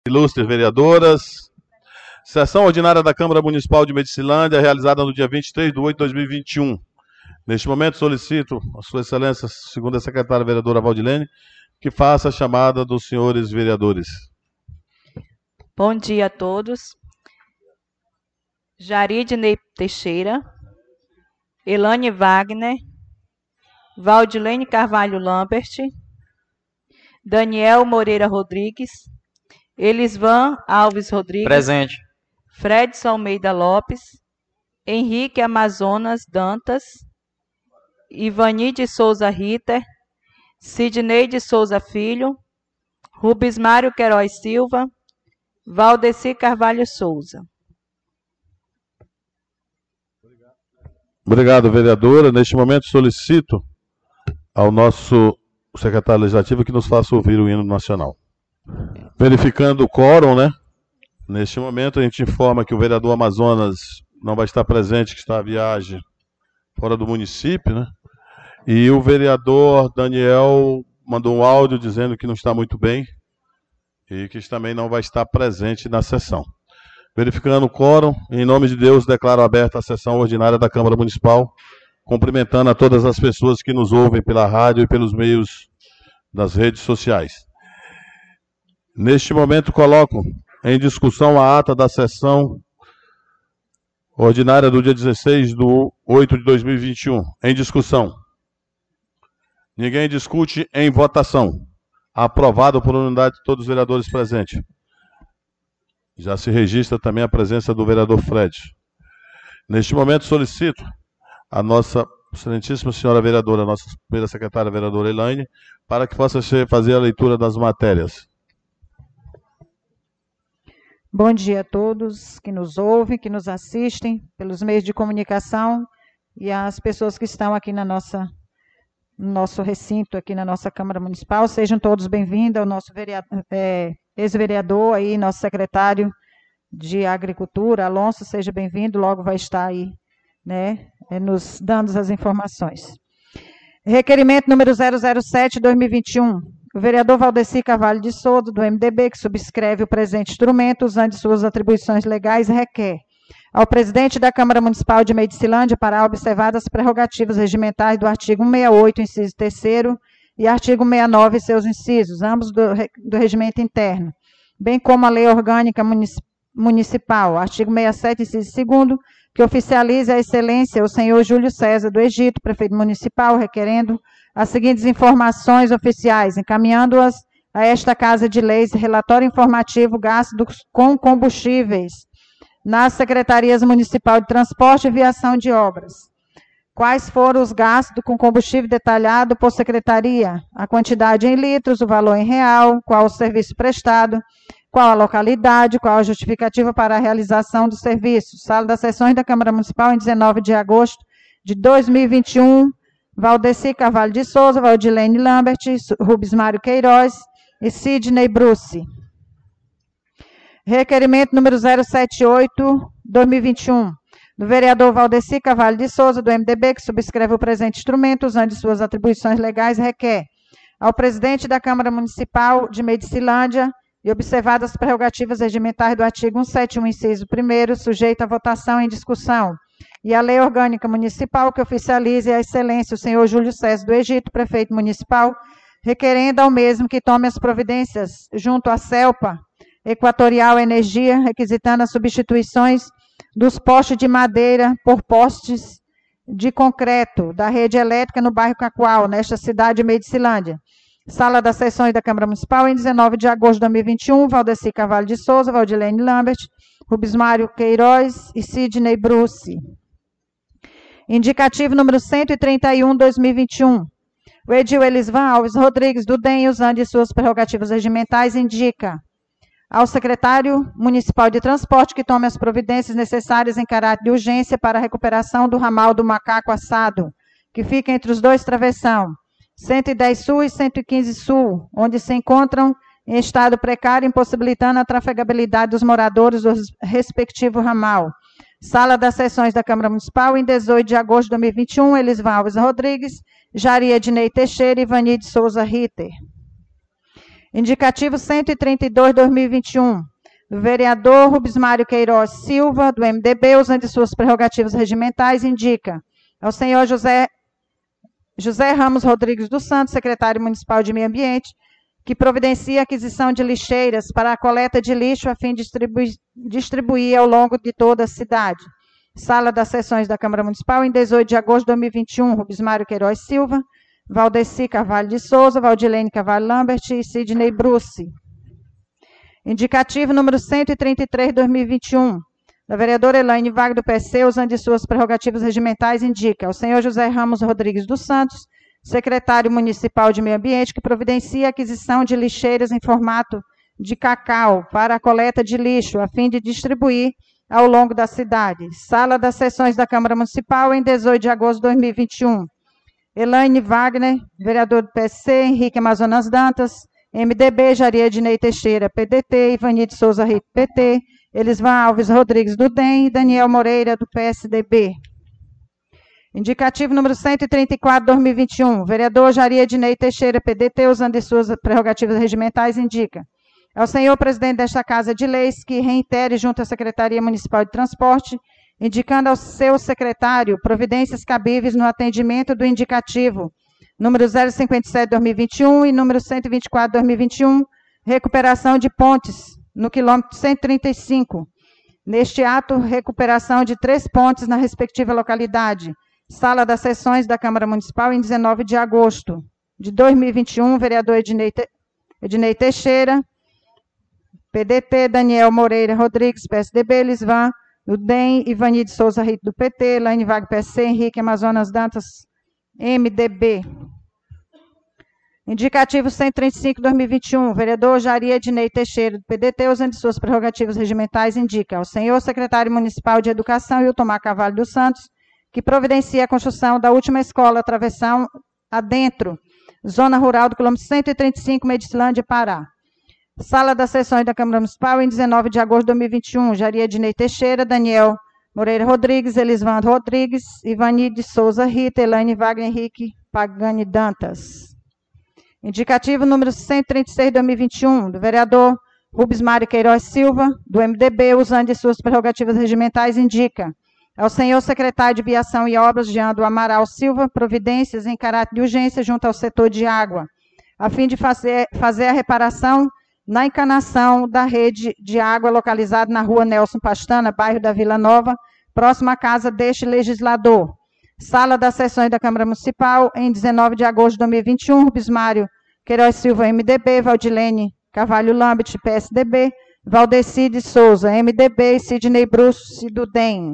ilustres vereadoras. Sessão ordinária da Câmara Municipal de Medicilândia, realizada no dia 23 de 8 de 2021. Neste momento, solicito a Sua Excelência, segunda secretária vereadora Valdilene, que faça a chamada dos senhores vereadores. Bom dia a todos. Jaridney Teixeira, Elane Wagner, Valdilene Carvalho Lambert, Daniel Moreira Rodrigues, Elisvan Alves Rodrigues. Presente. Fredson Almeida Lopes, Henrique Amazonas Dantas, Ivani de Souza Ritter, Sidney de Souza Filho, Rubens Mário Queiroz Silva, Valdeci Carvalho Souza. Obrigado, vereadora. Neste momento, solicito ao nosso secretário legislativo que nos faça ouvir o hino nacional. Verificando o quórum, né? Neste momento, a gente informa que o vereador Amazonas não vai estar presente, que está à viagem fora do município, né? E o vereador Daniel mandou um áudio dizendo que não está muito bem e que também não vai estar presente na sessão. Verificando o quórum, em nome de Deus, declaro aberta a sessão ordinária da Câmara Municipal, cumprimentando a todas as pessoas que nos ouvem pela rádio e pelos meios das redes sociais. Neste momento, coloco em discussão a ata da sessão ordinária do dia 16 de 8 de 2021. Em discussão. Ninguém discute. Em votação. Aprovado por unanimidade de todos os vereadores presentes. Já se registra também a presença do vereador Fred. Neste momento, solicito a nossa excelentíssima senhora vereadora, a nossa primeira secretária vereadora Elaine, para que possa fazer a leitura das matérias. Bom dia a todos que nos ouvem, que nos assistem pelos meios de comunicação e as pessoas que estão aqui no nosso recinto, aqui na nossa Câmara Municipal. Sejam todos bem-vindos ao nosso ex-vereador, aí, nosso secretário de Agricultura, Alonso, seja bem-vindo, logo vai estar aí, né, nos dando as informações. Requerimento número 007/2021. O vereador Valdeci Carvalho de Souza, do MDB, que subscreve o presente instrumento, usando suas atribuições legais, requer ao presidente da Câmara Municipal de Medicilândia para observar as prerrogativas regimentais do artigo 168, inciso 3º, e artigo 69 e seus incisos, ambos do regimento interno, bem como a Lei Orgânica Municipal, artigo 67, inciso 2º, que oficialize a excelência o senhor Júlio César do Egito, prefeito municipal, requerendo as seguintes informações oficiais, encaminhando-as a esta Casa de Leis, relatório informativo gasto com combustíveis nas Secretarias Municipal de Transporte e Viação de Obras. Quais foram os gastos com combustível detalhado por secretaria? A quantidade em litros, o valor em real, qual o serviço prestado, qual a localidade, qual a justificativa para a realização do serviço. Sala das Sessões da Câmara Municipal, em 19 de agosto de 2021, Valdeci Carvalho de Souza, Valdilene Lambert, Rubens Mário Queiroz e Sidney Bruce. Requerimento número 078/2021. Do vereador Valdeci Carvalho de Souza, do MDB, que subscreve o presente instrumento, usando suas atribuições legais, requer ao presidente da Câmara Municipal de Medicilândia, e observadas as prerrogativas regimentais do artigo 171, inciso 1º, sujeito à votação em discussão, e a Lei Orgânica Municipal, que oficialize a excelência o senhor Júlio César do Egito, prefeito municipal, requerendo ao mesmo que tome as providências junto à CELPA, Equatorial Energia, requisitando as substituições dos postes de madeira por postes de concreto da rede elétrica no bairro Cacoal, nesta cidade de Medicilândia. Sala das Sessões da Câmara Municipal, em 19 de agosto de 2021, Valdeci Carvalho de Souza, Valdilene Lambert, Rubens Mário Queiroz e Sidney Bruce. Indicativo número 131/2021. O edil Elisvan Alves Rodrigues, do DEM, usando suas prerrogativas regimentais, indica ao secretário municipal de transporte que tome as providências necessárias em caráter de urgência para a recuperação do ramal do Macaco Assado, que fica entre os dois travessão, 110 Sul e 115 Sul, onde se encontram em estado precário, impossibilitando a trafegabilidade dos moradores do respectivo ramal. Sala das Sessões da Câmara Municipal, em 18 de agosto de 2021, Elisvan Alves Rodrigues, Jaridney Teixeira e Ivani de Souza Ritter. Indicativo 132/2021, do vereador Rubens Mário Queiroz Silva, do MDB, usando de suas prerrogativas regimentais, indica ao senhor José Ramos Rodrigues dos Santos, secretário municipal de Meio Ambiente, que providencie a aquisição de lixeiras para a coleta de lixo a fim de distribuir ao longo de toda a cidade. Sala das Sessões da Câmara Municipal, em 18 de agosto de 2021, Rubens Mário Queiroz Silva, Valdeci Carvalho de Souza, Valdilene Carvalho Lambert e Sidney Bruce. Indicativo número 133/2021, da vereadora Elaine Wagner do PC, usando de suas prerrogativas regimentais, indica ao senhor José Ramos Rodrigues dos Santos, secretário municipal de Meio Ambiente, que providencie a aquisição de lixeiras em formato de cacau para a coleta de lixo, a fim de distribuir ao longo da cidade. Sala das Sessões da Câmara Municipal, em 18 de agosto de 2021. Elaine Wagner, vereador do PSC, Henrique Amazonas Dantas, MDB, Jaria Ednei Teixeira, PDT, Ivani de Souza Rito, PT, Elisvan Alves Rodrigues, do DEM, e Daniel Moreira, do PSDB. Indicativo número 134/2021, vereador Jaria Ednei Teixeira, PDT, usando de suas prerrogativas regimentais, indica ao senhor presidente desta Casa de Leis que reitere junto à Secretaria Municipal de Transporte, indicando ao seu secretário providências cabíveis no atendimento do indicativo número 057/2021 e número 124/2021, recuperação de pontes no quilômetro 135. Neste ato, recuperação de 3 pontes na respectiva localidade. Sala das Sessões da Câmara Municipal, em 19 de agosto de 2021, vereador Ednei Teixeira, PDT, Daniel Moreira Rodrigues, PSDB, Elisvan, do DEM, Ivani de Souza Rito, do PT, Elaine Wagner, PSC, Henrique Amazonas Dantas, MDB. Indicativo 135/2021, vereador Jaria Ednei Teixeira, do PDT, usando de suas prerrogativas regimentais, indica ao senhor secretário municipal de Educação, Iltomar Carvalho dos Santos, que providencia a construção da última escola travessão adentro, zona rural do quilômetro 135, Medicilândia, Pará. Sala das Sessões da Câmara Municipal, em 19 de agosto de 2021, Jaria Ednei Teixeira, Daniel Moreira Rodrigues, Elisvan Rodrigues, Ivani de Souza Rita, Elaine Wagner, Henrique Pagani Dantas. Indicativo número 136/2021, do vereador Rubens Mário Queiroz Silva, do MDB, usando de suas prerrogativas regimentais, indica ao senhor secretário de Viação e Obras, Jean do Amaral Silva, providências em caráter de urgência junto ao setor de água, a fim de fazer a reparação na encanação da rede de água localizada na rua Nelson Pastana, bairro da Vila Nova, próximo à casa deste legislador. Sala das Sessões da Câmara Municipal, em 19 de agosto de 2021, Rubens Mário Queiroz Silva, MDB, Valdilene Carvalho Lambert, PSDB, Valdeci de Souza, MDB, e Sidney Bruce, do DEM.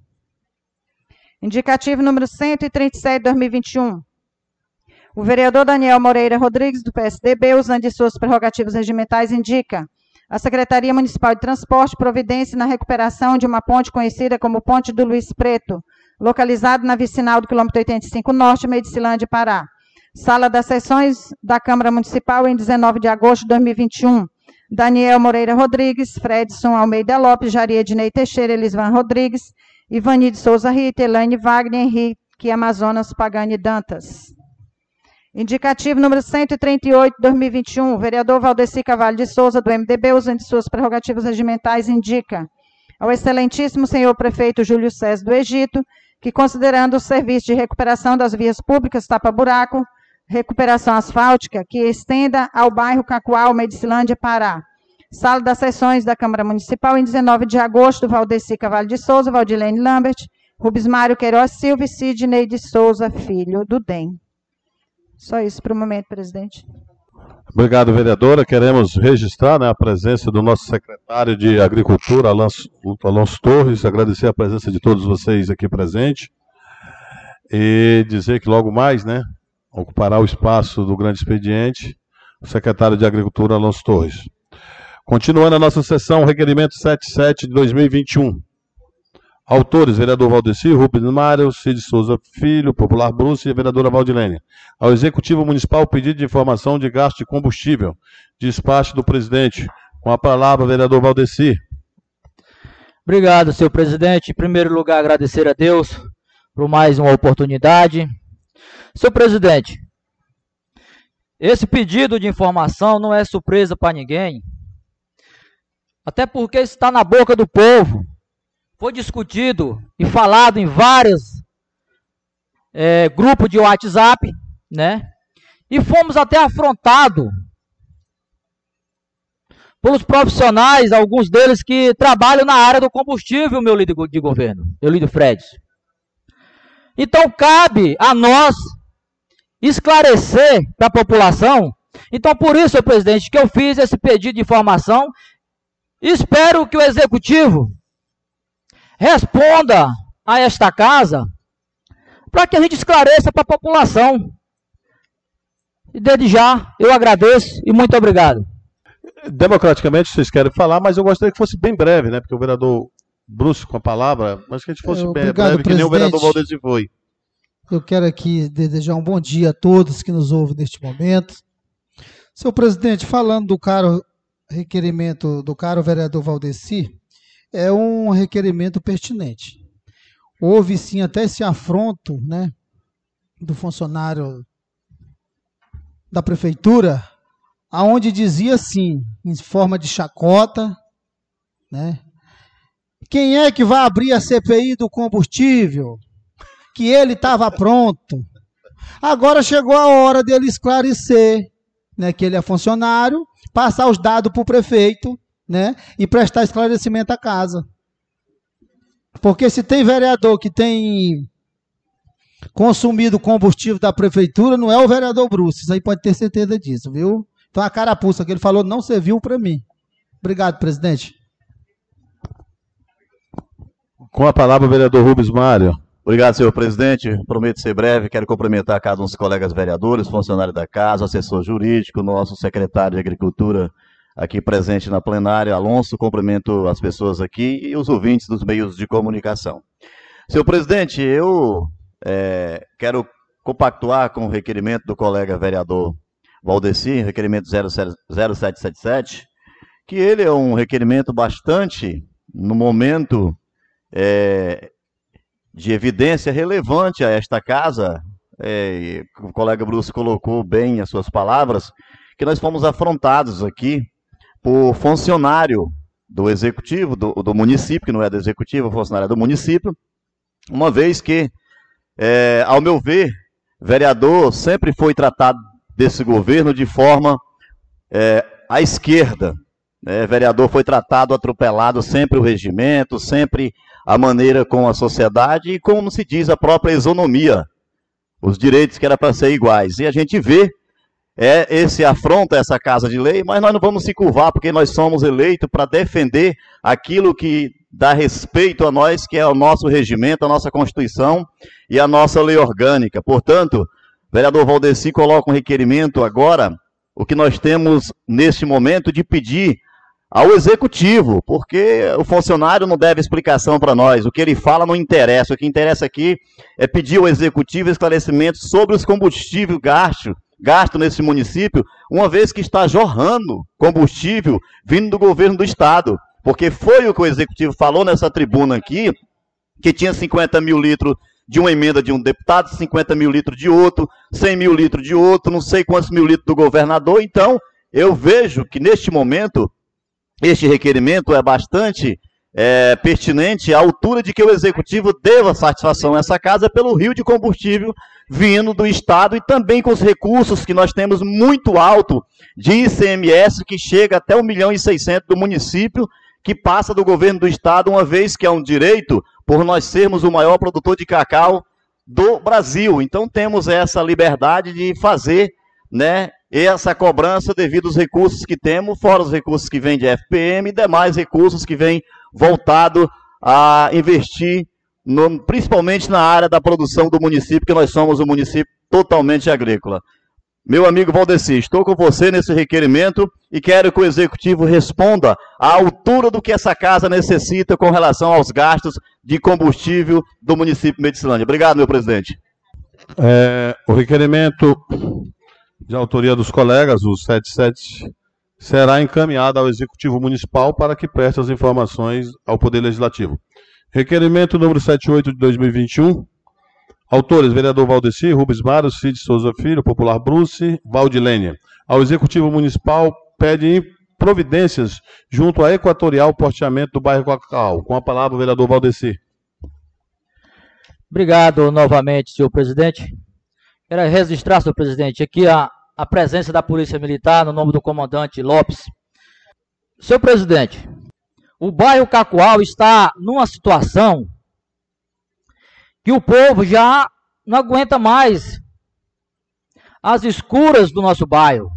Indicativo número 137/2021. O vereador Daniel Moreira Rodrigues, do PSDB, usando de suas prerrogativas regimentais, indica à Secretaria Municipal de Transporte providência na recuperação de uma ponte conhecida como Ponte do Luiz Preto, localizado na vicinal do quilômetro 85 Norte, Medicilândia, Pará. Sala das Sessões da Câmara Municipal, em 19 de agosto de 2021. Daniel Moreira Rodrigues, Fredson Almeida Lopes, Jaria Ednei Teixeira, Elisvan Rodrigues, Ivani de Souza Rita, Elaine Wagner, Henrique Amazonas Pagani Dantas. Indicativo número 138/2021, vereador Valdeci Carvalho de Souza, do MDB, usando de suas prerrogativas regimentais, indica ao excelentíssimo senhor prefeito Júlio César do Egito, que considerando o serviço de recuperação das vias públicas, tapa-buraco, recuperação asfáltica, que estenda ao bairro Cacoal, Medicilândia, Pará. Sala das Sessões da Câmara Municipal, em 19 de agosto, Valdeci Carvalho de Souza, Valdilene Lambert, Rubens Mário Queiroz Silva e Sidney de Souza Filho, do DEM. Só isso para o momento, presidente. Obrigado, vereadora. Queremos registrar, né, a presença do nosso secretário de Agricultura, Alonso Torres, agradecer a presença de todos vocês aqui presentes e dizer que logo mais, né, ocupará o espaço do grande expediente o secretário de Agricultura, Alonso Torres. Continuando a nossa sessão, requerimento 77 de 2021. Autores, vereador Valdeci, Rubens Mário, Cid Souza Filho, Popular Bruce e a vereadora Valdilene. Ao Executivo Municipal, pedido de informação de gasto de combustível. Despacho do presidente. Com a palavra, vereador Valdeci. Obrigado, senhor presidente. Em primeiro lugar, agradecer a Deus por mais uma oportunidade. Senhor presidente, esse pedido de informação não é surpresa para ninguém, até porque está na boca do povo, foi discutido e falado em vários grupos de WhatsApp, né? E fomos até afrontados pelos profissionais, alguns deles que trabalham na área do combustível, meu líder de governo, meu líder Fred. Então, cabe a nós esclarecer para a população. Então, por isso, senhor presidente, que eu fiz esse pedido de informação. Espero que o Executivo responda a esta casa para que a gente esclareça para a população. E desde já, eu agradeço e muito obrigado. Democraticamente, vocês querem falar, mas eu gostaria que fosse bem breve, né? Porque o vereador Brusco com a palavra, mas que a gente fosse bem breve, que nem o vereador Valdeci foi. Eu quero aqui desejar um bom dia a todos que nos ouvem neste momento. Senhor presidente, falando do caro requerimento do caro vereador Valdeci, é um requerimento pertinente. Houve sim até esse afronto, né, do funcionário da prefeitura, aonde dizia assim, em forma de chacota, né, quem é que vai abrir a CPI do combustível? Que ele estava pronto. Agora chegou a hora dele esclarecer, né, que ele é funcionário, passar os dados para o prefeito, né, e prestar esclarecimento à casa. Porque se tem vereador que tem consumido combustível da prefeitura, não é o vereador Bruce, isso aí pode ter certeza disso, viu? Então a carapuça que ele falou não serviu para mim. Obrigado, presidente. Com a palavra o vereador Rubens Mário. Obrigado, senhor presidente. Prometo ser breve. Quero cumprimentar cada um dos colegas vereadores, funcionários da casa, assessor jurídico, nosso secretário de Agricultura aqui presente na plenária, Alonso. Cumprimento as pessoas aqui e os ouvintes dos meios de comunicação. Senhor presidente, eu quero compactuar com o requerimento do colega vereador Valdeci, requerimento 0777, que ele é um requerimento bastante, no momento, de evidência relevante a esta casa. O colega Bruce colocou bem as suas palavras, que nós fomos afrontados aqui por funcionário do executivo, do município, que não é do executivo, funcionário do município, uma vez que, ao meu ver, vereador sempre foi tratado desse governo de forma à esquerda. Vereador foi tratado, atropelado, sempre o regimento, sempre a maneira com a sociedade e, como se diz, a própria isonomia, os direitos que era para ser iguais. E a gente vê esse afronta essa casa de lei, mas nós não vamos se curvar, porque nós somos eleitos para defender aquilo que dá respeito a nós, que é o nosso regimento, a nossa Constituição e a nossa lei orgânica. Portanto, vereador Valdeci coloca um requerimento agora, o que nós temos neste momento de pedir ao executivo, porque o funcionário não deve explicação para nós, o que ele fala não interessa, o que interessa aqui é pedir ao executivo esclarecimento sobre os combustíveis gasto nesse município, uma vez que está jorrando combustível vindo do governo do estado, porque foi o que o executivo falou nessa tribuna aqui, que tinha 50 mil litros de uma emenda de um deputado, 50 mil litros de outro, 100 mil litros de outro, não sei quantos mil litros do governador. Então, eu vejo que neste momento, este requerimento é bastante pertinente à altura de que o executivo deva satisfação a essa casa pelo rio de combustível vindo do estado e também com os recursos que nós temos muito alto de ICMS, que chega até 1.600.000 do município, que passa do governo do estado, uma vez que é um direito por nós sermos o maior produtor de cacau do Brasil. Então temos essa liberdade de fazer, né, essa cobrança devido aos recursos que temos, fora os recursos que vêm de FPM e demais recursos que vêm voltado a investir, principalmente na área da produção do município, que nós somos um município totalmente agrícola. Meu amigo Valdeci, estou com você nesse requerimento e quero que o executivo responda à altura do que essa casa necessita com relação aos gastos de combustível do município de Medicilândia. Obrigado, meu presidente. O requerimento de autoria dos colegas, o 77, será encaminhado ao Executivo Municipal para que preste as informações ao Poder Legislativo. Requerimento número 78 de 2021, Autores, vereador Valdeci, Rubens Mário, Cid Souza Filho, Popular Bruce, Valdilênia. Ao Executivo Municipal pede providências junto à Equatorial Porteamento do bairro Cacau. Com a palavra, o vereador Valdeci. Obrigado novamente, senhor presidente. Quero registrar, senhor presidente, aqui a presença da Polícia Militar no nome do comandante Lopes. Senhor presidente, o bairro Cacoal está numa situação que o povo já não aguenta mais as escuras do nosso bairro.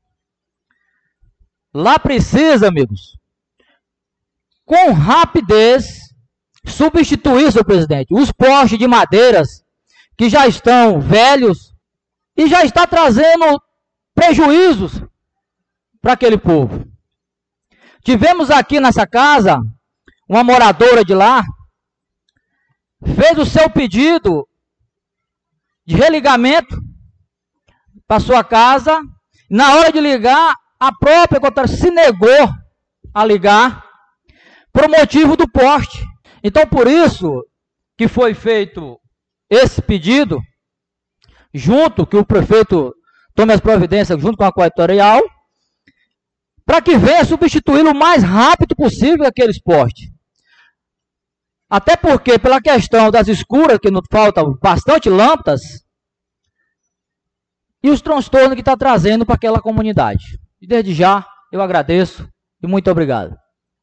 Lá precisa, amigos, com rapidez, substituir, senhor presidente, os postes de madeiras que já estão velhos e já está trazendo prejuízos para aquele povo. Tivemos aqui nessa casa uma moradora de lá, fez o seu pedido de religamento para sua casa, na hora de ligar, a própria Equatorial se negou a ligar por motivo do poste. Então, por isso que foi feito esse pedido, junto que o prefeito tome as providências junto com a Equatorial, para que venha substituí-lo o mais rápido possível aqueles postes. Até porque, pela questão das escuras, que nos faltam bastante lâmpadas, e os transtornos que está trazendo para aquela comunidade. E desde já, eu agradeço e muito obrigado.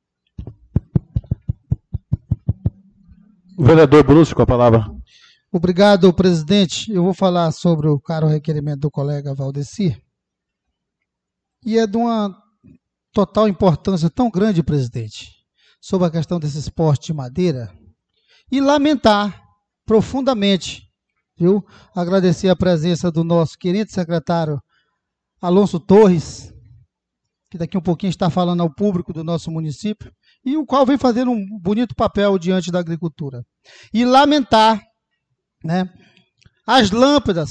O vereador Bruce, com a palavra. Obrigado, presidente. Eu vou falar sobre o caro requerimento do colega Valdeci. E é de uma total importância tão grande, presidente, sobre a questão desses postes de madeira. E lamentar profundamente, viu? Agradecer a presença do nosso querido secretário Alonso Torres, que daqui um pouquinho está falando ao público do nosso município, e o qual vem fazendo um bonito papel diante da agricultura. E lamentar, né, as lâmpadas,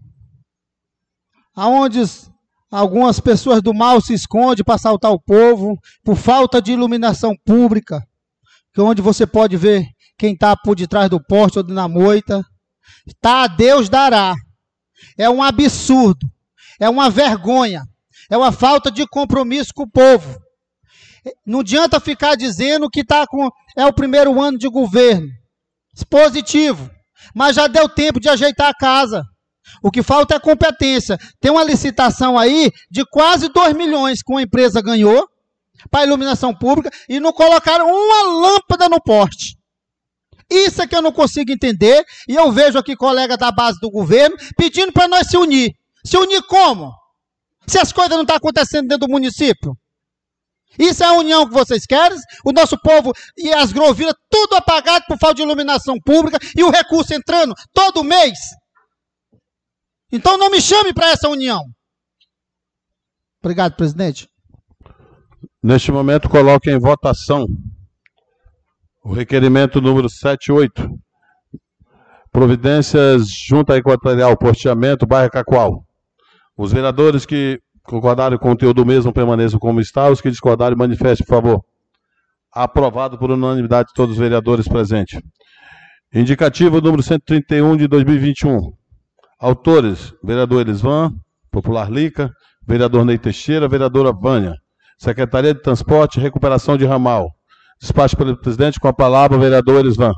aonde algumas pessoas do mal se escondem para assaltar o povo, por falta de iluminação pública, que é onde você pode ver quem está por detrás do poste ou na moita. Tá, Deus dará. É um absurdo, é uma vergonha, é uma falta de compromisso com o povo. Não adianta ficar dizendo que é o primeiro ano de governo. Positivo. Mas já deu tempo de ajeitar a casa. O que falta é competência. Tem uma licitação aí de quase 2 milhões que uma empresa ganhou para iluminação pública e não colocaram uma lâmpada no poste. Isso é que eu não consigo entender, e eu vejo aqui colega da base do governo pedindo para nós se unir. Se unir como? Se as coisas não estão acontecendo dentro do município. Isso é a união que vocês querem? O nosso povo e as groviras, tudo apagado por falta de iluminação pública e o recurso entrando todo mês. Então não me chame para essa união. Obrigado, presidente. Neste momento, coloque em votação o requerimento número 78. Providências junto à Equatorial, Porteamento, bairro Cacoal. Os vereadores que concordarem com o conteúdo mesmo permaneçam como está. Os que discordarem, manifestem, por favor. Aprovado por unanimidade de todos os vereadores presentes. Indicativo número 131 de 2021. Autores, vereador Elisvan, Popular Lica, vereador Ney Teixeira, vereadora Vânia. Secretaria de Transporte e Recuperação de Ramal. Despacho pelo presidente, com a palavra, vereador Elisvan.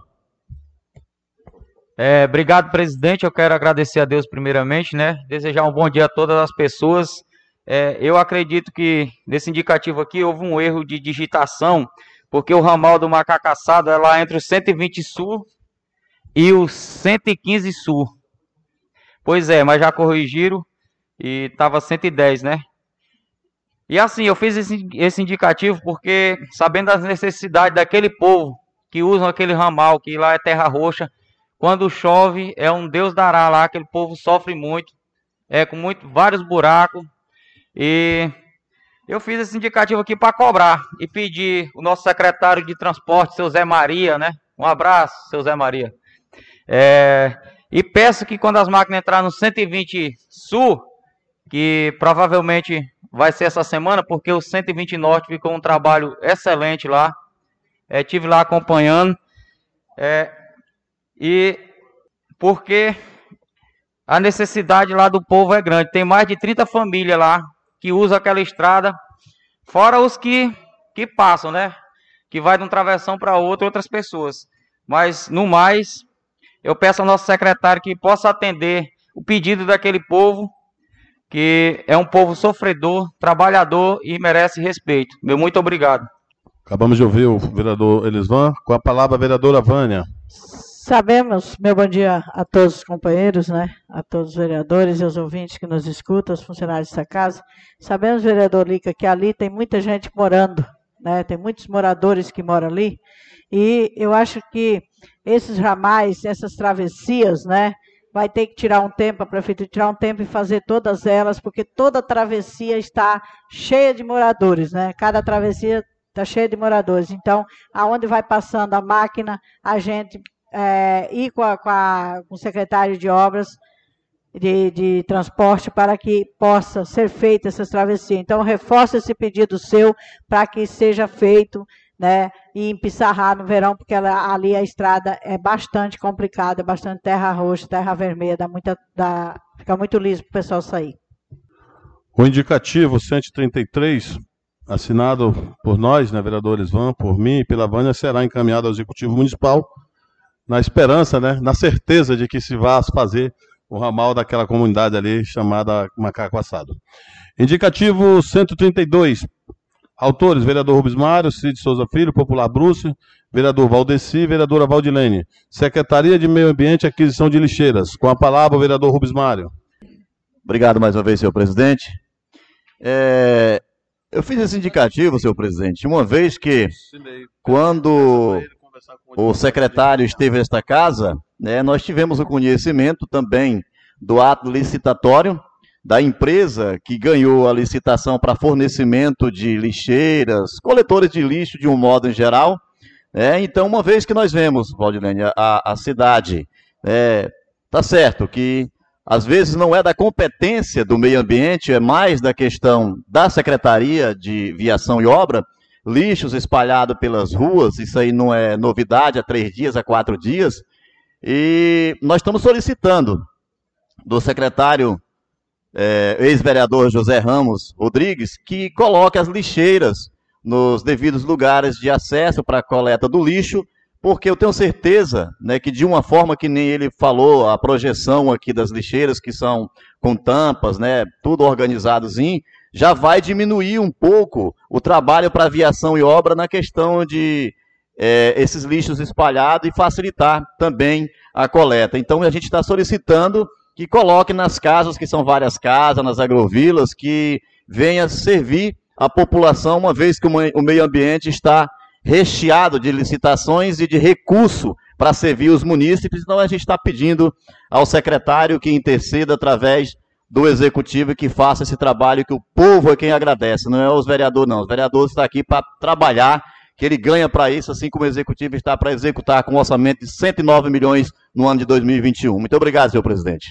Obrigado, presidente. Eu quero agradecer a Deus primeiramente, né? Desejar um bom dia a todas as pessoas. Eu acredito que nesse indicativo aqui houve um erro de digitação, porque o ramal do Macacaçado é lá entre o 120 Sul e o 115 Sul. Pois é, mas já corrigiram e estava 110, né? E assim, eu fiz esse indicativo porque, sabendo das necessidades daquele povo que usam aquele ramal, que lá é terra roxa, quando chove é um Deus dará lá, aquele povo sofre muito, com vários buracos. E eu fiz esse indicativo aqui para cobrar e pedir o nosso secretário de transporte, seu Zé Maria, né? Um abraço, seu Zé Maria. E peço que quando as máquinas entrarem no 120 Sul, que provavelmente vai ser essa semana, porque o 120 Norte ficou um trabalho excelente lá. Estive lá acompanhando. E porque a necessidade lá do povo é grande. Tem mais de 30 famílias lá que usam aquela estrada, fora os que passam, né? Que vai de um travessão para outro, outras pessoas. Mas, no mais, eu peço ao nosso secretário que possa atender o pedido daquele povo, que é um povo sofredor, trabalhador e merece respeito. Meu muito obrigado. Acabamos de ouvir o vereador Elisvan. Com a palavra, a vereadora Vânia. Sabemos, meu bom dia a todos os companheiros, né, a todos os vereadores e os ouvintes que nos escutam, os funcionários dessa casa. Sabemos, vereador Lica, que ali tem muita gente morando, né, tem muitos moradores que moram ali, e eu acho que esses ramais, essas travessias, né, vai ter que tirar um tempo, a prefeitura tirar um tempo e fazer todas elas, porque toda travessia está cheia de moradores, né, cada travessia está cheia de moradores. Então, aonde vai passando a máquina, a gente ir com o secretário de obras de transporte para que possa ser feita essas travessias. Então, reforço esse pedido seu para que seja feito, né, e em Pissarra no verão, porque ali a estrada é bastante complicada, é bastante terra roxa, terra vermelha, fica muito liso para o pessoal sair. O indicativo 133, assinado por nós, né, vereador Elisvan, por mim e pela Vânia, será encaminhado ao Executivo Municipal, na esperança, né, na certeza de que se vá fazer o ramal daquela comunidade ali chamada Macaco Assado. Indicativo 132, autores, vereador Rubens Mário, Cid Souza Filho, Popular Bruce, vereador Valdeci, vereadora Valdilene. Secretaria de Meio Ambiente e Aquisição de Lixeiras. Com a palavra, o vereador Rubens Mário. Obrigado mais uma vez, senhor presidente. Eu fiz esse indicativo, senhor presidente, uma vez que, quando o secretário esteve nesta casa, né, nós tivemos o conhecimento também do ato licitatório da empresa que ganhou a licitação para fornecimento de lixeiras, coletores de lixo de um modo em geral. Então, uma vez que nós vemos, Valdilene, a cidade, tá certo que às vezes não é da competência do meio ambiente, é mais da questão da Secretaria de Viação e Obra, lixos espalhados pelas ruas, isso aí não é novidade, há 3 dias, há 4 dias, e nós estamos solicitando do secretário ex-vereador José Ramos Rodrigues que coloque as lixeiras nos devidos lugares de acesso para a coleta do lixo, porque eu tenho certeza, né, que de uma forma que nem ele falou, a projeção aqui das lixeiras, que são com tampas, né, tudo organizadozinho, já vai diminuir um pouco o trabalho para aviação e obra na questão de esses lixos espalhados e facilitar também a coleta. Então, a gente está solicitando que coloque nas casas, que são várias casas, nas agrovilas, que venha servir a população, uma vez que o meio ambiente está recheado de licitações e de recurso para servir os munícipes. Então, a gente está pedindo ao secretário que interceda através do Executivo e que faça esse trabalho, que o povo é quem agradece, não é os vereadores, não. Os vereadores estão aqui para trabalhar, que ele ganha para isso, assim como o Executivo está para executar com um orçamento de 109 milhões no ano de 2021. Muito obrigado, senhor presidente.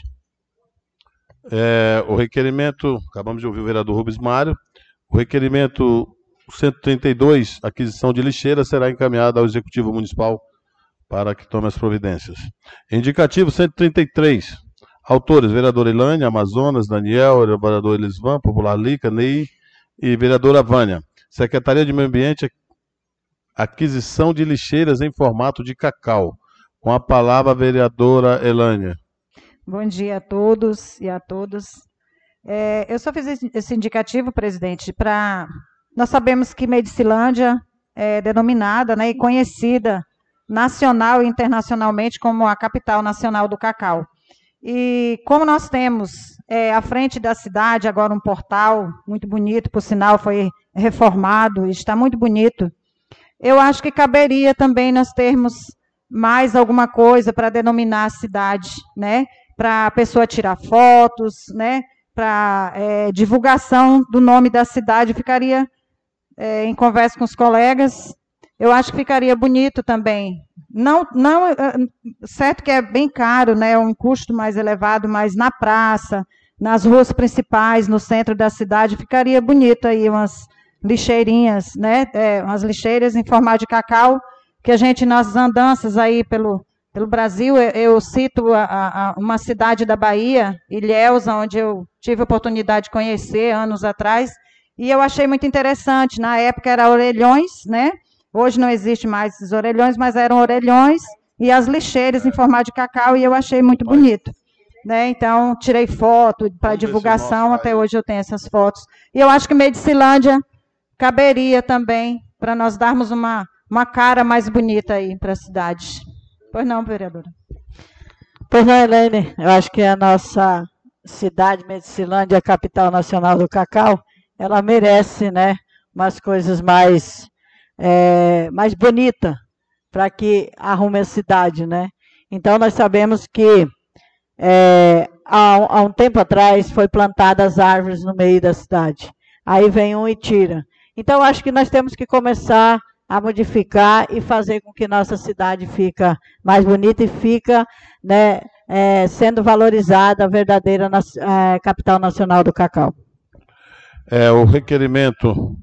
O requerimento, acabamos de ouvir o vereador Rubens Mário, o requerimento 132, aquisição de lixeira, será encaminhado ao Executivo Municipal para que tome as providências. Indicativo 133, autores, vereadora Ilane, Amazonas, Daniel, vereador Elisvan, Popular Lica, Ney e vereadora Vânia. Secretaria de Meio Ambiente, aquisição de lixeiras em formato de cacau. Com a palavra, a vereadora Elânia. Bom dia a todos e a todas. Eu só fiz esse indicativo, presidente, para... Nós sabemos que Medicilândia é denominada, né, e conhecida nacional e internacionalmente como a capital nacional do cacau. E como nós temos à frente da cidade agora um portal muito bonito, por sinal foi reformado, está muito bonito, eu acho que caberia também nós termos mais alguma coisa para denominar a cidade, né? Para a pessoa tirar fotos, né? Para divulgação do nome da cidade, ficaria em conversa com os colegas, eu acho que ficaria bonito também. Não, certo que é bem caro, né? É um custo mais elevado, mas na praça, nas ruas principais, no centro da cidade, ficaria bonito aí umas lixeirinhas, né? Umas lixeiras em formato de cacau, que a gente, nas andanças aí pelo Brasil. Eu cito uma cidade da Bahia, Ilhéus, onde eu tive a oportunidade de conhecer anos atrás, e eu achei muito interessante. Na época era orelhões, né? Hoje não existe mais esses orelhões, mas eram orelhões e as lixeiras em formato de cacau, e eu achei muito bonito. Né? Então, tirei foto para divulgação, até hoje eu tenho essas fotos. E eu acho que Medicilândia caberia também para nós darmos uma cara mais bonita aí para a cidade. Pois não, vereadora? Pois não, Elaine, eu acho que a nossa cidade, Medicilândia, a capital nacional do cacau, ela merece, né, umas coisas mais bonitas para que arrume a cidade, né? Então, nós sabemos que há um tempo atrás foi plantadas árvores no meio da cidade. Aí vem um e tira. Então, acho que nós temos que começar a modificar e fazer com que nossa cidade fica mais bonita e fica, né, sendo valorizada a verdadeira capital nacional do cacau. O requerimento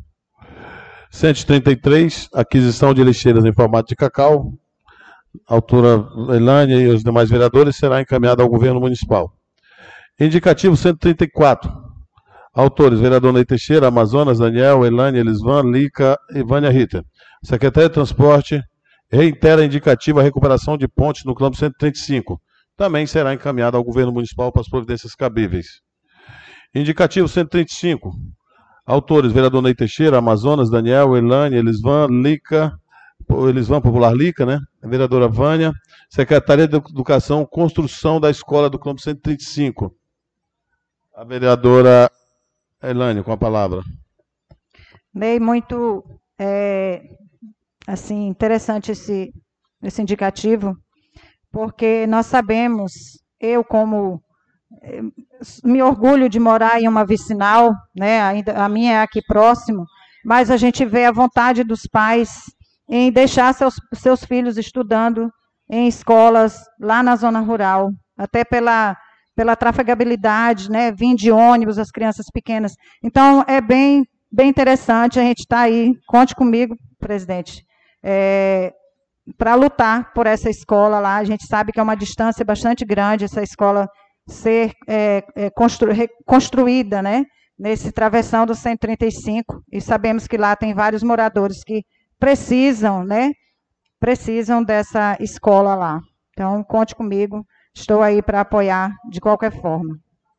133, aquisição de lixeiras em formato de cacau, autora Elaine e os demais vereadores, será encaminhado ao governo municipal. Indicativo 134, autores, vereador Ney Teixeira, Amazonas, Daniel, Elaine, Elisvan, Lica e Vânia Ritter. Secretaria de Transporte reitera indicativo a recuperação de pontes no quilômetro 135. Também será encaminhado ao governo municipal para as providências cabíveis. Indicativo 135, autores, vereador Ney Teixeira, Amazonas, Daniel, Elaine, Elisvan, Lica, Elisvan Popular Lica, né? Vereadora Vânia. Secretaria de Educação, construção da escola do quilômetro 135. A vereadora Elaine, com a palavra. Ney, muito assim, interessante esse indicativo, porque nós sabemos, eu como me orgulho de morar em uma vicinal, né? A minha é aqui próximo, mas a gente vê a vontade dos pais em deixar seus filhos estudando em escolas lá na zona rural, até pela trafegabilidade, né? Vir de ônibus, as crianças pequenas. Então, é bem interessante, a gente está aí, conte comigo, presidente, para lutar por essa escola lá. A gente sabe que é uma distância bastante grande, essa escola ser construída, né, nesse travessão do 135, e sabemos que lá tem vários moradores que precisam, né, precisam dessa escola lá. Então, conte comigo, estou aí para apoiar de qualquer forma.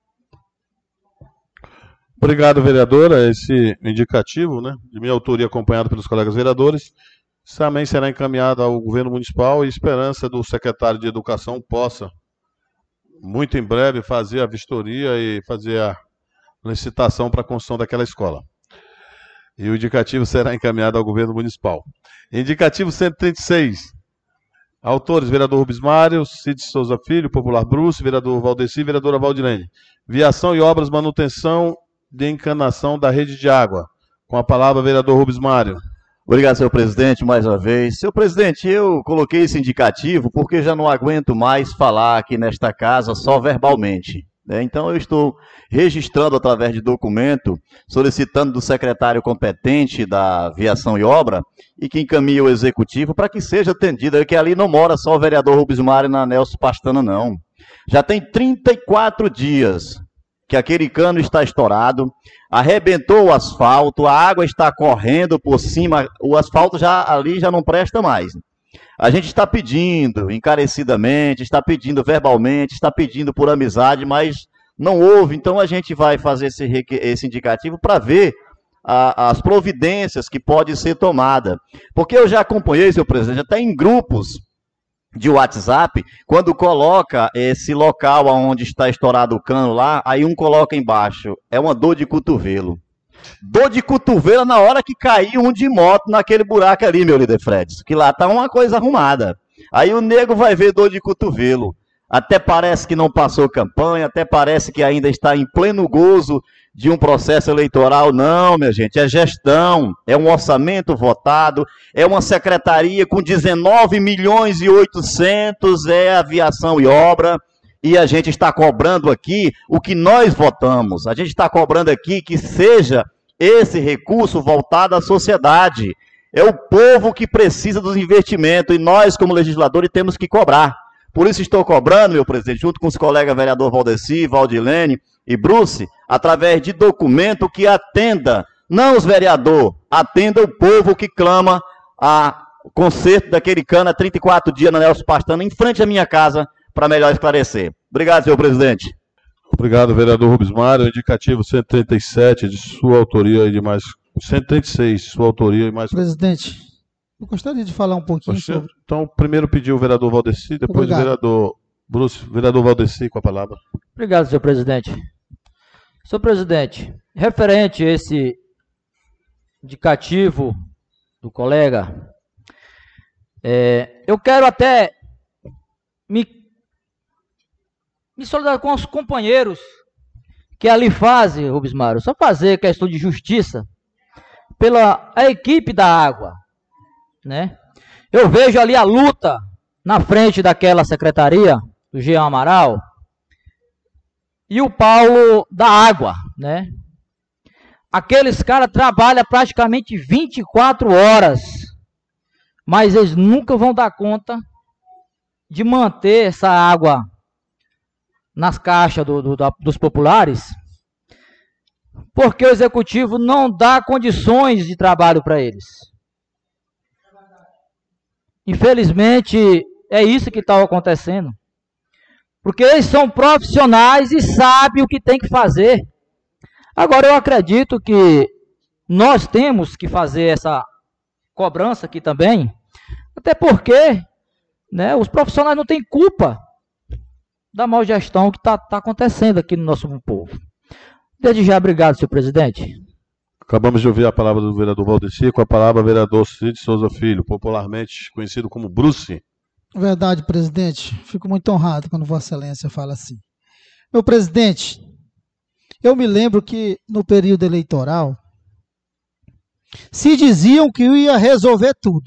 Obrigado, vereadora. Esse indicativo, né, de minha autoria, acompanhado pelos colegas vereadores, também será encaminhado ao governo municipal, e esperança do secretário de Educação possa, muito em breve, fazer a vistoria e fazer a licitação para a construção daquela escola. E o indicativo será encaminhado ao governo municipal. Indicativo 136. Autores, vereador Rubens Mário, Cid Souza Filho, Popular Bruce, vereador Valdeci, vereadora Valdilene. Viação e obras, manutenção de encanação da rede de água. Com a palavra, vereador Rubens Mário. Obrigado, senhor presidente, mais uma vez. Senhor presidente, eu coloquei esse indicativo porque já não aguento mais falar aqui nesta casa só verbalmente, né? Então, eu estou registrando através de documento, solicitando do secretário competente da Viação e Obra, e que encaminhe o executivo para que seja atendido, que ali não mora só o vereador Rubens Mário na Nelson Pastana, não. Já tem 34 dias que aquele cano está estourado, arrebentou o asfalto, a água está correndo por cima, o asfalto ali já não presta mais. A gente está pedindo encarecidamente, está pedindo verbalmente, está pedindo por amizade, mas não houve. Então a gente vai fazer esse indicativo para ver as providências que podem ser tomadas. Porque eu já acompanhei, senhor presidente, até em grupos de WhatsApp, quando coloca esse local onde está estourado o cano lá, aí um coloca embaixo, é uma dor de cotovelo. Dor de cotovelo na hora que caiu um de moto naquele buraco ali, meu líder Fred, que lá tá uma coisa arrumada. Aí o nego vai ver dor de cotovelo. Até parece que não passou campanha, até parece que ainda está em pleno gozo de um processo eleitoral. Não, minha gente, é gestão, é um orçamento votado, é uma secretaria com 19.800.000, é aviação e obra, e a gente está cobrando aqui o que nós votamos. A gente está cobrando aqui que seja esse recurso voltado à sociedade. É o povo que precisa dos investimentos e nós, como legisladores, temos que cobrar. Por isso estou cobrando, meu presidente, junto com os colegas vereador Valdeci, Valdilene e Bruce, através de documento que atenda, não os vereadores, atenda o povo que clama a conserto daquele cano há 34 dias na Nelson Pastana, em frente à minha casa, para melhor esclarecer. Obrigado, senhor presidente. Obrigado, vereador Rubens Mário. Indicativo 137, de sua autoria e de mais... 136, sua autoria e mais... Presidente, eu gostaria de falar um pouquinho sobre... Então, primeiro pediu o vereador Valdeci, depois Obrigado. o vereador Bruce. Vereador Valdeci, com a palavra. Obrigado, senhor presidente. Senhor presidente, referente a esse indicativo do colega, eu quero até me solidarizar com os companheiros que ali fazem, Rubens Mário, só fazer questão de justiça pela a equipe da água, né? Eu vejo ali a luta na frente daquela secretaria, do Jean Amaral, e o Paulo da água, né? Aqueles caras trabalham praticamente 24 horas, mas eles nunca vão dar conta de manter essa água nas caixas dos populares, porque o executivo não dá condições de trabalho para eles. Infelizmente, é isso que está acontecendo. Porque eles são profissionais e sabem o que tem que fazer. Agora, eu acredito que nós temos que fazer essa cobrança aqui também, até porque, né, os profissionais não têm culpa da má gestão que está acontecendo aqui no nosso povo. Desde já, obrigado, senhor presidente. Acabamos de ouvir a palavra do vereador Valdeci, com a palavra o vereador Cid Souza Filho, popularmente conhecido como Bruce. Verdade, presidente. Fico muito honrado quando Vossa Excelência fala assim. Meu presidente, eu me lembro que no período eleitoral se diziam que ia resolver tudo.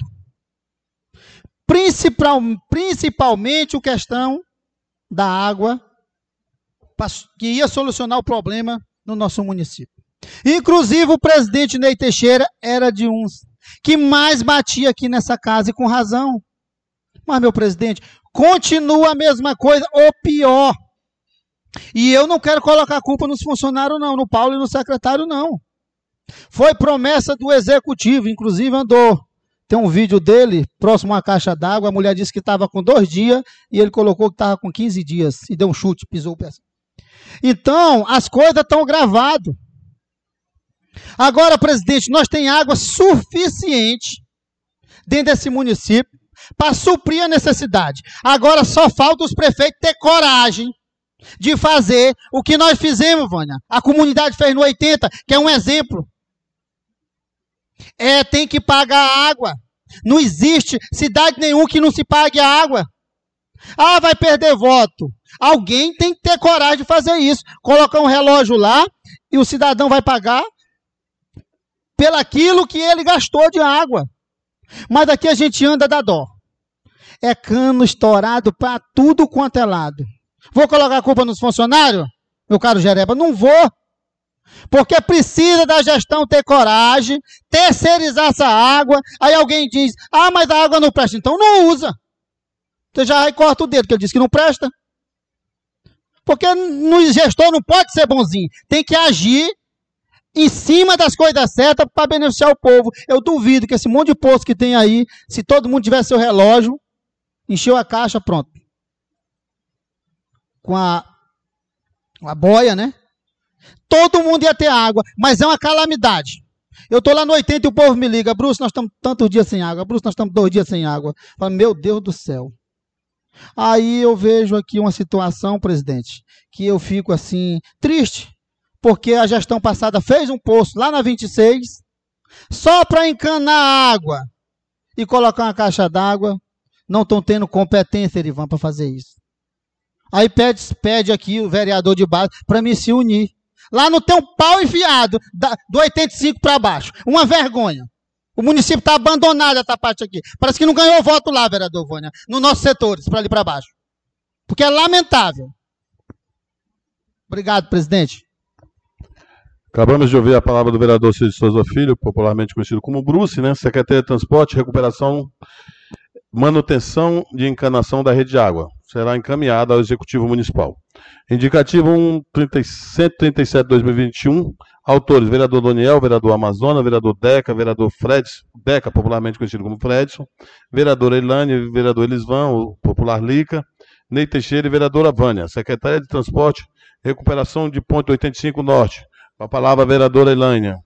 Principalmente a questão da água, que ia solucionar o problema no nosso município. Inclusive o presidente Ney Teixeira era de uns que mais batia aqui nessa casa, e com razão. Mas, meu presidente, continua a mesma coisa, ou pior. E eu não quero colocar a culpa nos funcionários, não, no Paulo e no secretário, não. Foi promessa do executivo, inclusive andou. Tem um vídeo dele, próximo a uma caixa d'água, a mulher disse que estava com 2 dias, e ele colocou que estava com 15 dias, e deu um chute, pisou o pé. Então, as coisas estão gravadas. Agora, presidente, nós temos água suficiente dentro desse município para suprir a necessidade. Agora só falta os prefeitos ter coragem de fazer o que nós fizemos, Vânia. A comunidade fez no 80, que é um exemplo. Tem que pagar a água. Não existe cidade nenhuma que não se pague a água. Ah, vai perder voto. Alguém tem que ter coragem de fazer isso. Colocar um relógio lá e o cidadão vai pagar pelaquilo que ele gastou de água. Mas aqui a gente anda da dó. É cano estourado para tudo quanto é lado. Vou colocar a culpa nos funcionários, meu caro Jereba? Não vou. Porque precisa da gestão ter coragem, terceirizar essa água. Aí alguém diz, ah, mas a água não presta. Então não usa. Você já corta o dedo, que ele disse que não presta. Porque o gestor não pode ser bonzinho. Tem que agir em cima das coisas certas para beneficiar o povo. Eu duvido que esse monte de poço que tem aí, se todo mundo tivesse seu relógio, encheu a caixa, pronto. Com a boia, né? Todo mundo ia ter água, mas é uma calamidade. Eu estou lá no 80 e o povo me liga, Bruce, nós estamos tantos dias sem água, Bruce, nós estamos 2 dias sem água. Falo, meu Deus do céu. Aí eu vejo aqui uma situação, presidente, que eu fico assim, triste, porque a gestão passada fez um poço lá na 26, só para encanar a água e colocar uma caixa d'água. Não estão tendo competência, Erivan, para fazer isso. Aí pede aqui o vereador de base para me se unir. Lá não tem um pau enfiado do 85 para baixo. Uma vergonha. O município está abandonado essa parte aqui. Parece que não ganhou voto lá, vereador Vânia, nos nossos setores, para ali para baixo. Porque é lamentável. Obrigado, presidente. Acabamos de ouvir a palavra do vereador Cid Souza Filho, popularmente conhecido como Bruce, né? Secretaria de Transporte, Recuperação, Manutenção de Encanação da Rede de Água. Será encaminhada ao Executivo Municipal. Indicativo 137/2021. Autores: vereador Daniel, vereador Amazonas, vereador Deca, vereador Fred, Deca, popularmente conhecido como Fredson, vereadora Elane, vereador Elisvan, o popular Lica, Ney Teixeira e vereadora Vânia. Secretaria de Transporte, Recuperação de Ponte 85 Norte. Com a palavra, a vereadora Elânia.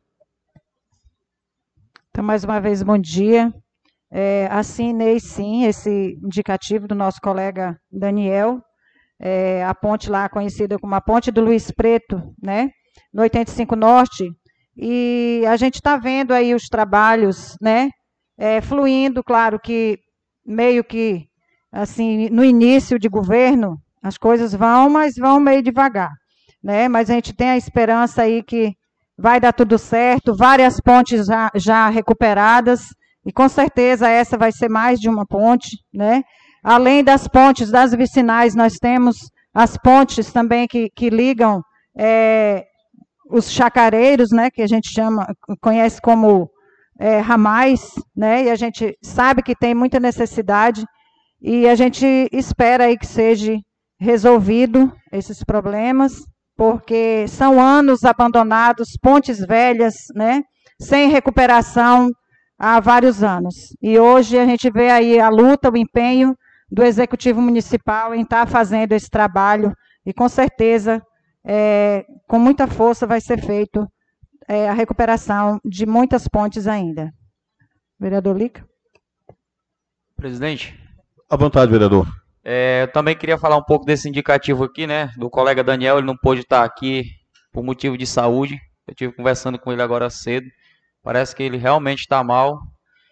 Então, mais uma vez, bom dia. Assinei, sim, esse indicativo do nosso colega Daniel, a ponte lá conhecida como a Ponte do Luiz Preto, né, no 85 Norte, e a gente está vendo aí os trabalhos, né, fluindo, claro que meio que, assim, no início de governo, as coisas vão, mas vão meio devagar, né, mas a gente tem a esperança aí que vai dar tudo certo, várias pontes já recuperadas, e com certeza essa vai ser mais de uma ponte, né? Além das pontes das vicinais, nós temos as pontes também que ligam os chacareiros, né? Que a gente conhece como ramais, né? E a gente sabe que tem muita necessidade e a gente espera aí que seja resolvido esses problemas, porque são anos abandonados, pontes velhas, né? Sem recuperação há vários anos. E hoje a gente vê aí a luta, o empenho do Executivo Municipal em estar fazendo esse trabalho e, com certeza, com muita força vai ser feito a recuperação de muitas pontes ainda. Vereador Lica. Presidente. À vontade, vereador. Eu também queria falar um pouco desse indicativo aqui, né, do colega Daniel. Ele não pôde estar aqui por motivo de saúde. Eu estive conversando com ele agora cedo. Parece que ele realmente está mal.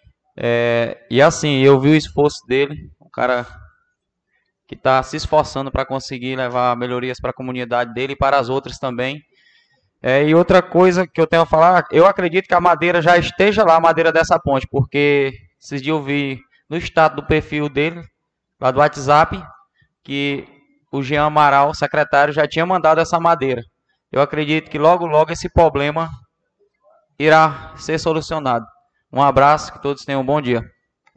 E assim, eu vi o esforço dele, um cara que está se esforçando para conseguir levar melhorias para a comunidade dele e para as outras também. E outra coisa que eu tenho a falar, eu acredito que a madeira já esteja lá, a madeira dessa ponte, porque esses dias eu vi no status do perfil dele, lá do WhatsApp, que o Jean Amaral, secretário, já tinha mandado essa madeira. Eu acredito que logo, logo esse problema irá ser solucionado. Um abraço, que todos tenham um bom dia.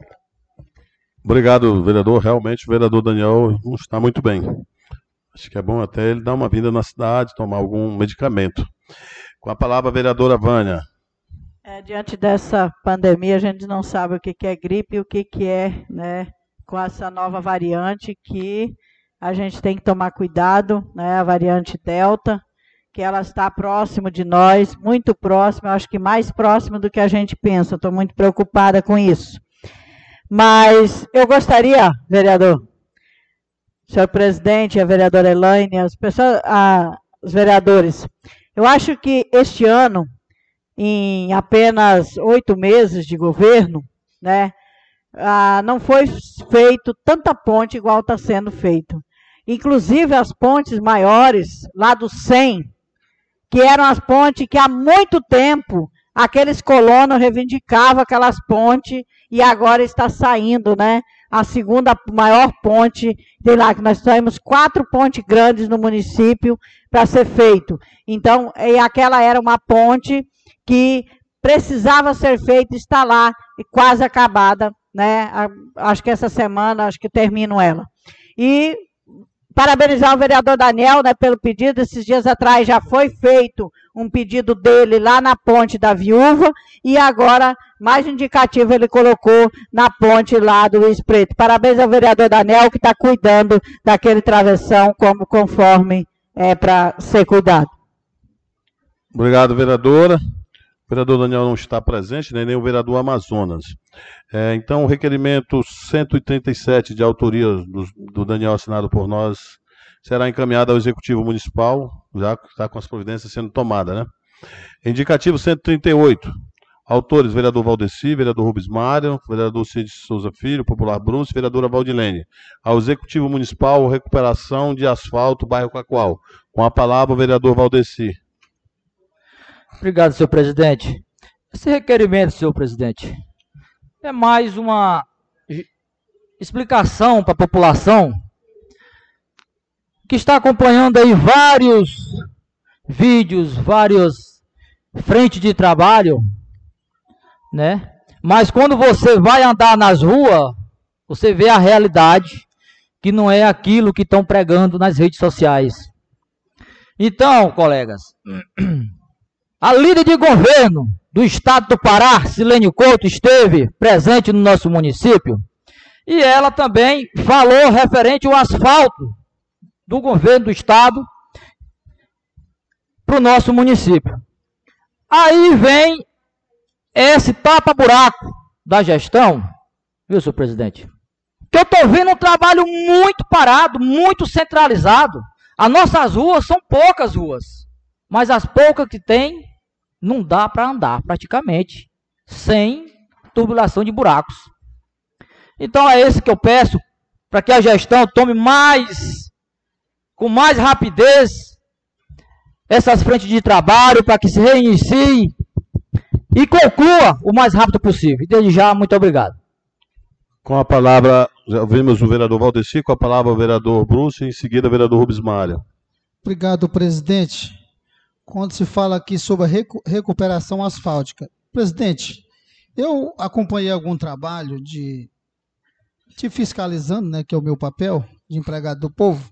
Obrigado, vereador. Realmente o vereador Daniel não está muito bem. Acho que é bom até ele dar uma vinda na cidade, tomar algum medicamento. Com a palavra, a vereadora Vânia. Diante dessa pandemia, a gente não sabe o que é gripe e o que é, né, com essa nova variante que a gente tem que tomar cuidado, né, a variante Delta, que ela está próximo de nós, muito próximo, eu acho que mais próximo do que a gente pensa. Estou muito preocupada com isso. Mas eu gostaria, vereador, senhor presidente, a vereadora Elaine, os vereadores, eu acho que este ano, em apenas 8 meses de governo, né, não foi feito tanta ponte igual está sendo feito. Inclusive as pontes maiores, lá do 100, que eram as pontes que há muito tempo aqueles colonos reivindicavam aquelas pontes e agora está saindo, né? A segunda maior ponte de lá, que nós temos 4 pontes grandes no município para ser feito. Então, aquela era uma ponte que precisava ser feita, está lá e quase acabada, né? Acho que essa semana, acho que termino ela. E parabenizar o vereador Daniel, né, pelo pedido. Esses dias atrás já foi feito um pedido dele lá na ponte da Viúva e agora, mais indicativo, ele colocou na ponte lá do Luiz Preto. Parabéns ao vereador Daniel, que está cuidando daquele travessão conforme para ser cuidado. Obrigado, vereadora. O vereador Daniel não está presente, nem o vereador Amazonas. Então, o requerimento 137 de autoria do Daniel, assinado por nós, será encaminhado ao Executivo Municipal, já está com as providências sendo tomadas, né? Indicativo 138. Autores: vereador Valdeci, vereador Rubens Mário, vereador Cid Souza Filho, popular Bruce, vereadora Valdilene. Ao Executivo Municipal, recuperação de asfalto, bairro Cacoal. Com a palavra, o vereador Valdeci. Obrigado, senhor presidente. Esse requerimento, senhor presidente, é mais uma explicação para a população que está acompanhando aí vários vídeos, várias frente de trabalho, né? Mas quando você vai andar nas ruas, você vê a realidade, que não é aquilo que estão pregando nas redes sociais. Então, colegas, a líder de governo do estado do Pará, Silene Couto, esteve presente no nosso município e ela também falou referente ao asfalto do governo do estado para o nosso município. Aí vem esse tapa-buraco da gestão, viu, senhor presidente? Que eu estou vendo um trabalho muito parado, muito centralizado. As nossas ruas são poucas ruas, mas as poucas que tem, não dá para andar praticamente, sem tubulação de buracos. Então é esse que eu peço, para que a gestão tome com mais rapidez, essas frentes de trabalho, para que se reinicie e conclua o mais rápido possível. E desde já, muito obrigado. Com a palavra, já ouvimos o vereador Valdeci, com a palavra o vereador Bruce, e em seguida o vereador Rubens Mário. Obrigado, presidente. Quando se fala aqui sobre a recuperação asfáltica. Presidente, eu acompanhei algum trabalho de fiscalizando, né, que é o meu papel de empregado do povo,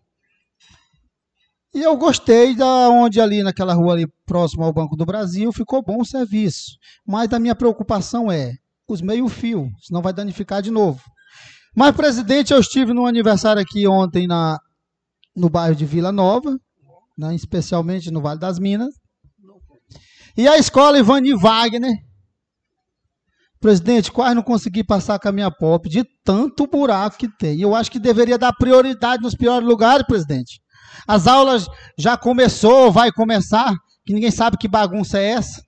e eu gostei da onde ali naquela rua ali próximo ao Banco do Brasil ficou bom o serviço, mas a minha preocupação é os meio-fio, senão vai danificar de novo. Mas, presidente, eu estive no aniversário aqui ontem no bairro de Vila Nova, né, especialmente no Vale das Minas, e a escola Ivani Wagner, presidente, quase não consegui passar com a minha pop de tanto buraco que tem. Eu acho que deveria dar prioridade nos piores lugares, presidente. As aulas já começou, vai começar, que ninguém sabe que bagunça é essa.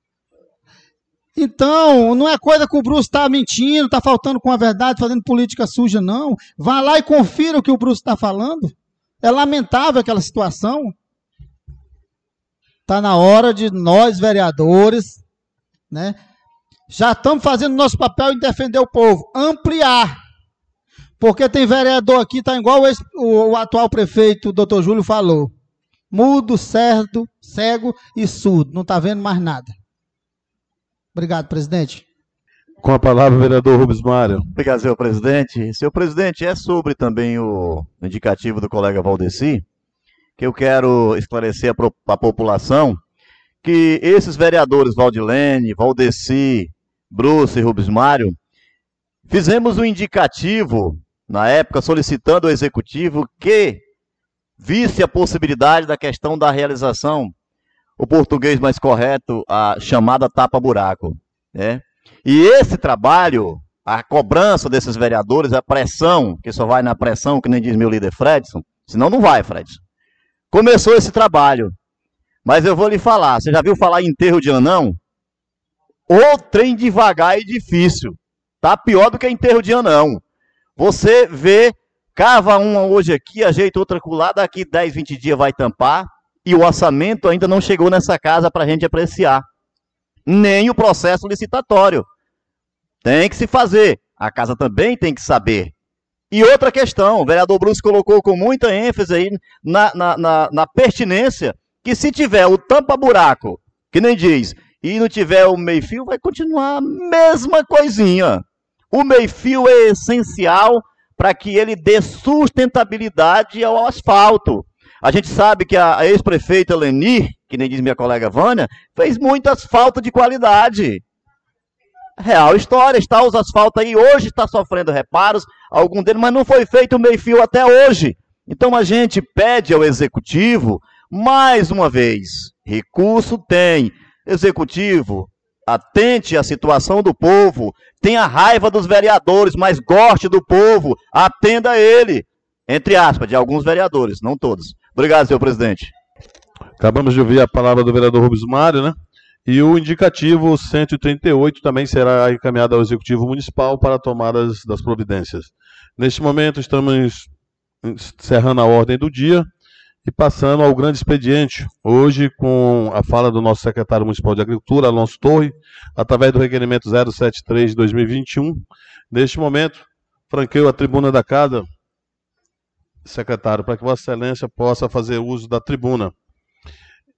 Então, não é coisa que o Bruce está mentindo, está faltando com a verdade, fazendo política suja, não. Vá lá e confira o que o Bruce está falando. É lamentável aquela situação. Está na hora de nós, vereadores, né? Já estamos fazendo nosso papel em defender o povo, ampliar. Porque tem vereador aqui, está igual o atual prefeito, o doutor Júlio, falou. Mudo, cerdo, cego e surdo, não está vendo mais nada. Obrigado, presidente. Com a palavra o vereador Rubens Mário. Obrigado, senhor presidente. Senhor presidente, é sobre também o indicativo do colega Valdeci, que eu quero esclarecer a população que esses vereadores Valdilene, Valdeci, Bruce e Rubens Mário, fizemos um indicativo, na época, solicitando ao executivo que visse a possibilidade da questão da realização, o português mais correto, a chamada tapa-buraco, né? E esse trabalho, a cobrança desses vereadores, a pressão, que só vai na pressão, que nem diz meu líder Fredson, senão não vai, Fredson. Começou esse trabalho, mas eu vou lhe falar, você já viu falar em enterro de anão? O trem devagar e difícil, tá pior do que enterro de anão. Você vê, cava uma hoje aqui, ajeita outra acolá, daqui 10, 20 dias vai tampar, e o orçamento ainda não chegou nessa casa para a gente apreciar. Nem o processo licitatório. Tem que se fazer. A casa também tem que saber. E outra questão, o vereador Bruce colocou com muita ênfase aí na pertinência, que se tiver o tampa-buraco, que nem diz, e não tiver o meio-fio, vai continuar a mesma coisinha. O meio-fio é essencial para que ele dê sustentabilidade ao asfalto. A gente sabe que a ex-prefeita Leni, que nem diz minha colega Vânia, fez muito asfalto de qualidade. Real história, está os asfaltos aí, hoje está sofrendo reparos, algum deles, mas não foi feito o meio-fio até hoje. Então a gente pede ao executivo, mais uma vez, recurso tem. Executivo, atente à situação do povo, tenha raiva dos vereadores, mas goste do povo, atenda a ele. Entre aspas, de alguns vereadores, não todos. Obrigado, senhor presidente. Acabamos de ouvir a palavra do vereador Rubens Mário, né? E o indicativo 138 também será encaminhado ao Executivo Municipal para a tomada das providências. Neste momento, estamos encerrando a ordem do dia e passando ao grande expediente, hoje com a fala do nosso secretário municipal de Agricultura, Alonso Torre, através do requerimento 073 de 2021. Neste momento, franqueio a tribuna da casa, secretário, para que Vossa Excelência possa fazer uso da tribuna.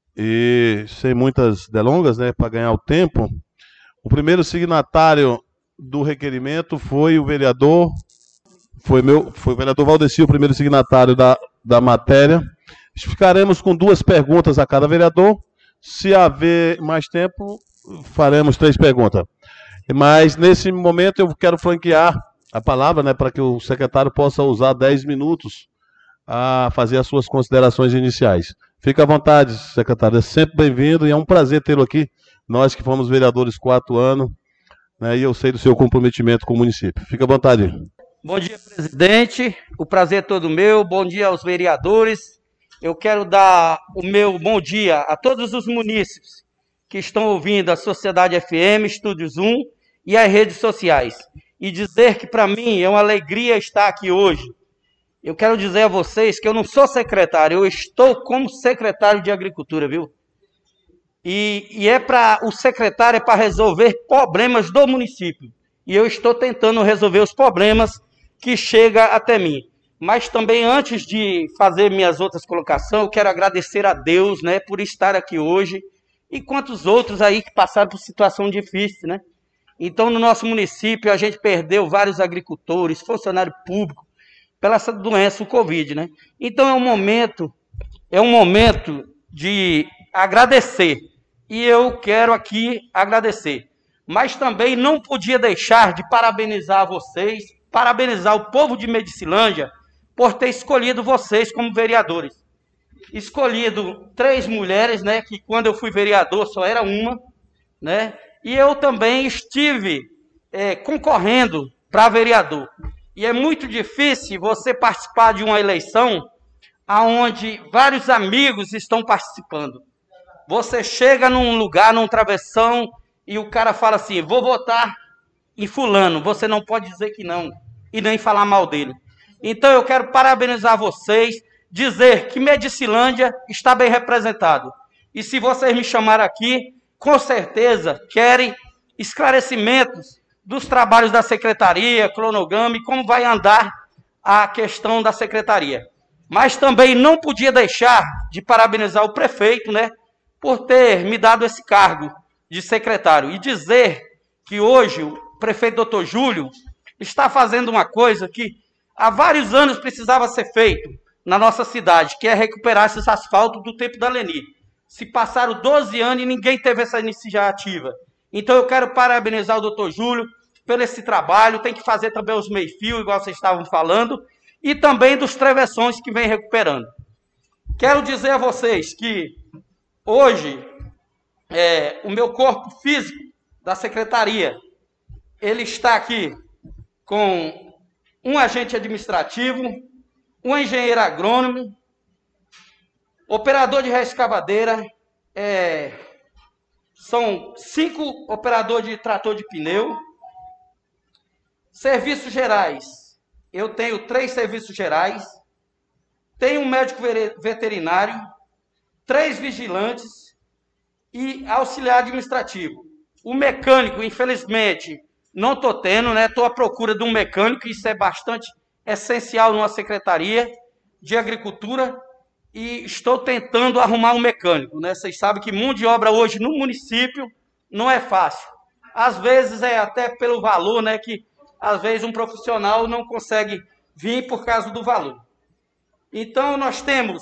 E sem muitas delongas, né, para ganhar o tempo, o primeiro signatário do requerimento foi o vereador, foi o vereador Valdeci, o primeiro signatário da matéria. Ficaremos com 2 perguntas a cada vereador. Se haver mais tempo, faremos 3 perguntas. Mas, nesse momento, eu quero franquear a palavra, né, para que o secretário possa usar 10 minutos a fazer as suas considerações iniciais. Fique à vontade, secretário. É sempre bem-vindo e é um prazer tê-lo aqui. Nós que fomos vereadores 4 anos, né, e eu sei do seu comprometimento com o município. Fique à vontade. Bom dia, presidente. O prazer é todo meu. Bom dia aos vereadores. Eu quero dar o meu bom dia a todos os munícipes que estão ouvindo a Sociedade FM, Estúdios 1 e as redes sociais. E dizer que para mim é uma alegria estar aqui hoje. Eu quero dizer a vocês que eu não sou secretário, eu estou como secretário de Agricultura, viu? O secretário é para resolver problemas do município. E eu estou tentando resolver os problemas que chegam até mim. Mas também, antes de fazer minhas outras colocações, eu quero agradecer a Deus, né, por estar aqui hoje, e quantos outros aí que passaram por situação difícil, né? Então, no nosso município, a gente perdeu vários agricultores, funcionários públicos, pela essa doença, o Covid, né? Então, é um momento de agradecer. E eu quero aqui agradecer. Mas também não podia deixar de parabenizar vocês, parabenizar o povo de Medicilândia por ter escolhido vocês como vereadores. Escolhido 3 mulheres, né, que quando eu fui vereador só era uma, né, e eu também estive concorrendo para vereador. E é muito difícil você participar de uma eleição onde vários amigos estão participando. Você chega num lugar, num travessão, e o cara fala assim, vou votar em fulano. Você não pode dizer que não, e nem falar mal dele. Então eu quero parabenizar vocês, dizer que Medicilândia está bem representado. E se vocês me chamarem aqui, com certeza querem esclarecimentos dos trabalhos da secretaria, cronograma e como vai andar a questão da secretaria. Mas também não podia deixar de parabenizar o prefeito, né, por ter me dado esse cargo de secretário. E dizer que hoje o prefeito Dr. Júlio está fazendo uma coisa que há vários anos precisava ser feito na nossa cidade, que é recuperar esses asfaltos do tempo da Leni. Se passaram 12 anos e ninguém teve essa iniciativa. Então eu quero parabenizar o Dr. Júlio pelo esse trabalho, tem que fazer também os meio-fio, igual vocês estavam falando, e também dos travessões que vem recuperando. Quero dizer a vocês que hoje o meu corpo físico da secretaria, ele está aqui com um agente administrativo, um engenheiro agrônomo, operador de reescavadeira, são 5 operadores de trator de pneu, serviços gerais, eu tenho 3 serviços gerais, tenho um médico veterinário, 3 vigilantes e auxiliar administrativo. O mecânico, infelizmente, não estou tendo, né? Estou à procura de um mecânico, isso é bastante essencial numa secretaria de agricultura, e estou tentando arrumar um mecânico, né? Vocês sabem que mão de obra hoje no município não é fácil. Às vezes é até pelo valor, né? Que às vezes um profissional não consegue vir por causa do valor. Então nós temos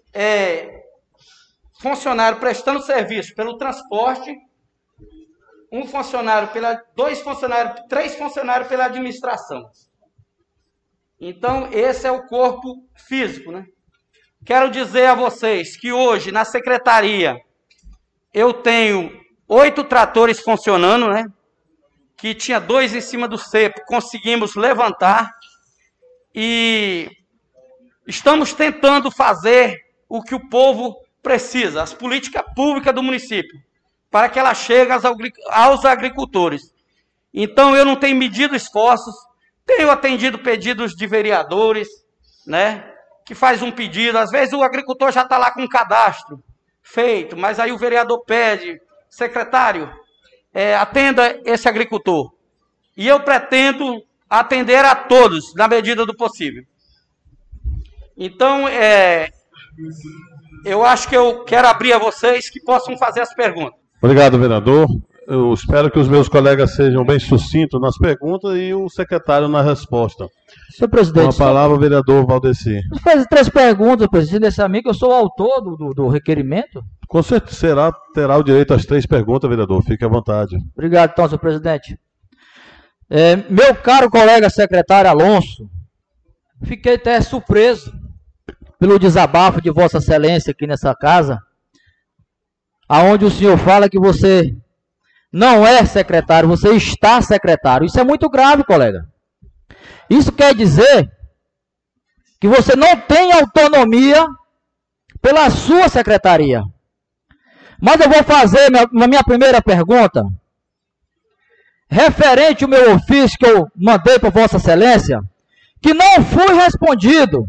funcionário prestando serviço pelo transporte, 1 funcionário 2 funcionários, 3 funcionários pela administração. Então esse é o corpo físico, né? Quero dizer a vocês que hoje, na secretaria, eu tenho 8 tratores funcionando, né? Que tinha 2 em cima do cepo, conseguimos levantar. E estamos tentando fazer o que o povo precisa, as políticas públicas do município, para que ela chegue aos agricultores. Então, eu não tenho medido esforços, tenho atendido pedidos de vereadores, né? Que faz um pedido, às vezes o agricultor já está lá com um cadastro feito, mas aí o vereador pede, secretário, atenda esse agricultor. E eu pretendo atender a todos, na medida do possível. Então, eu acho que eu quero abrir a vocês que possam fazer as perguntas. Obrigado, vereador. Eu espero que os meus colegas sejam bem sucintos nas perguntas e o secretário na resposta. Senhor presidente, Com a palavra, o vereador Valdeci. você faz 3 perguntas, presidente, desse amigo, eu sou o autor do requerimento. Com certeza terá o direito às 3 perguntas, vereador. Fique à vontade. Obrigado, então, senhor presidente. Meu caro colega secretário Alonso, fiquei até surpreso pelo desabafo de Vossa Excelência aqui nessa casa, aonde o senhor fala que você não é secretário, você está secretário. Isso é muito grave, colega. Isso quer dizer que você não tem autonomia pela sua secretaria. Mas eu vou fazer na minha primeira pergunta, referente ao meu ofício que eu mandei para Vossa Excelência, que não foi respondido,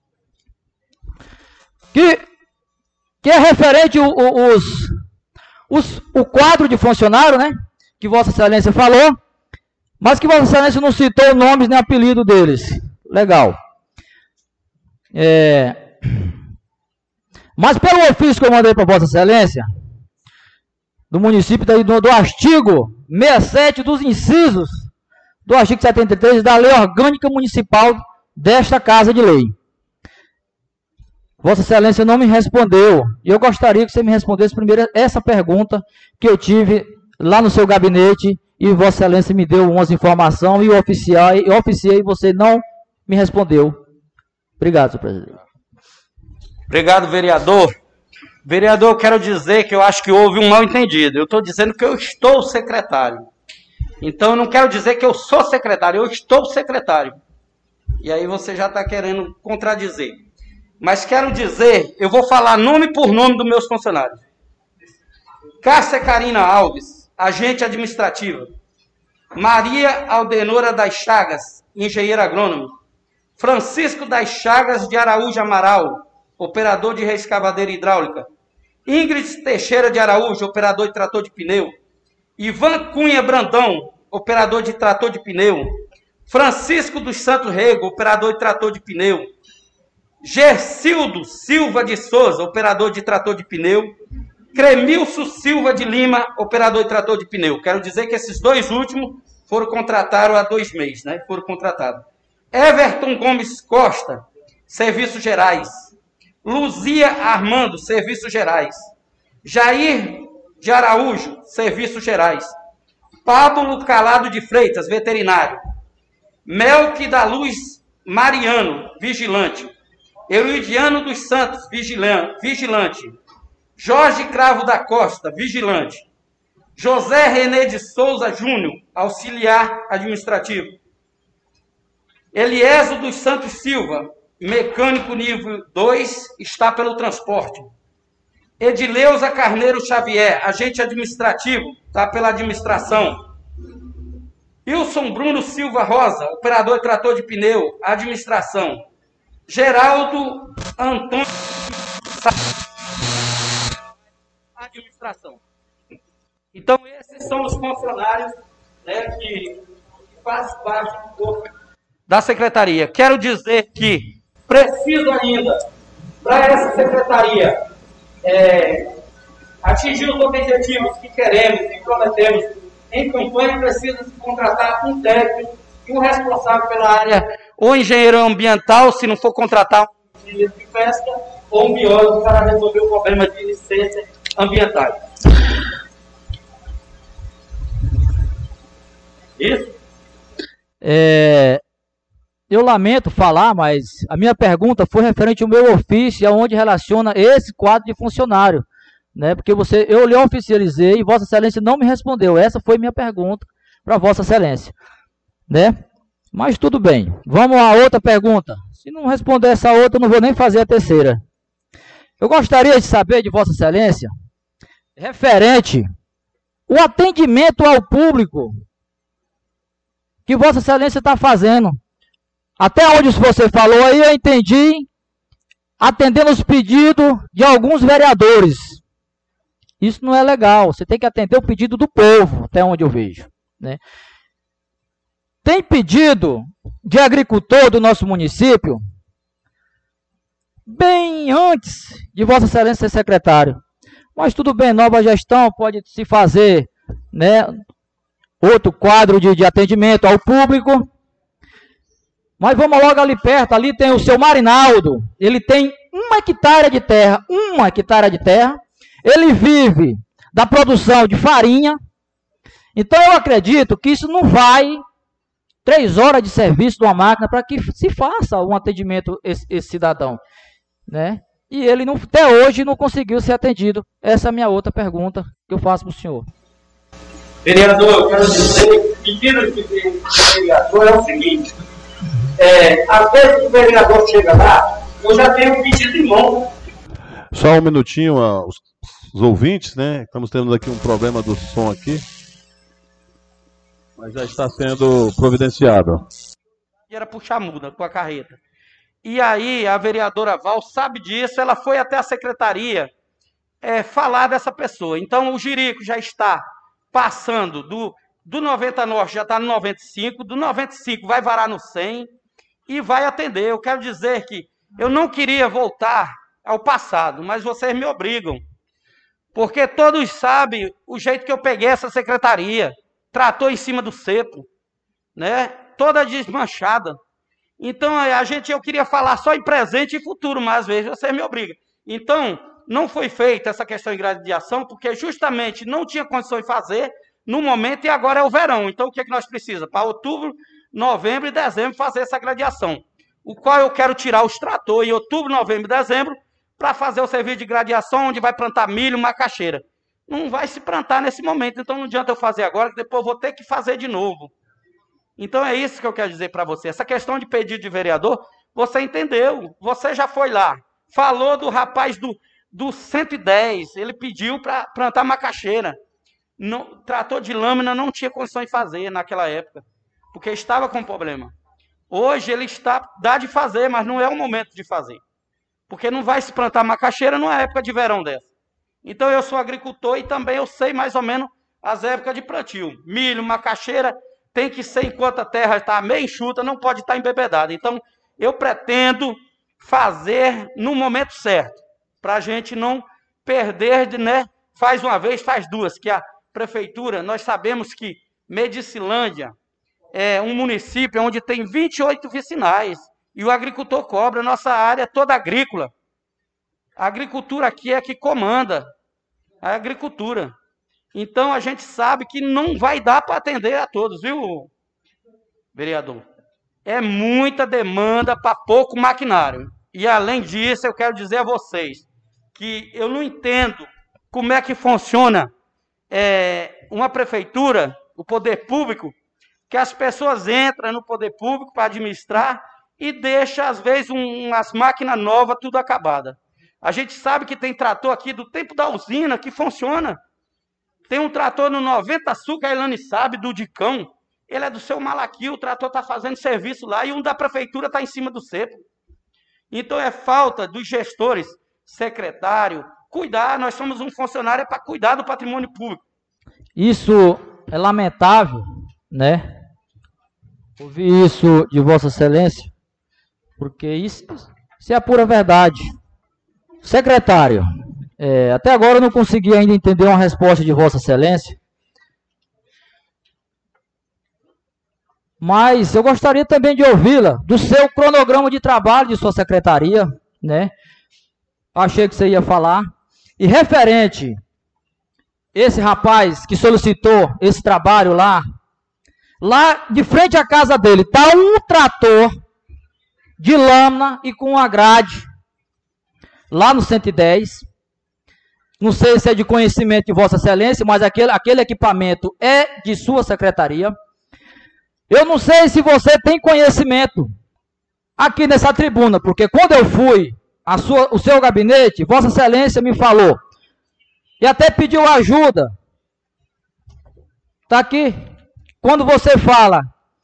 que é referente o quadro de funcionário, né, que Vossa Excelência falou, mas que Vossa Excelência não citou nomes nem apelido deles. Legal. Mas pelo ofício que eu mandei para Vossa Excelência, do município do artigo 67 dos incisos do artigo 73 da Lei Orgânica Municipal desta Casa de Lei. Vossa Excelência não me respondeu, e eu gostaria que você me respondesse primeiro essa pergunta que eu tive lá no seu gabinete, e Vossa Excelência me deu umas informações, e eu oficiei e você não me respondeu. Obrigado, senhor presidente. Obrigado, vereador. Vereador, eu quero dizer que eu acho que houve um mal-entendido. Eu estou dizendo que eu estou secretário. Então, eu não quero dizer que eu sou secretário, eu estou secretário. E aí você já está querendo contradizer. Mas quero dizer, eu vou falar nome por nome dos meus funcionários. Cássia Carina Alves, agente administrativa. Maria Aldenora das Chagas, engenheira agrônoma. Francisco das Chagas de Araújo Amaral, operador de reescavadeira hidráulica. Ingrid Teixeira de Araújo, operador de trator de pneu. Ivan Cunha Brandão, operador de trator de pneu. Francisco dos Santos Rego, operador de trator de pneu. Gercildo Silva de Souza, operador de trator de pneu. Cremilson Silva de Lima, operador de trator de pneu. Quero dizer que esses 2 últimos foram contratados há 2 meses, né? Foram contratados. Everton Gomes Costa, Serviços Gerais. Luzia Armando, Serviços Gerais. Jair de Araújo, Serviços Gerais. Pablo Calado de Freitas, veterinário. Melqui da Luz Mariano, vigilante. Euridiano dos Santos, vigilante. Jorge Cravo da Costa, vigilante. José René de Souza Júnior, auxiliar administrativo. Eliezo dos Santos Silva, mecânico nível 2, está pelo transporte. Edileuza Carneiro Xavier, agente administrativo, está pela administração. Wilson Bruno Silva Rosa, operador de trator de pneu, administração. Geraldo Antônio, administração. Então, esses são os funcionários, né, que fazem parte do corpo da secretaria. Quero dizer que preciso ainda, para essa secretaria, atingir os objetivos que queremos e prometemos em campanha, precisa se contratar um técnico e um responsável pela área, ou engenheiro ambiental, se não for contratar um engenheiro de pesca, ou um biólogo para resolver o problema de licença ambiental. Isso? Eu lamento falar, mas a minha pergunta foi referente ao meu ofício, aonde relaciona esse quadro de funcionário, né? Porque eu lhe oficializei e Vossa Excelência não me respondeu. Essa foi minha pergunta para Vossa Excelência, né? Mas tudo bem. Vamos à outra pergunta. Se não responder essa outra, eu não vou nem fazer a terceira. Eu gostaria de saber de Vossa Excelência, referente o atendimento ao público que Vossa Excelência está fazendo. Até onde você falou aí, eu entendi, atendendo os pedidos de alguns vereadores. Isso não é legal, você tem que atender o pedido do povo, até onde eu vejo, né? Tem pedido de agricultor do nosso município, bem antes de Vossa Excelência ser secretário. Mas tudo bem, nova gestão, pode se fazer, né, outro quadro de atendimento ao público. Mas vamos logo ali perto, ali tem o seu Marinaldo, ele tem 1 hectare de terra, 1 hectare de terra, ele vive da produção de farinha. Então eu acredito que isso não vai 3 horas de serviço de uma máquina para que se faça um atendimento esse cidadão, né? E ele não, até hoje não conseguiu ser atendido. Essa é a minha outra pergunta que eu faço para o senhor. Vereador, eu quero dizer, o pedido de vereador é o seguinte, às vezes o vereador chega lá, eu já tenho um pedido em mão. Só um minutinho, os ouvintes, né? Estamos tendo aqui um problema do som aqui, mas já está sendo providenciado. E era puxar muda com a carreta. E aí a vereadora Val sabe disso, ela foi até a secretaria falar dessa pessoa. Então o Jerico já está passando do 90 Norte, já está no 95, do 95 vai varar no 100 e vai atender. Eu quero dizer que eu não queria voltar ao passado, mas vocês me obrigam. Porque todos sabem o jeito que eu peguei essa secretaria. Tratou em cima do cepo, né? Toda desmanchada. Então, eu queria falar só em presente e futuro, mas às vezes vocês me obrigam. Então, não foi feita essa questão de gradiação, porque justamente não tinha condições de fazer no momento e agora é o verão. Então, o que é que nós precisamos? Para outubro, novembro e dezembro fazer essa gradiação. O qual eu quero tirar os tratores em outubro, novembro e dezembro para fazer o serviço de gradiação, onde vai plantar milho, macaxeira. Não vai se plantar nesse momento, então não adianta eu fazer agora, que depois eu vou ter que fazer de novo. Então é isso que eu quero dizer para você. Essa questão de pedido de vereador, você entendeu. Você já foi lá. Falou do rapaz do 110. Ele pediu para plantar macaxeira. Não, trator de lâmina não tinha condições de fazer naquela época. Porque estava com problema. Hoje ele dá de fazer, mas não é o momento de fazer. Porque não vai se plantar macaxeira numa época de verão dessa. Então eu sou agricultor e também eu sei mais ou menos as épocas de plantio. Milho, macaxeira... tem que ser enquanto a terra está meio enxuta, não pode estar embebedada. Então, eu pretendo fazer no momento certo, para a gente não perder, né? Faz uma vez, faz duas, que a prefeitura, nós sabemos que Medicilândia é um município onde tem 28 vicinais, e o agricultor cobra, nossa área toda agrícola. A agricultura aqui é que comanda a agricultura. Então, a gente sabe que não vai dar para atender a todos, viu, vereador? É muita demanda para pouco maquinário. E, além disso, eu quero dizer a vocês que eu não entendo como é que funciona uma prefeitura, o poder público, que as pessoas entram no poder público para administrar e deixam, às vezes, umas máquinas novas, tudo acabada. A gente sabe que tem trator aqui do tempo da usina que funciona. Tem um trator no 90 Sul, que a Elane sabe, do Dicão. Ele é do seu Malaquia, o trator está fazendo serviço lá e um da prefeitura está em cima do cepo. Então é falta dos gestores, secretário, cuidar. Nós somos um funcionário para cuidar do patrimônio público. Isso é lamentável, né? Ouvir isso de Vossa Excelência, porque isso é a pura verdade. Secretário, até agora eu não consegui ainda entender uma resposta de Vossa Excelência, mas eu gostaria também de ouvi-la do seu cronograma de trabalho de sua secretaria, né? Achei que você ia falar. E referente esse rapaz que solicitou esse trabalho lá de frente à casa dele está um trator de lâmina e com uma grade lá no 110. Não sei se é de conhecimento de Vossa Excelência, mas aquele equipamento é de sua secretaria. Eu não sei se você tem conhecimento aqui nessa tribuna, porque quando eu fui o seu gabinete, Vossa Excelência me falou e até pediu ajuda. Está aqui. Quando você fala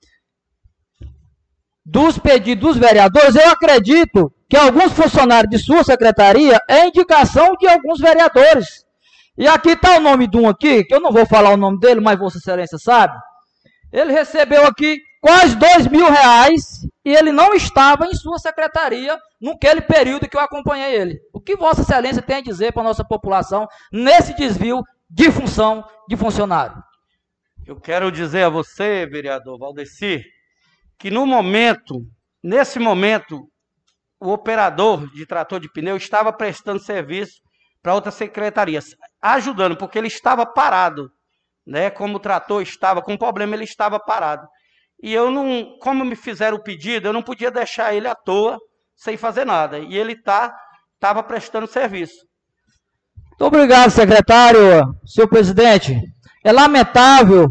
dos pedidos dos vereadores, eu acredito que alguns funcionários de sua secretaria é indicação de alguns vereadores. E aqui está o nome de um aqui, que eu não vou falar o nome dele, mas Vossa Excelência sabe. Ele recebeu aqui quase R$2.000 e ele não estava em sua secretaria naquele período que eu acompanhei ele. O que Vossa Excelência tem a dizer para a nossa população nesse desvio de função de funcionário? Eu quero dizer a você, vereador Valdeci, que nesse momento, o operador de trator de pneu estava prestando serviço para outras secretarias, ajudando, porque ele estava parado, né? Como o trator estava com problema, ele estava parado. E eu não, como me fizeram o pedido, eu não podia deixar ele à toa, sem fazer nada. E ele estava prestando serviço. Muito obrigado, secretário. Senhor presidente, é lamentável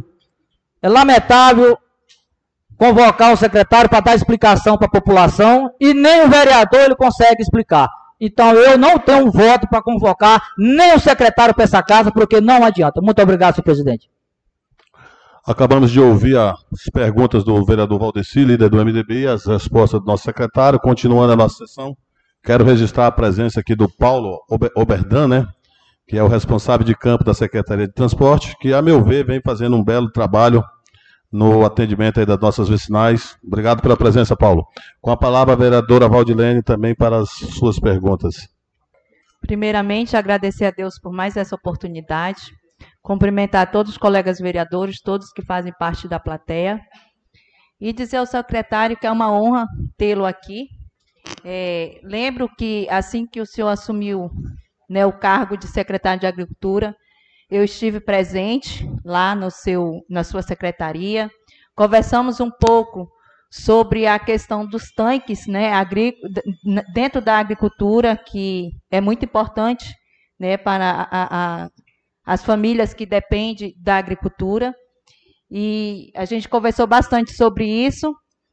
convocar o secretário para dar explicação para a população e nem o vereador ele consegue explicar. Então eu não tenho um voto para convocar nem o secretário para essa casa, porque não adianta. Muito obrigado, senhor presidente. Acabamos de ouvir as perguntas do vereador Valdeci, líder do MDB, e as respostas do nosso secretário. Continuando a nossa sessão, quero registrar a presença aqui do Paulo Oberdan, né, que é o responsável de campo da Secretaria de Transporte, que, a meu ver, vem fazendo um belo trabalho no atendimento aí das nossas vicinais. Obrigado pela presença, Paulo. Com a palavra, a vereadora Valdilene, também para as suas perguntas. Primeiramente, agradecer a Deus por mais essa oportunidade. Cumprimentar todos os colegas vereadores, todos que fazem parte da plateia. E dizer ao secretário que é uma honra tê-lo aqui. Lembro que assim que o senhor assumiu, né, o cargo de secretário de Agricultura, eu estive presente lá na sua secretaria. Conversamos um pouco sobre a questão dos tanques, né, dentro da agricultura, que é muito importante, né, para as famílias que dependem da agricultura. E a gente conversou bastante sobre isso.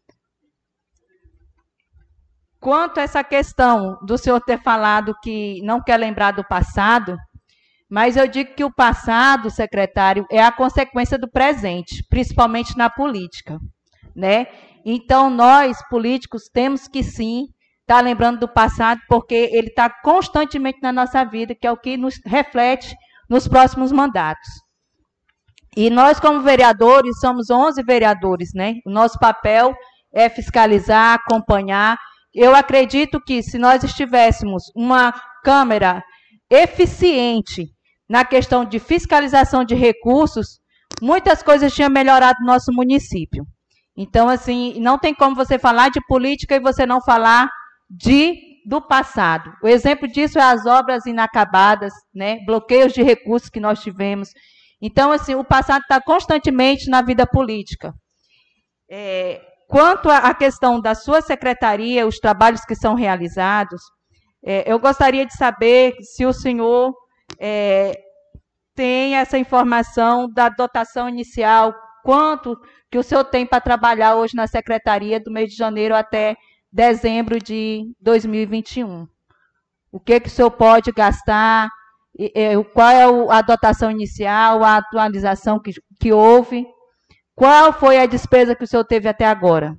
Quanto a essa questão do senhor ter falado que não quer lembrar do passado, mas eu digo que o passado, secretário, é a consequência do presente, principalmente na política, né? Então, nós, políticos, temos que, sim, estar lembrando do passado, porque ele está constantemente na nossa vida, que é o que nos reflete nos próximos mandatos. E nós, como vereadores, somos 11 vereadores, né? O nosso papel é fiscalizar, acompanhar. Eu acredito que, se nós estivéssemos uma Câmara eficiente na questão de fiscalização de recursos, muitas coisas tinham melhorado no nosso município. Então, assim, não tem como você falar de política e você não falar do passado. O exemplo disso é as obras inacabadas, né? Bloqueios de recursos que nós tivemos. Então, assim, o passado está constantemente na vida política. Quanto à questão da sua secretaria, os trabalhos que são realizados, eu gostaria de saber se o senhor tem essa informação da dotação inicial, quanto que o senhor tem para trabalhar hoje na secretaria do mês de janeiro até dezembro de 2021. O que o senhor pode gastar, qual é a dotação inicial, a atualização que houve, qual foi a despesa que o senhor teve até agora?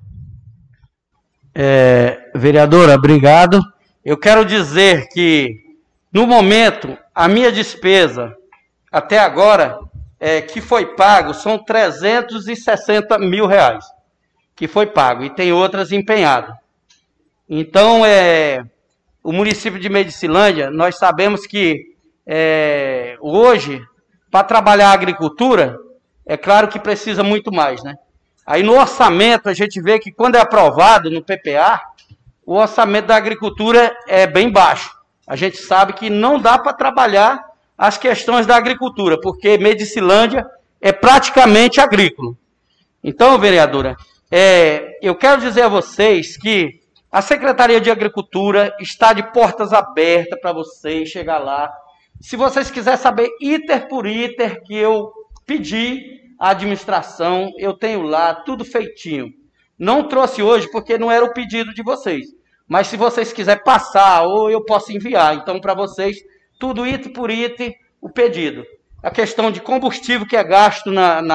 Vereadora, obrigado. Eu quero dizer que, no momento, a minha despesa, até agora, que foi pago, são R$360 mil, que foi pago, e tem outras empenhadas. Então, o município de Medicilândia, nós sabemos que, hoje, para trabalhar a agricultura, é claro que precisa muito mais, né? Aí, no orçamento, a gente vê que, quando é aprovado no PPA, o orçamento da agricultura é bem baixo. A gente sabe que não dá para trabalhar as questões da agricultura, porque Medicilândia é praticamente agrícola. Então, vereadora, eu quero dizer a vocês que a Secretaria de Agricultura está de portas abertas para vocês chegar lá. Se vocês quiserem saber iter por iter que eu pedi à administração, eu tenho lá tudo feitinho. Não trouxe hoje porque não era o pedido de vocês. Mas se vocês quiserem passar, ou eu posso enviar. Então, para vocês, tudo iter por iter, o pedido. A questão de combustível que é gasto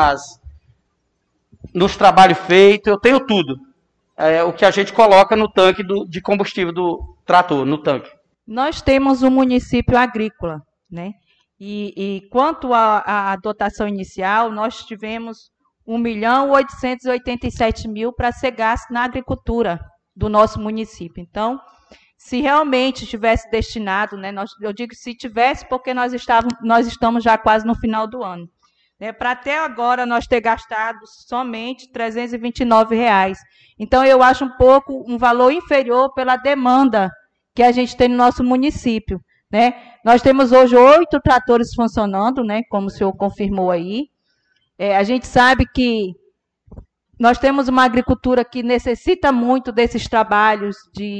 nos trabalhos feitos, eu tenho tudo. O que a gente coloca no tanque de combustível do trator, no tanque. Nós temos um município agrícola, né? E quanto à dotação inicial, nós tivemos 1.887.000 para ser gasto na agricultura do nosso município. Então, se realmente tivesse destinado, né, eu digo se tivesse, porque nós estamos já quase no final do ano, né, para até agora nós ter gastado somente R$ 329. Então, eu acho um valor inferior pela demanda que a gente tem no nosso município, né? Nós temos hoje 8 tratores funcionando, né, como o senhor confirmou aí. A gente sabe que nós temos uma agricultura que necessita muito desses trabalhos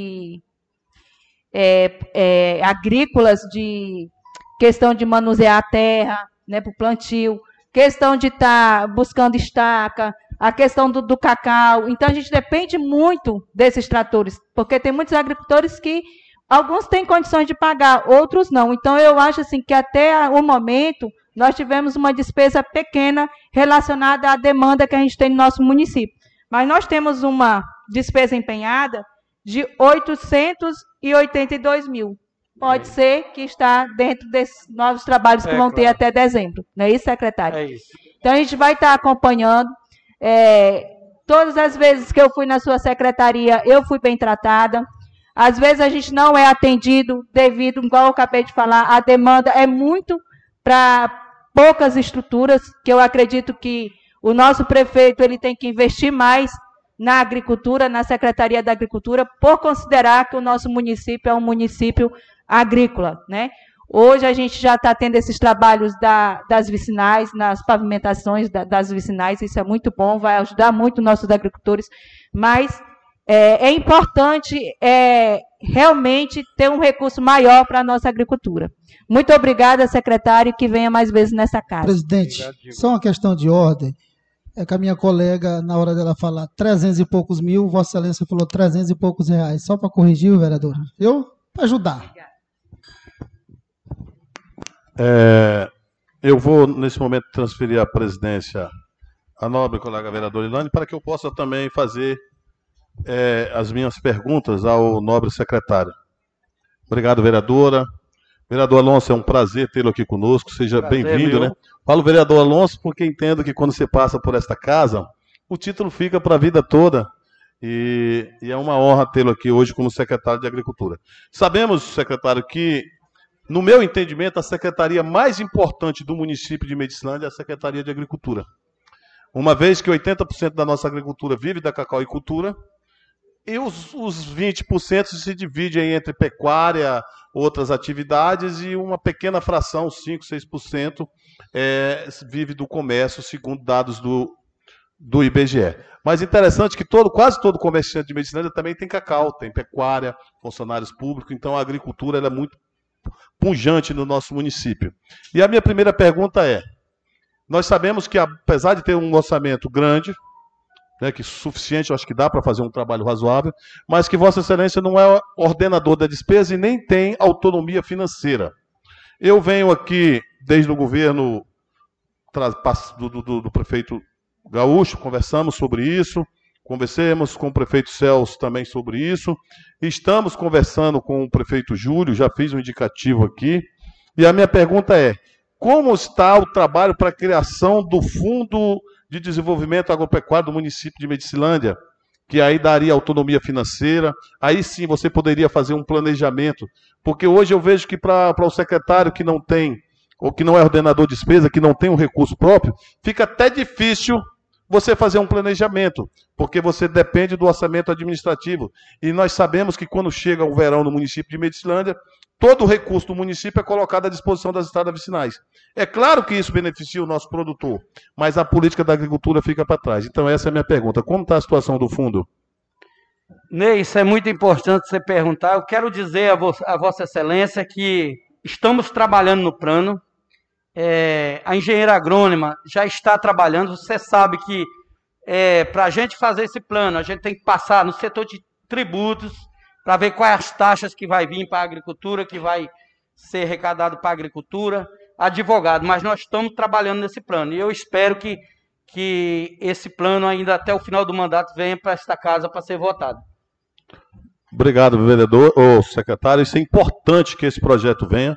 agrícolas, de questão de manusear a terra, né, para o plantio, questão de estar buscando estaca, a questão do cacau. Então, a gente depende muito desses tratores, porque tem muitos agricultores que alguns têm condições de pagar, outros não. Então, eu acho assim, que até o momento nós tivemos uma despesa pequena relacionada à demanda que a gente tem no nosso município. Mas nós temos uma despesa empenhada de 882 mil. Pode ser que está dentro desses novos trabalhos que vão ter até dezembro. Não é isso, secretário? É isso. Então, a gente vai estar acompanhando. Todas as vezes que eu fui na sua secretaria, eu fui bem tratada. Às vezes, a gente não é atendido devido, igual eu acabei de falar, a demanda é muito para poucas estruturas, que eu acredito que o nosso prefeito ele tem que investir mais na agricultura, na Secretaria da Agricultura, por considerar que o nosso município é um município agrícola, né? Hoje a gente já está tendo esses trabalhos das vicinais, nas pavimentações das vicinais, isso é muito bom, vai ajudar muito nossos agricultores, mas é importante realmente ter um recurso maior para a nossa agricultura. Muito obrigada, secretário, que venha mais vezes nessa casa. Presidente, só uma questão de ordem. É que a minha colega, na hora dela falar 300 e poucos mil, Vossa Excelência falou 300 e poucos reais. Só para corrigir, vereador. Viu? Para ajudar. Eu vou, nesse momento, transferir a presidência à nobre colega vereadora Ilane, para que eu possa também fazer as minhas perguntas ao nobre secretário. Obrigado, vereadora. Vereador Alonso, é um prazer tê-lo aqui conosco, seja bem-vindo, né? Falo vereador Alonso porque entendo que quando você passa por esta casa, o título fica para a vida toda e é uma honra tê-lo aqui hoje como secretário de Agricultura. Sabemos, secretário, que, no meu entendimento, a secretaria mais importante do município de Medicilândia é a Secretaria de Agricultura. Uma vez que 80% da nossa agricultura vive da cacauicultura, e os 20% se dividem entre pecuária, outras atividades, e uma pequena fração, 5%, 6%, vive do comércio, segundo dados do IBGE. Mas interessante que quase todo comerciante de Medicilândia também tem cacau, tem pecuária, funcionários públicos, então a agricultura ela é muito pujante no nosso município. E a minha primeira pergunta nós sabemos que, apesar de ter um orçamento grande, né, que suficiente, eu acho que dá para fazer um trabalho razoável, mas que Vossa Excelência não é ordenador da despesa e nem tem autonomia financeira. Eu venho aqui, desde o governo do prefeito Gaúcho, conversamos sobre isso, conversamos com o prefeito Celso também sobre isso, estamos conversando com o prefeito Júlio, já fiz um indicativo aqui, e a minha pergunta como está o trabalho para a criação do Fundo de Desenvolvimento Agropecuário do município de Medicilândia, que aí daria autonomia financeira, aí sim você poderia fazer um planejamento, porque hoje eu vejo que para o secretário que não tem, ou que não é ordenador de despesa, que não tem um recurso próprio, fica até difícil você fazer um planejamento, porque você depende do orçamento administrativo, e nós sabemos que quando chega o verão no município de Medicilândia, todo o recurso do município é colocado à disposição das estradas vicinais. É claro que isso beneficia o nosso produtor, mas a política da agricultura fica para trás. Então essa é a minha pergunta. Como está a situação do fundo? Ney, isso é muito importante você perguntar. Eu quero dizer a Vossa Excelência que estamos trabalhando no plano. A engenheira agrônoma já está trabalhando. Você sabe que para a gente fazer esse plano, a gente tem que passar no setor de tributos, para ver quais as taxas que vai vir para a agricultura, que vai ser arrecadado para a agricultura, advogado, mas nós estamos trabalhando nesse plano, e eu espero que esse plano ainda até o final do mandato venha para esta casa para ser votado. Obrigado, vereador, ou secretário, isso é importante que esse projeto venha,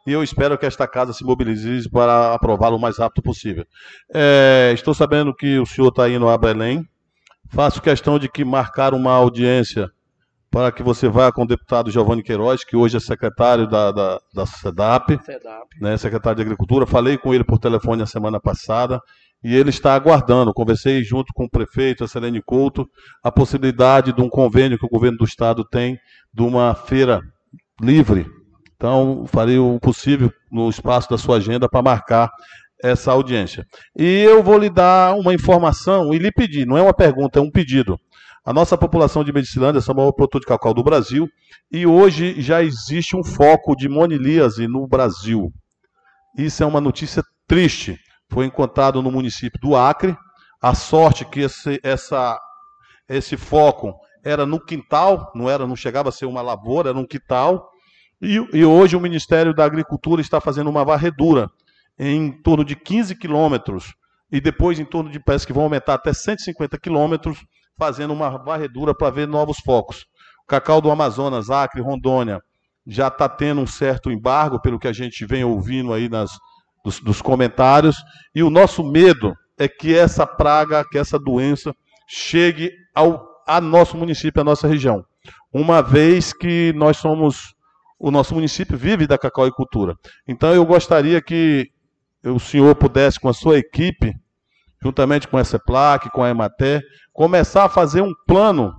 e eu espero que esta casa se mobilize para aprová-lo o mais rápido possível. Estou sabendo que o senhor está indo a Belém. Faço questão de que marcar uma audiência para que você vá com o deputado Giovanni Queiroz, que hoje é secretário da SEDAP, né, secretário de Agricultura. Falei com ele por telefone a semana passada e ele está aguardando. Conversei junto com o prefeito, a Selene Couto, a possibilidade de um convênio que o governo do estado tem de uma feira livre. Então, farei o possível no espaço da sua agenda para marcar essa audiência. E eu vou lhe dar uma informação e lhe pedir, não é uma pergunta, é um pedido. A nossa população de Medicilândia é o maior produtor de cacau do Brasil e hoje já existe um foco de monilíase no Brasil. Isso é uma notícia triste. Foi encontrado no município do Acre. A sorte que esse foco era no quintal, não chegava a ser uma lavoura, era um quintal. E hoje o Ministério da Agricultura está fazendo uma varredura em torno de 15 quilômetros e depois em torno de, parece que vão aumentar até 150 quilômetros, fazendo uma varredura para ver novos focos. O cacau do Amazonas, Acre, Rondônia, já está tendo um certo embargo, pelo que a gente vem ouvindo aí dos comentários, e o nosso medo é que essa praga, que essa doença chegue a nosso município, a nossa região, uma vez que o nosso município vive da cacauicultura. Então eu gostaria que o senhor pudesse, com a sua equipe, juntamente com a CEPLAC, com a Emater, começar a fazer um plano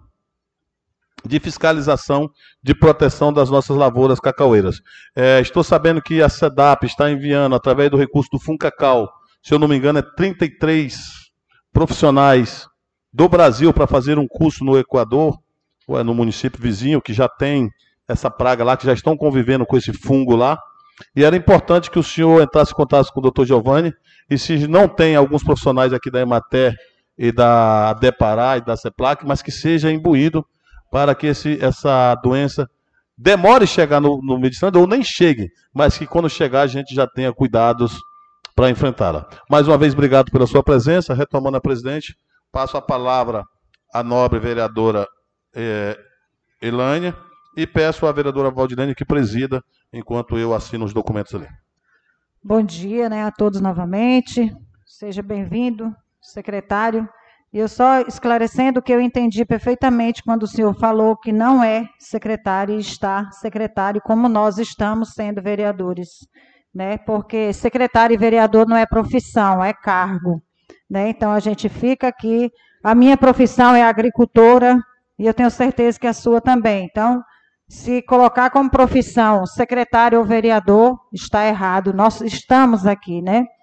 de fiscalização de proteção das nossas lavouras cacaueiras. Estou sabendo que a SEDAP está enviando, através do recurso do FUNCACAU, se eu não me engano, 33 profissionais do Brasil para fazer um curso no Equador, ou no município vizinho, que já tem essa praga lá, que já estão convivendo com esse fungo lá. E era importante que o senhor entrasse em contato com o Dr. Giovanni, e se não tem alguns profissionais aqui da Emater e da Depará e da CEPLAC, mas que seja imbuído para que essa doença demore chegar no Medicilândia, ou nem chegue, mas que quando chegar a gente já tenha cuidados para enfrentá-la. Mais uma vez, obrigado pela sua presença. Retomando a presidente, passo a palavra à nobre vereadora Elânia e peço à vereadora Valdilene que presida enquanto eu assino os documentos ali. Bom dia, a todos novamente. Seja bem-vindo, secretário. E eu só esclarecendo que eu entendi perfeitamente quando o senhor falou que não é secretário e está secretário, como nós estamos sendo vereadores, Porque secretário e vereador não é profissão, é cargo, Então a gente fica aqui. A minha profissão é agricultora e eu tenho certeza que a sua também. Então, se colocar como profissão secretário ou vereador, está errado. Nós estamos aqui,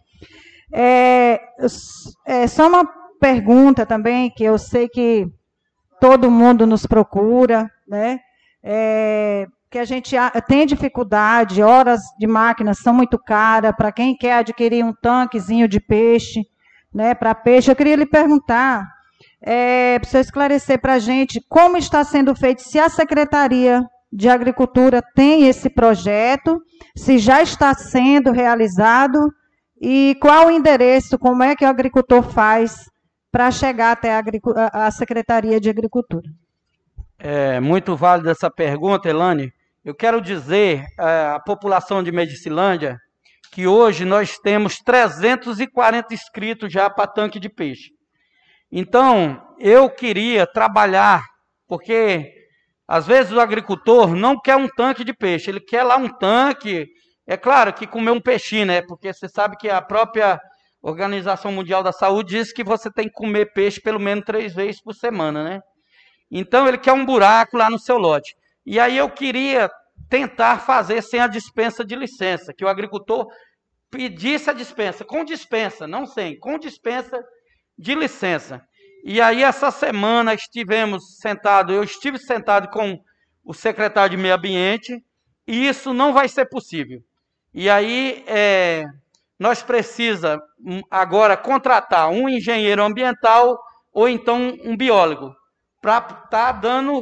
Só uma pergunta também, que eu sei que todo mundo nos procura, que a gente tem dificuldade, horas de máquinas são muito caras, para quem quer adquirir um tanquezinho de peixe, para peixe. Eu queria lhe perguntar, para você esclarecer para a gente, como está sendo feito, se a Secretaria de Agricultura tem esse projeto, se já está sendo realizado, e qual o endereço, como é que o agricultor faz para chegar até a Secretaria de Agricultura? É muito válida essa pergunta, Elane. Eu quero dizer à população de Medicilândia que hoje nós temos 340 inscritos já para tanque de peixe. Então, eu queria trabalhar, porque às vezes o agricultor não quer um tanque de peixe, ele quer lá um tanque, é claro que comer um peixinho, porque você sabe que a própria Organização Mundial da Saúde diz que você tem que comer peixe pelo menos 3 vezes por semana, Então ele quer um buraco lá no seu lote. E aí eu queria tentar fazer sem a dispensa de licença, que o agricultor pedisse a dispensa, com dispensa, não sem, com dispensa de licença. E aí essa semana eu estive sentado com o secretário de Meio Ambiente, e isso não vai ser possível. E aí nós precisamos agora contratar um engenheiro ambiental ou então um biólogo para estar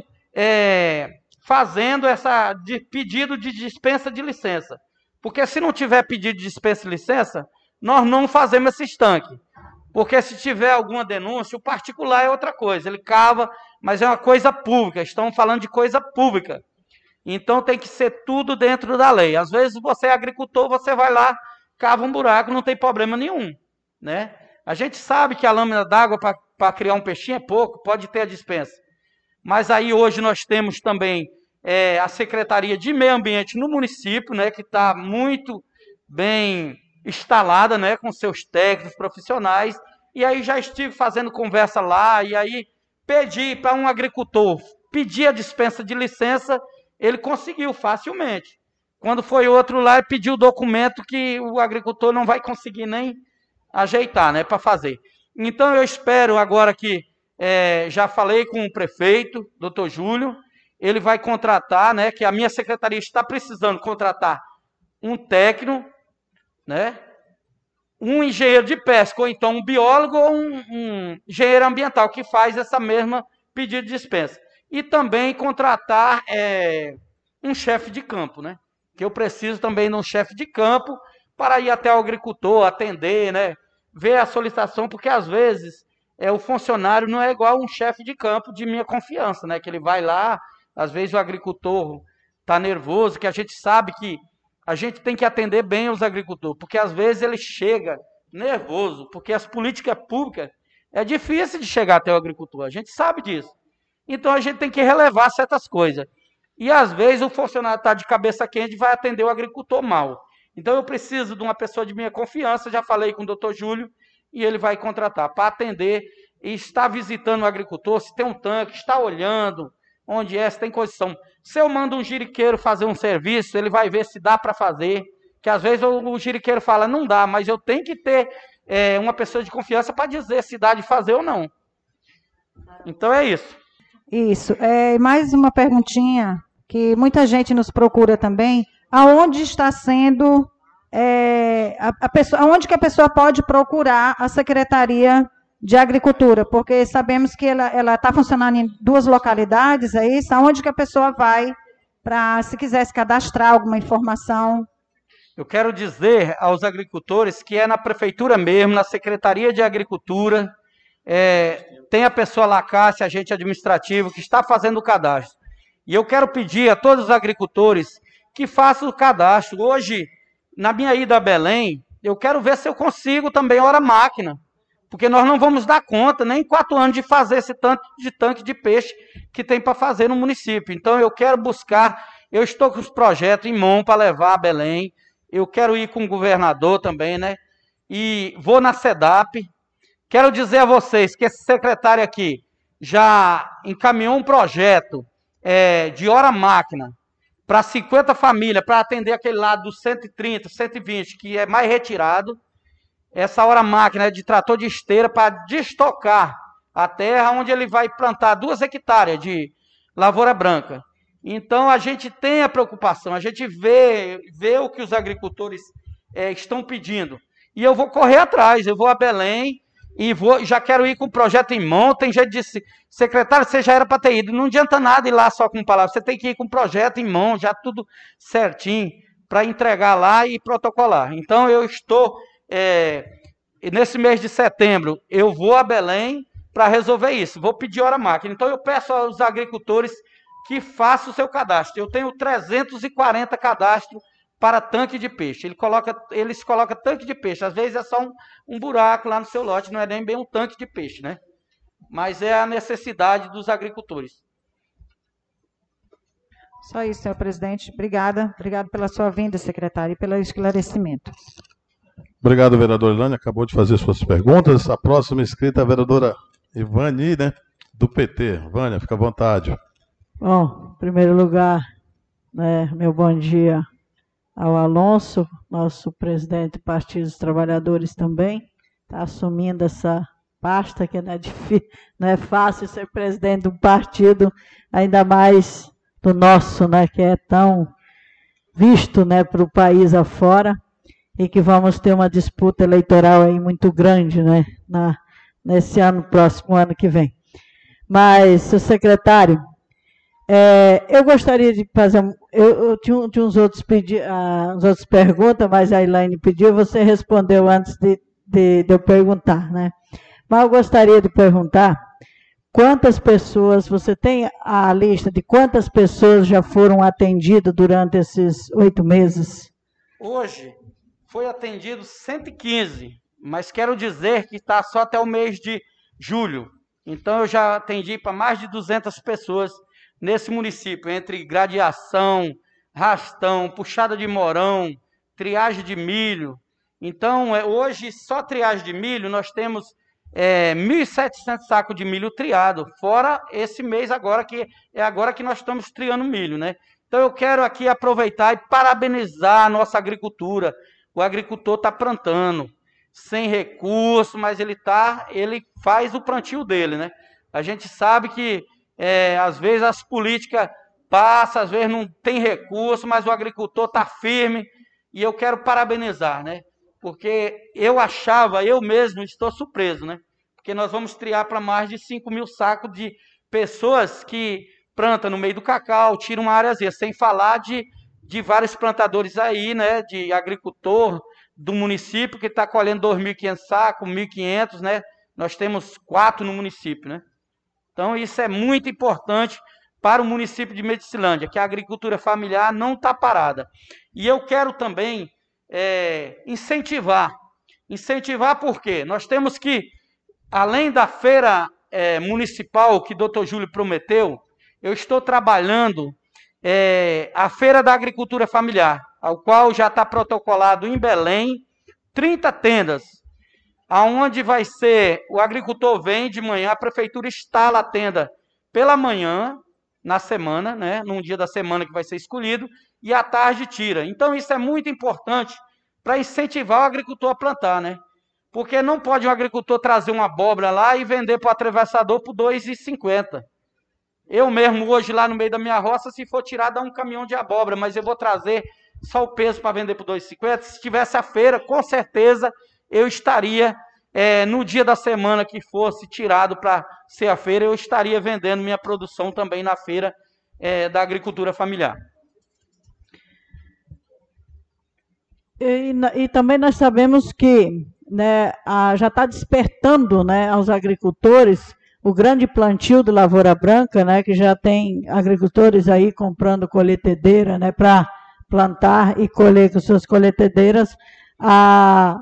fazendo pedido de dispensa de licença. Porque se não tiver pedido de dispensa de licença, nós não fazemos esse estanque. Porque se tiver alguma denúncia, o particular é outra coisa. Ele cava, mas é uma coisa pública. Estamos falando de coisa pública. Então tem que ser tudo dentro da lei. Às vezes você é agricultor, você vai lá, cava um buraco, não tem problema nenhum, né? A gente sabe que a lâmina d'água para criar um peixinho é pouco, pode ter a dispensa. Mas aí hoje nós temos também a Secretaria de Meio Ambiente no município, né, que está muito bem instalada, né, com seus técnicos profissionais. E aí já estive fazendo conversa lá, e aí pedi para um agricultor pedir a dispensa de licença, ele conseguiu facilmente. Quando foi outro lá, ele pediu o documento que o agricultor não vai conseguir nem ajeitar, né, para fazer. Então eu espero agora que, já falei com o prefeito, doutor Júlio, ele vai contratar, né, que a minha secretaria está precisando contratar um técnico, né, um engenheiro de pesca, ou então um biólogo ou um engenheiro ambiental que faz essa mesma pedido de dispensa. E também contratar um chefe de campo, né? Que eu preciso também de um chefe de campo para ir até o agricultor, atender, né? Ver a solicitação, porque às vezes o funcionário não é igual um chefe de campo de minha confiança, né? Que ele vai lá, às vezes o agricultor está nervoso, que a gente sabe que a gente tem que atender bem os agricultores, porque às vezes ele chega nervoso, porque as políticas públicas é difícil de chegar até o agricultor, a gente sabe disso. Então a gente tem que relevar certas coisas. E às vezes o funcionário está de cabeça quente e vai atender o agricultor mal. Então eu preciso de uma pessoa de minha confiança, já falei com o doutor Júlio, e ele vai contratar para atender e estar visitando o agricultor, se tem um tanque, está olhando onde se tem condição. Se eu mando um jiriqueiro fazer um serviço, ele vai ver se dá para fazer, que às vezes o jiriqueiro fala, não dá, mas eu tenho que ter uma pessoa de confiança para dizer se dá de fazer ou não. Então é isso. Isso. Mais uma perguntinha, que muita gente nos procura também, aonde está sendo, aonde que a pessoa pode procurar a Secretaria de Agricultura, porque sabemos que ela está funcionando em 2 localidades, é isso? Aonde que a pessoa vai para, se quiser se cadastrar alguma informação? Eu quero dizer aos agricultores que é na prefeitura mesmo, na Secretaria de Agricultura, tem a pessoa lá, Cássia, agente administrativo, que está fazendo o cadastro. E eu quero pedir a todos os agricultores que façam o cadastro. Hoje, na minha ida a Belém, eu quero ver se eu consigo também hora máquina, porque nós não vamos dar conta, nem em 4 anos, de fazer esse tanto de tanque de peixe que tem para fazer no município. Então, eu quero buscar, eu estou com os projetos em mão para levar a Belém, eu quero ir com o governador também, né? E vou na SEDAP. Quero dizer a vocês que esse secretário aqui já encaminhou um projeto de hora máquina para 50 famílias, para atender aquele lado dos 130, 120, que é mais retirado. Essa hora máquina é de trator de esteira para destocar a terra, onde ele vai plantar 2 hectares de lavoura branca. Então, a gente tem a preocupação, a gente vê o que os agricultores estão pedindo. E eu vou correr atrás, eu vou a Belém e já quero ir com o projeto em mão. Tem gente que disse, secretário, você já era para ter ido. Não adianta nada ir lá só com palavras, você tem que ir com o projeto em mão, já tudo certinho, para entregar lá e protocolar. Então, eu estou... nesse mês de setembro, eu vou a Belém para resolver isso. Vou pedir hora máquina. Então, eu peço aos agricultores que façam o seu cadastro. Eu tenho 340 cadastros para tanque de peixe. Eles colocam tanque de peixe. Às vezes é só um buraco lá no seu lote, não é nem bem um tanque de peixe, né? Mas é a necessidade dos agricultores. Só isso, senhor presidente. Obrigada. Obrigado pela sua vinda, secretário, e pelo esclarecimento. Obrigado, vereador Ilane. Acabou de fazer suas perguntas. A próxima inscrita é a vereadora Ivani, né, do PT. Vânia, fica à vontade. Bom, em primeiro lugar, né, meu bom dia ao Alonso, nosso presidente do Partido dos Trabalhadores também, está assumindo essa pasta, que não é fácil ser presidente de um partido, ainda mais do nosso, né, que é tão visto, né, para o país afora, e que vamos ter uma disputa eleitoral aí muito grande, né, nesse próximo ano que vem. Mas, seu secretário, eu gostaria de fazer... Eu tinha uns outros perguntas, mas a Elaine pediu, você respondeu antes de eu perguntar, né? Mas eu gostaria de perguntar quantas pessoas, você tem a lista de quantas pessoas já foram atendidas durante esses 8 meses? Hoje foi atendido 115, mas quero dizer que está só até o mês de julho. Então eu já atendi para mais de 200 pessoas nesse município, entre gradeação, rastão, puxada de morão, triagem de milho. Então, hoje, só triagem de milho, nós temos 1.700 sacos de milho triado, fora esse mês agora, que é agora que nós estamos triando milho, né? Então, eu quero aqui aproveitar e parabenizar a nossa agricultura. O agricultor está plantando, sem recurso, mas ele faz o plantio dele, né? A gente sabe que, às vezes, as políticas passam, às vezes não tem recurso, mas o agricultor está firme, e eu quero parabenizar, né? Porque eu mesmo estou surpreso, né? Porque nós vamos triar para mais de 5.000 sacos de pessoas que plantam no meio do cacau, tiram uma área, sem falar de vários plantadores aí, né? De agricultor do município que está colhendo 2.500 sacos, 1.500, né? Nós temos 4 no município, né? Então, isso é muito importante para o município de Medicilândia, que a agricultura familiar não está parada. E eu quero também incentivar. Incentivar por quê? Nós temos que, além da feira municipal que o doutor Júlio prometeu, eu estou trabalhando a Feira da Agricultura Familiar, ao qual já está protocolado em Belém, 30 tendas, aonde vai ser, o agricultor vem de manhã, a prefeitura instala a tenda pela manhã, na semana, né, num dia da semana que vai ser escolhido, e à tarde tira. Então, isso é muito importante para incentivar o agricultor a plantar, né? Porque não pode um agricultor trazer uma abóbora lá e vender para o atravessador por R$ 2,50. Eu mesmo, hoje, lá no meio da minha roça, se for tirar, dá um caminhão de abóbora, mas eu vou trazer só o peso para vender por R$ 2,50. Se tivesse a feira, com certeza, eu estaria, no dia da semana que fosse tirado para ser a feira, eu estaria vendendo minha produção também na feira da agricultura familiar. E também nós sabemos que, né, já está despertando, né, aos agricultores o grande plantio de lavoura branca, né, que já tem agricultores aí comprando colheitedeira, né, para plantar e colher com suas colheitedeiras a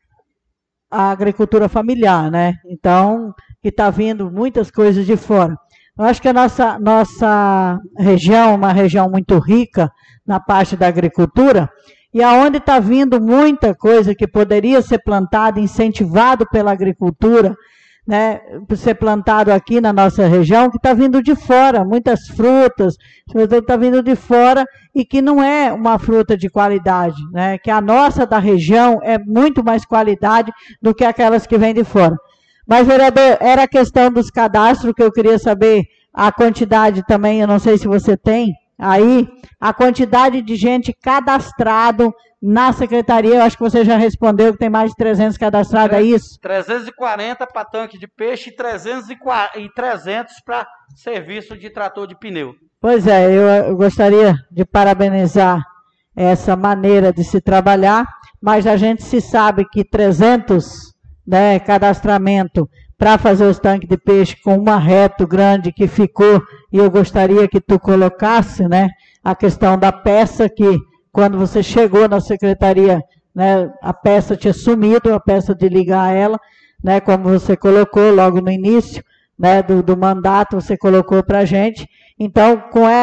agricultura familiar, né? Então, que está vindo muitas coisas de fora. Eu acho que a nossa região é uma região muito rica na parte da agricultura, e aonde está vindo muita coisa que poderia ser plantada, incentivado pela agricultura, né, ser plantado aqui na nossa região, que está vindo de fora, muitas frutas, está vindo de fora e que não é uma fruta de qualidade, né, que a nossa da região é muito mais qualidade do que aquelas que vêm de fora. Mas, vereador, era a questão dos cadastros que eu queria saber, a quantidade também, eu não sei se você tem aí, a quantidade de gente cadastrado na secretaria, eu acho que você já respondeu que tem mais de 300 cadastrados, é isso? 340 para tanque de peixe e 300 para serviço de trator de pneu. Pois é, eu gostaria de parabenizar essa maneira de se trabalhar, mas a gente se sabe que 300, né, cadastramento para fazer os tanques de peixe com uma reto grande que ficou, e eu gostaria que tu colocasse, né, a questão da peça, que quando você chegou na secretaria, né, a peça tinha sumido, a peça de ligar ela, né, como você colocou logo no início, né, do mandato, você colocou para a gente. Então,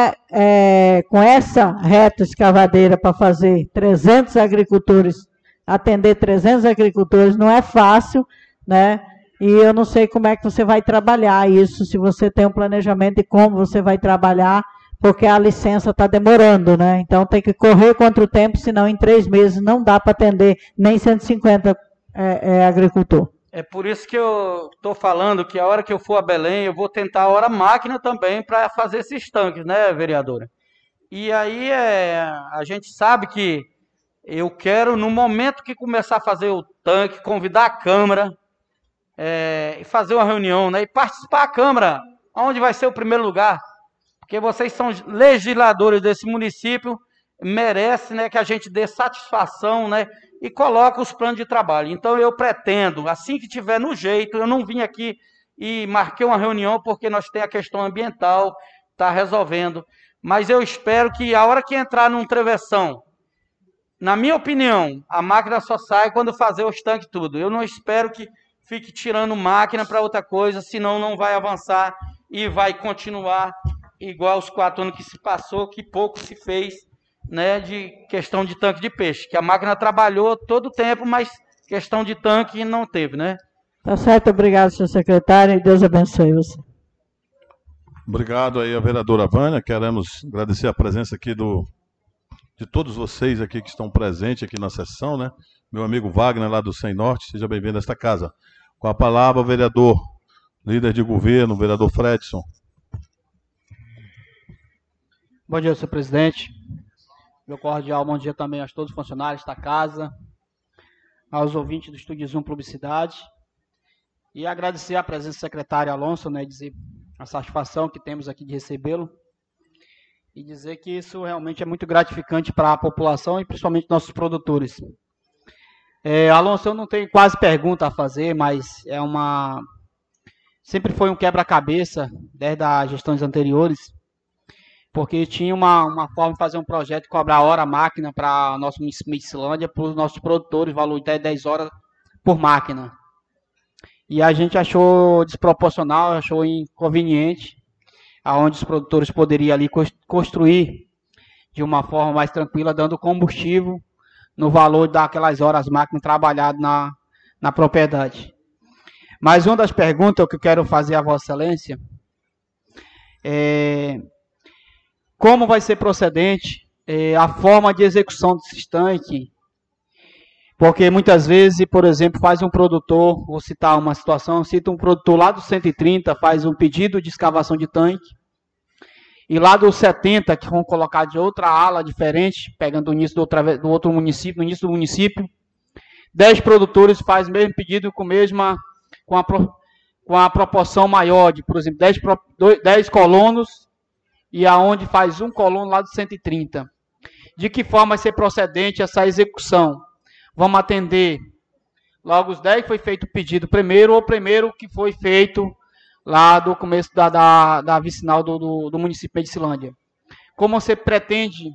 com essa reta escavadeira para fazer 300 agricultores, atender 300 agricultores, não é fácil, né? E eu não sei como é que você vai trabalhar isso, se você tem um planejamento de como você vai trabalhar, porque a licença está demorando, né? Então tem que correr contra o tempo, senão em 3 meses não dá para atender nem 150 agricultor. É por isso que eu estou falando que a hora que eu for a Belém, eu vou tentar a hora máquina também para fazer esses tanques, né, vereadora? E aí a gente sabe que eu quero, no momento que começar a fazer o tanque, convidar a Câmara, e fazer uma reunião, né, e participar a Câmara, onde vai ser o primeiro lugar, porque vocês são legisladores desse município, merece, né, que a gente dê satisfação, né, e coloque os planos de trabalho. Então eu pretendo, assim que tiver no jeito, eu não vim aqui e marquei uma reunião porque nós temos a questão ambiental, está resolvendo. Mas eu espero que a hora que entrar num travessão, na minha opinião, a máquina só sai quando fazer os tanques tudo. Eu não espero que fique tirando máquina para outra coisa, senão não vai avançar e vai continuar igual os 4 anos que se passou, que pouco se fez, né, de questão de tanque de peixe. Que a máquina trabalhou todo o tempo, mas questão de tanque não teve, né? Tá certo, obrigado, senhor secretário, e Deus abençoe você. Obrigado aí a vereadora Vânia. Queremos agradecer a presença aqui de todos vocês aqui que estão presentes aqui na sessão, né? Meu amigo Wagner, lá do Sem Norte, seja bem-vindo a esta casa. Com a palavra, o vereador, líder de governo, o vereador Fredson. Bom dia, senhor presidente. Meu cordial bom dia também a todos os funcionários da casa, aos ouvintes do Estúdio Zoom Publicidade. E agradecer a presença do secretário Alonso, né, dizer a satisfação que temos aqui de recebê-lo. E dizer que isso realmente é muito gratificante para a população e principalmente nossos produtores. Alonso, eu não tenho quase pergunta a fazer, mas sempre foi um quebra-cabeça desde as gestões anteriores, porque tinha uma forma de fazer um projeto de cobrar hora máquina para o nosso município de Medicilândia, para os nossos produtores, valor de 10 horas por máquina. E a gente achou desproporcional, achou inconveniente, aonde os produtores poderiam ali construir de uma forma mais tranquila, dando combustível no valor daquelas horas máquinas trabalhadas na propriedade. Mas uma das perguntas que eu quero fazer a Vossa Excelência é como vai ser procedente a forma de execução desses tanques, porque muitas vezes, por exemplo, faz um produtor, vou citar uma situação, cita um produtor lá do 130, faz um pedido de escavação de tanque, e lá dos 70, que vão colocar de outra ala diferente, pegando o início do outro município, no início do município, 10 produtores fazem o mesmo pedido com a proporção maior, de, por exemplo, 10 colonos, e aonde faz um colono lá do 130. De que forma vai ser procedente essa execução? Vamos atender logo os 10 que foi feito o pedido primeiro, ou primeiro que foi feito lá do começo da vicinal do município de Medicilândia. Como você pretende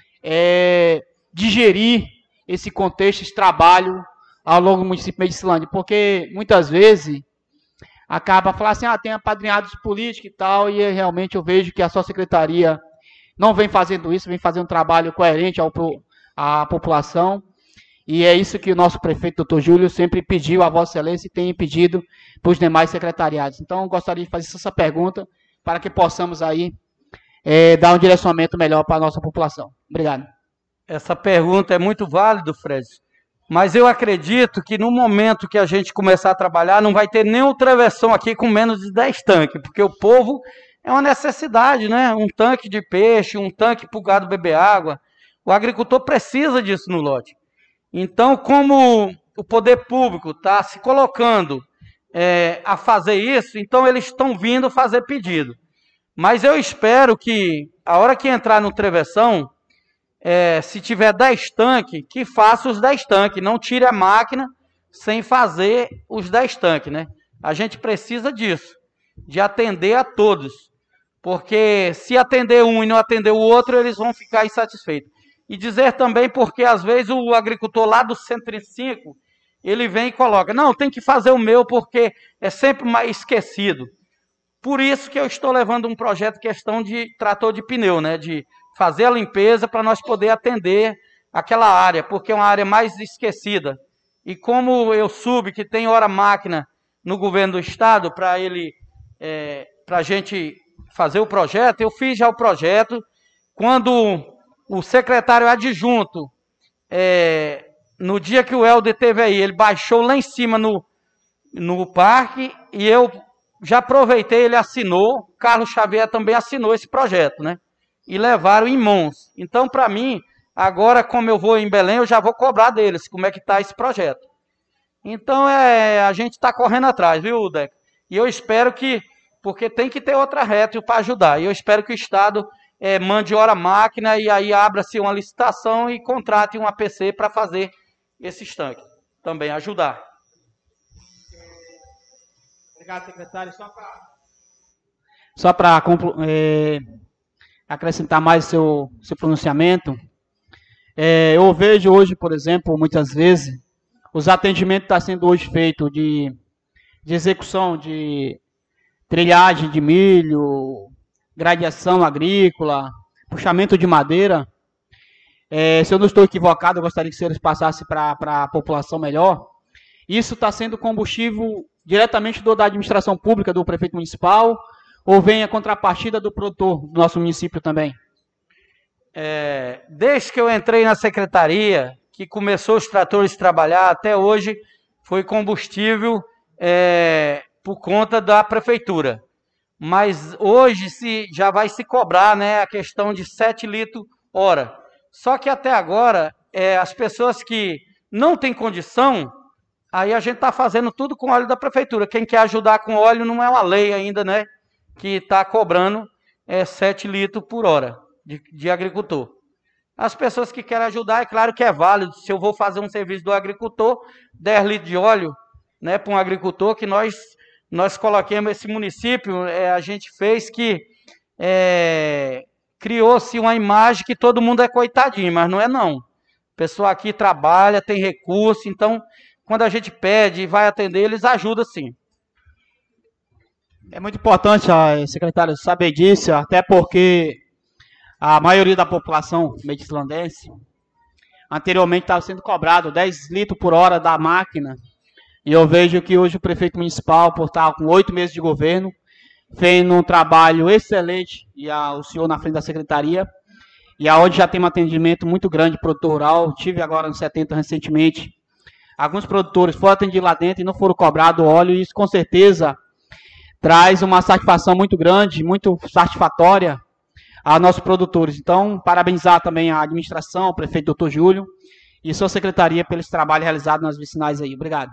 digerir esse contexto, esse trabalho ao longo do município de Medicilândia? Porque muitas vezes acaba falando assim, tem apadrinhados políticos e tal, e realmente eu vejo que a sua secretaria não vem fazendo isso, vem fazendo um trabalho coerente à população. E é isso que o nosso prefeito, doutor Júlio, sempre pediu a Vossa Excelência e tem pedido para os demais secretariados. Então, eu gostaria de fazer essa pergunta para que possamos aí dar um direcionamento melhor para a nossa população. Obrigado. Essa pergunta é muito válida, Fred, mas eu acredito que no momento que a gente começar a trabalhar, não vai ter nenhum travessão aqui com menos de 10 tanques, porque o povo é uma necessidade, né? Um tanque de peixe, um tanque para o gado beber água. O agricultor precisa disso no lote. Então, como o poder público está se colocando a fazer isso, então eles estão vindo fazer pedido. Mas eu espero que, a hora que entrar no travessão, se tiver 10 tanques, que faça os 10 tanques, não tire a máquina sem fazer os 10 tanques, né? A gente precisa disso, de atender a todos, porque se atender um e não atender o outro, eles vão ficar insatisfeitos. E dizer também porque, às vezes, o agricultor lá do 105, ele vem e coloca, não, tem que fazer o meu porque é sempre mais esquecido. Por isso que eu estou levando um projeto questão de trator de pneu, né? De fazer a limpeza para nós poder atender aquela área, porque é uma área mais esquecida. E como eu soube que tem hora máquina no governo do estado para a gente fazer o projeto, eu fiz já o projeto. Quando o secretário adjunto, no dia que o Helder teve aí, ele baixou lá em cima no parque e eu já aproveitei, ele assinou, Carlos Xavier também assinou esse projeto, né? E levaram em mãos. Então, para mim, agora, como eu vou em Belém, eu já vou cobrar deles como é que está esse projeto. Então, a gente está correndo atrás, viu, Deco? E eu espero que, porque tem que ter outra reta para ajudar, e eu espero que o Estado mande hora máquina e aí abra-se uma licitação e contrate um APC para fazer esses tanques. Também ajudar. Obrigado, secretário. Só para acrescentar mais seu pronunciamento, eu vejo hoje, por exemplo, muitas vezes, os atendimentos estão sendo hoje feitos de execução de trilhagem de milho, gradiação agrícola, puxamento de madeira. Se eu não estou equivocado, eu gostaria que os senhores passassem para a população melhor. Isso está sendo combustível diretamente da administração pública, do prefeito municipal, ou vem a contrapartida do produtor do nosso município também? Desde que eu entrei na secretaria, que começou os tratores a trabalhar, até hoje foi combustível por conta da prefeitura. Mas hoje já vai se cobrar, né, a questão de 7 litros hora. Só que até agora, as pessoas que não têm condição, aí a gente está fazendo tudo com óleo da prefeitura. Quem quer ajudar com óleo não é uma lei ainda, né? Que está cobrando 7 litros por hora de agricultor. As pessoas que querem ajudar, é claro que é válido. Se eu vou fazer um serviço do agricultor, 10 litros de óleo, né, para um agricultor, que nós coloquemos esse município, a gente fez que criou-se uma imagem que todo mundo é coitadinho, mas não é não. A pessoa aqui trabalha, tem recurso, então quando a gente pede e vai atender, eles ajudam sim. É muito importante, secretário, saber disso, até porque a maioria da população medislandense anteriormente estava sendo cobrado 10 litros por hora da máquina. E eu vejo que hoje o prefeito municipal, por estar com 8 meses de governo, fez um trabalho excelente, e o senhor na frente da secretaria, e aonde já tem um atendimento muito grande produtor rural. Tive agora no 70 recentemente. Alguns produtores foram atendidos lá dentro e não foram cobrados óleo, e isso com certeza traz uma satisfação muito grande, muito satisfatória a nossos produtores. Então, parabenizar também a administração, o prefeito Dr. Júlio e sua secretaria pelo esse trabalho realizado nas vicinais aí. Obrigado.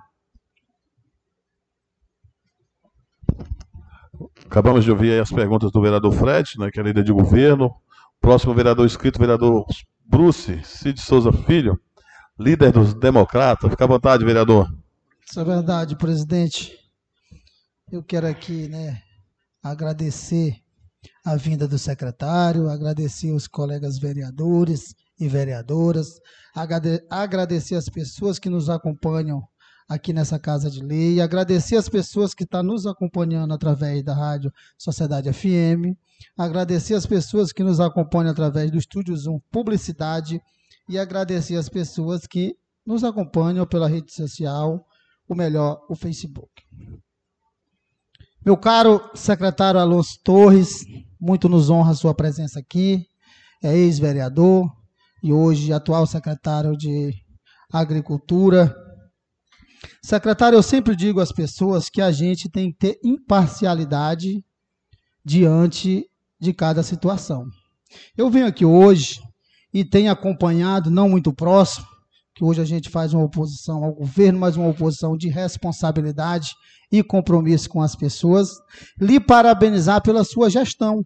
Acabamos de ouvir aí as perguntas do vereador Fred, né, que é líder de governo. Próximo vereador inscrito, vereador Bruce Cid Souza Filho, líder dos democratas. Fica à vontade, vereador. Isso é verdade, presidente. Eu quero aqui, agradecer a vinda do secretário, agradecer os colegas vereadores e vereadoras, agradecer as pessoas que nos acompanham aqui nessa Casa de Lei, agradecer as pessoas que estão nos acompanhando através da Rádio Sociedade FM, agradecer as pessoas que nos acompanham através do Estúdio Zoom Publicidade e agradecer as pessoas que nos acompanham pela rede social, o Facebook. Meu caro secretário Alonso Torres, muito nos honra a sua presença aqui, é ex-vereador e hoje atual secretário de Agricultura. Secretário, eu sempre digo às pessoas que a gente tem que ter imparcialidade diante de cada situação. Eu venho aqui hoje e tenho acompanhado, não muito próximo, que hoje a gente faz uma oposição ao governo, mas uma oposição de responsabilidade e compromisso com as pessoas, lhe parabenizar pela sua gestão.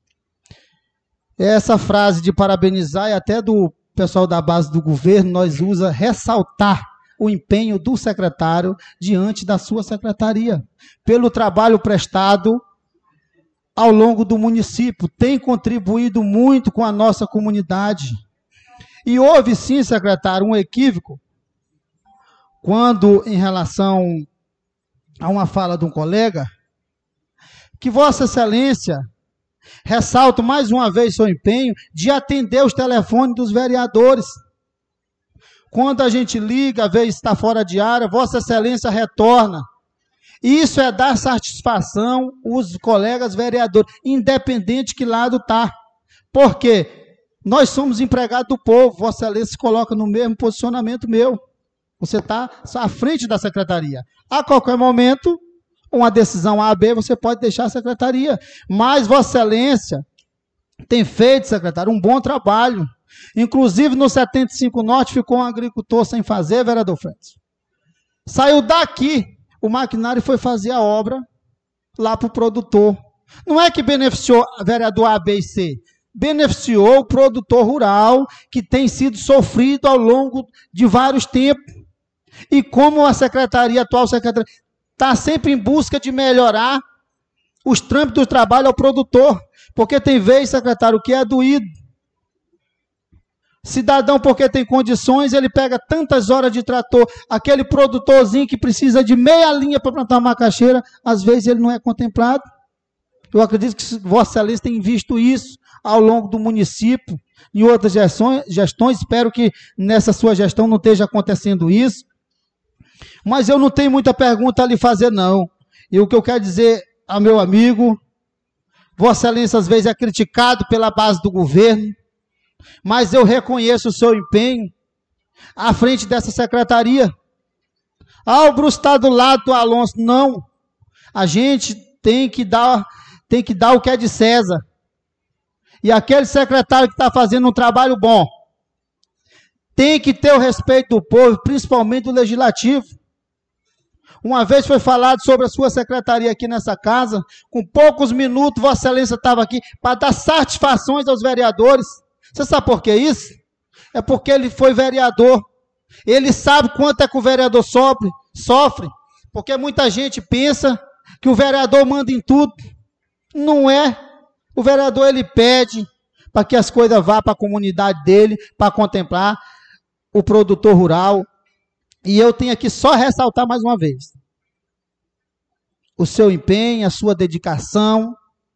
Essa frase de parabenizar é até do pessoal da base do governo, nós usa ressaltar o empenho do secretário diante da sua secretaria, pelo trabalho prestado ao longo do município, tem contribuído muito com a nossa comunidade. E houve sim, secretário, um equívoco, quando em relação a uma fala de um colega, que Vossa Excelência ressalta mais uma vez seu empenho de atender os telefones dos vereadores. Quando a gente liga, vê que está fora de área, Vossa Excelência retorna. Isso é dar satisfação aos colegas vereadores, independente que lado está. Por quê? Nós somos empregados do povo, Vossa Excelência se coloca no mesmo posicionamento meu. Você está à frente da secretaria. A qualquer momento, uma decisão A, B, você pode deixar a secretaria. Mas Vossa Excelência tem feito, secretário, um bom trabalho. Inclusive, no 75 Norte, ficou um agricultor sem fazer, vereador Fred. Saiu daqui, o maquinário foi fazer a obra lá para o produtor. Não é que beneficiou vereador A, B e C. Beneficiou o produtor rural que tem sido sofrido ao longo de vários tempos. E como a secretaria, a atual secretaria, está sempre em busca de melhorar os trâmites do trabalho ao produtor, porque tem vez, secretário, que é doído. Cidadão, porque tem condições, ele pega tantas horas de trator, aquele produtorzinho que precisa de meia linha para plantar uma macaxeira, às vezes ele não é contemplado. Eu acredito que Vossa Excelência tem visto isso ao longo do município, em outras gestões, espero que nessa sua gestão não esteja acontecendo isso. Mas eu não tenho muita pergunta a lhe fazer, não. E o que eu quero dizer ao meu amigo, Vossa Excelência às vezes é criticado pela base do governo, mas eu reconheço o seu empenho à frente dessa secretaria. Ah, o Bruce está do lado do Alonso. Não. A gente tem que dar o que é de César. E aquele secretário que está fazendo um trabalho bom tem que ter o respeito do povo, principalmente do legislativo. Uma vez foi falado sobre a sua secretaria aqui nessa casa, com poucos minutos Vossa Excelência estava aqui para dar satisfações aos vereadores. Você sabe por que isso? É porque ele foi vereador. Ele sabe quanto é que o vereador sofre. Porque muita gente pensa que o vereador manda em tudo. Não é. O vereador, ele pede para que as coisas vá para a comunidade dele, para contemplar o produtor rural. E eu tenho aqui só ressaltar mais uma vez o seu empenho, a sua dedicação,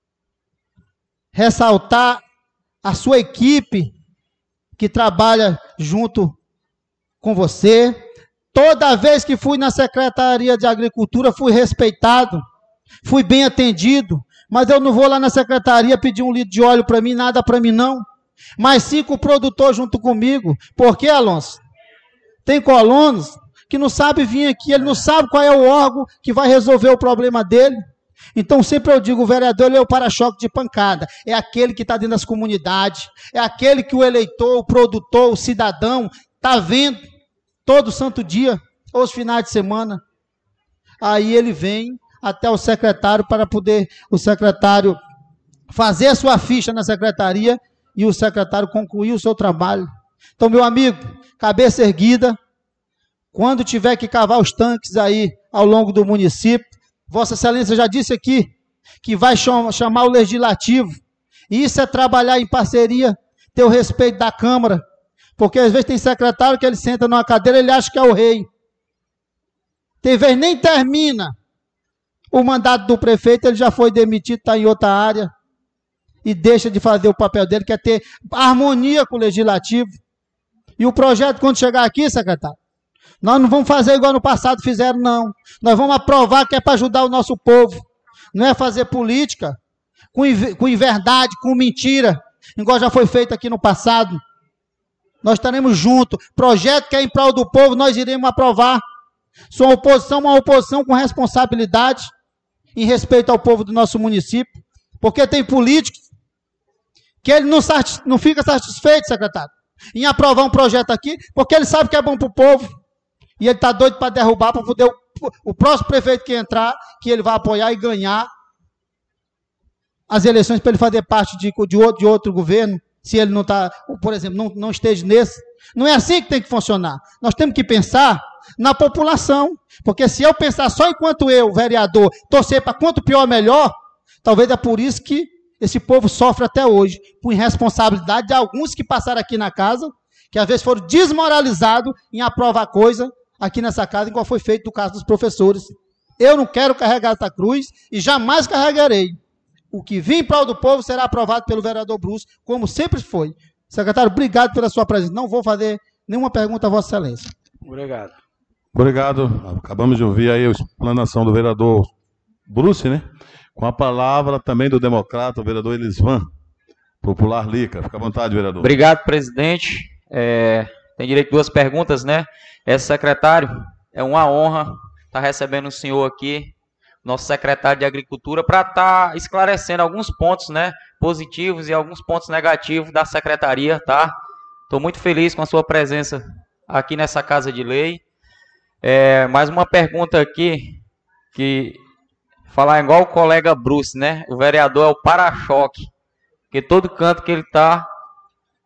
ressaltar a sua equipe que trabalha junto com você. Toda vez que fui na Secretaria de Agricultura, fui respeitado, fui bem atendido, mas eu não vou lá na secretaria pedir um litro de óleo para mim, nada para mim não, mas sim com o produtor junto comigo. Por quê, Alonso? Tem colonos que não sabe vir aqui, ele não sabe qual é o órgão que vai resolver o problema dele. Então sempre eu digo, o vereador ele é o para-choque de pancada, é aquele que está dentro das comunidades, é aquele que o eleitor, o produtor, o cidadão está vendo todo santo dia, ou os finais de semana. Aí ele vem até o secretário para poder o secretário fazer a sua ficha na secretaria e o secretário concluir o seu trabalho. Então, meu amigo, cabeça erguida, quando tiver que cavar os tanques aí ao longo do município, Vossa Excelência já disse aqui que vai chamar o Legislativo, e isso é trabalhar em parceria, ter o respeito da Câmara, porque às vezes tem secretário que ele senta numa cadeira, ele acha que é o rei. Tem vezes nem termina o mandato do prefeito, ele já foi demitido, está em outra área, e deixa de fazer o papel dele, que é ter harmonia com o Legislativo. E o projeto, quando chegar aqui, secretário, nós não vamos fazer igual no passado fizeram, não. Nós vamos aprovar que é para ajudar o nosso povo. Não é fazer política com inverdade, com mentira, igual já foi feito aqui no passado. Nós estaremos juntos. Projeto que é em prol do povo, nós iremos aprovar. Sua oposição, uma oposição com responsabilidade, em respeito ao povo do nosso município. Porque tem políticos que ele não fica satisfeito, secretário, em aprovar um projeto aqui, porque ele sabe que é bom para o povo. E ele está doido para derrubar, para poder o próximo prefeito que entrar, que ele vai apoiar e ganhar as eleições para ele fazer parte de outro governo, se ele não está, por exemplo, não esteja nesse. Não é assim que tem que funcionar. Nós temos que pensar na população, porque se eu pensar só enquanto eu, vereador, torcer para quanto pior melhor, talvez é por isso que esse povo sofre até hoje, por irresponsabilidade de alguns que passaram aqui na casa, que às vezes foram desmoralizados em aprovar coisa aqui nessa casa, igual foi feito no caso dos professores. Eu não quero carregar essa cruz e jamais carregarei. O que vim em prol do povo será aprovado pelo vereador Bruce, como sempre foi. Secretário, obrigado pela sua presença. Não vou fazer nenhuma pergunta a Vossa Excelência. Obrigado. Obrigado. Acabamos de ouvir aí a explanação do vereador Bruce, né? Com a palavra também do democrata, o vereador Elisvan, popular Lica. Fica à vontade, vereador. Obrigado, presidente. Tem direito a 2 perguntas, né? Secretário, é uma honra estar recebendo o senhor aqui, nosso secretário de Agricultura, para estar esclarecendo alguns pontos, né, positivos e alguns pontos negativos da secretaria, tá? Estou muito feliz com a sua presença aqui nessa Casa de Lei. Mais uma pergunta aqui, que falar igual o colega Bruce, né? O vereador é o para-choque, porque todo canto que ele está,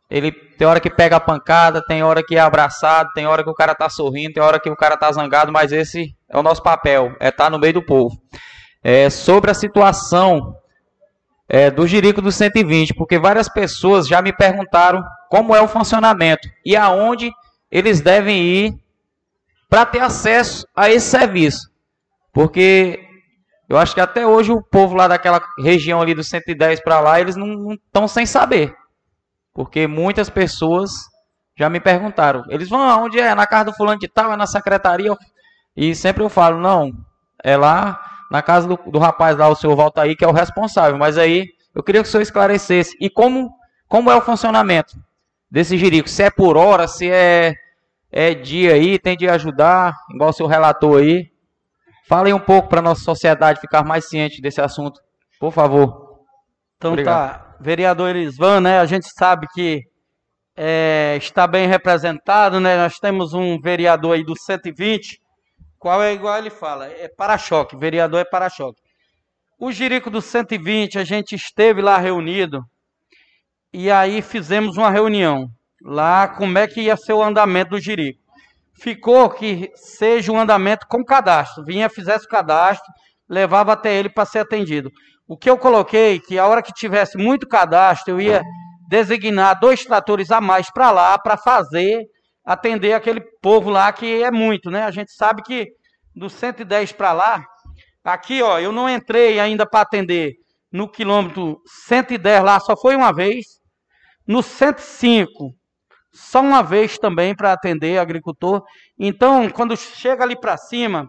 Ele tem hora que pega a pancada, tem hora que é abraçado, tem hora que o cara tá sorrindo, tem hora que o cara tá zangado, mas esse é o nosso papel, é estar no meio do povo. Sobre a situação do Jerico do 120, porque várias pessoas já me perguntaram como é o funcionamento e aonde eles devem ir para ter acesso a esse serviço. Porque eu acho que até hoje o povo lá daquela região ali do 110 para lá, eles não estão sem saber. Porque muitas pessoas já me perguntaram. Eles vão aonde é? Na casa do fulano de tal? É na secretaria? E sempre eu falo, não, é lá na casa do rapaz lá, o senhor Valtair, que é o responsável. Mas aí eu queria que o senhor esclarecesse. E como é o funcionamento desse Jerico? Se é por hora, se é dia aí, tem de ajudar, igual o senhor relatou aí. Fala aí um pouco para a nossa sociedade ficar mais ciente desse assunto, por favor. Então Obrigado. tá, vereador Elisvan, né? A gente sabe que está bem representado, né? Nós temos um vereador aí do 120, qual é igual ele fala, é para-choque, vereador é para-choque. O Jerico do 120, a gente esteve lá reunido e aí fizemos uma reunião lá, como é que ia ser o andamento do Jerico. Ficou que seja um andamento com cadastro, fizesse o cadastro, levava até ele para ser atendido. O que eu coloquei, que a hora que tivesse muito cadastro, eu ia designar 2 tratores a mais para lá, para atender aquele povo lá, que é muito, né? A gente sabe que do 110 para lá, aqui, ó, eu não entrei ainda para atender no quilômetro 110 lá, só foi uma vez. No 105, só uma vez também para atender agricultor. Então, quando chega ali para cima,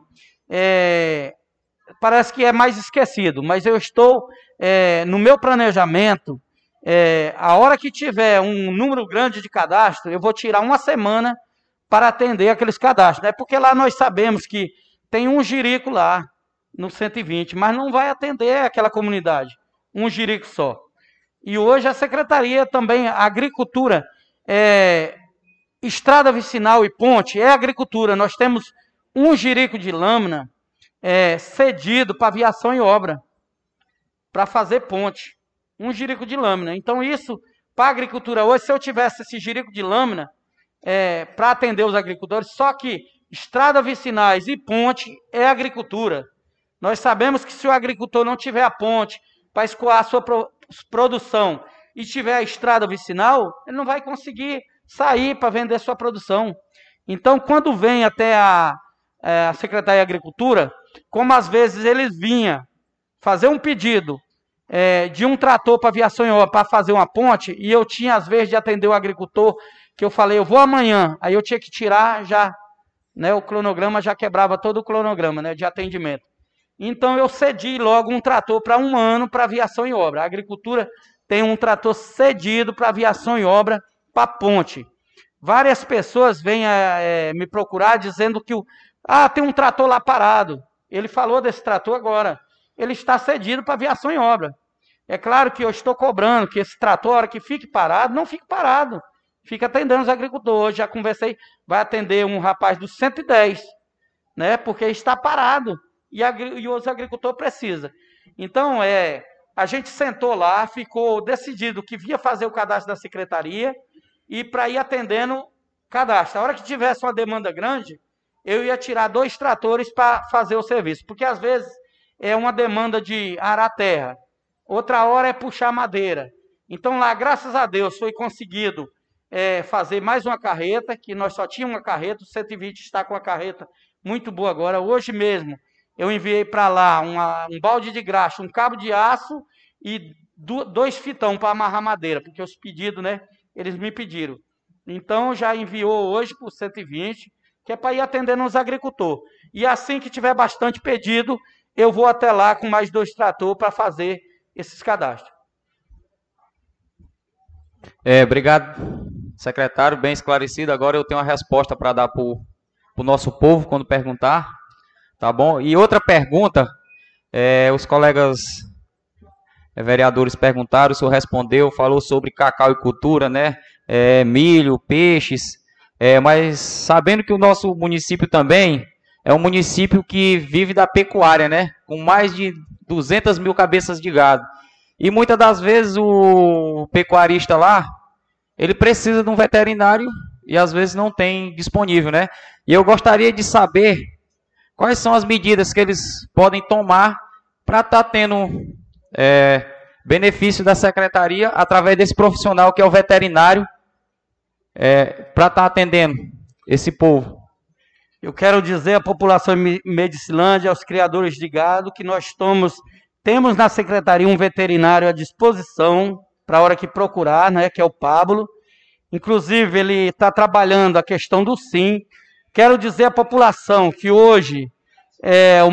parece que é mais esquecido, mas eu estou, no meu planejamento, a hora que tiver um número grande de cadastro, eu vou tirar uma semana para atender aqueles cadastros, né? Porque lá nós sabemos que tem um Jerico lá, no 120, mas não vai atender aquela comunidade, um Jerico só. E hoje a secretaria também, a agricultura, estrada vicinal e ponte, é agricultura. Nós temos um Jerico de lâmina cedido para aviação e obra, para fazer ponte. Um Jerico de lâmina. Então isso, para a agricultura hoje, se eu tivesse esse Jerico de lâmina, para atender os agricultores, só que estrada vicinais e ponte é agricultura. Nós sabemos que se o agricultor não tiver a ponte para escoar a sua produção e tiver a estrada vicinal, ele não vai conseguir sair para vender sua produção. Então, quando vem até a Secretaria de Agricultura, como às vezes eles vinham fazer um pedido de um trator para aviação e obra para fazer uma ponte, e eu tinha às vezes de atender o agricultor, que eu falei, eu vou amanhã, aí eu tinha que tirar já, né, o cronograma já quebrava todo o cronograma, né, de atendimento. Então eu cedi logo um trator para um ano para aviação e obra. A agricultura tem um trator cedido para aviação e obra para ponte. Várias pessoas vêm me procurar dizendo que tem um trator lá parado. Ele falou desse trator agora. Ele está cedido para aviação e obra. É claro que eu estou cobrando que esse trator, a hora que fique parado, não fique parado. Fica atendendo os agricultores. Hoje já conversei, vai atender um rapaz do 110, né? Porque está parado. E os agricultores precisam. Então, a gente sentou lá, ficou decidido que vinha fazer o cadastro da secretaria e para ir atendendo cadastro. A hora que tivesse uma demanda grande, eu ia tirar 2 tratores para fazer o serviço. Porque, às vezes, é uma demanda de arar terra. Outra hora é puxar madeira. Então, lá, graças a Deus, foi conseguido fazer mais uma carreta, que nós só tínhamos uma carreta, o 120 está com uma carreta muito boa agora. Hoje mesmo, eu enviei para lá um balde de graxa, um cabo de aço e 2 fitão para amarrar madeira, porque os pedidos, né, eles me pediram. Então, já enviou hoje para o 120, que é para ir atendendo os agricultores. E assim que tiver bastante pedido, eu vou até lá com mais 2 tratores para fazer esses cadastros. Obrigado, secretário, bem esclarecido. Agora eu tenho uma resposta para dar para o nosso povo quando perguntar. Tá bom? E outra pergunta, os colegas vereadores perguntaram, o senhor respondeu, falou sobre cacau e cultura, né? Milho, peixes, mas sabendo que o nosso município também é um município que vive da pecuária, né? Com mais de 200 mil cabeças de gado. E muitas das vezes o pecuarista lá, ele precisa de um veterinário e às vezes não tem disponível, né? E eu gostaria de saber quais são as medidas que eles podem tomar para estar tendo benefício da secretaria através desse profissional que é o veterinário, para estar atendendo esse povo. Eu quero dizer à população de Medicilândia, aos criadores de gado, que nós temos na secretaria um veterinário à disposição para a hora que procurar, né, que é o Pablo. Inclusive, ele está trabalhando a questão do SIM. Quero dizer à população que hoje o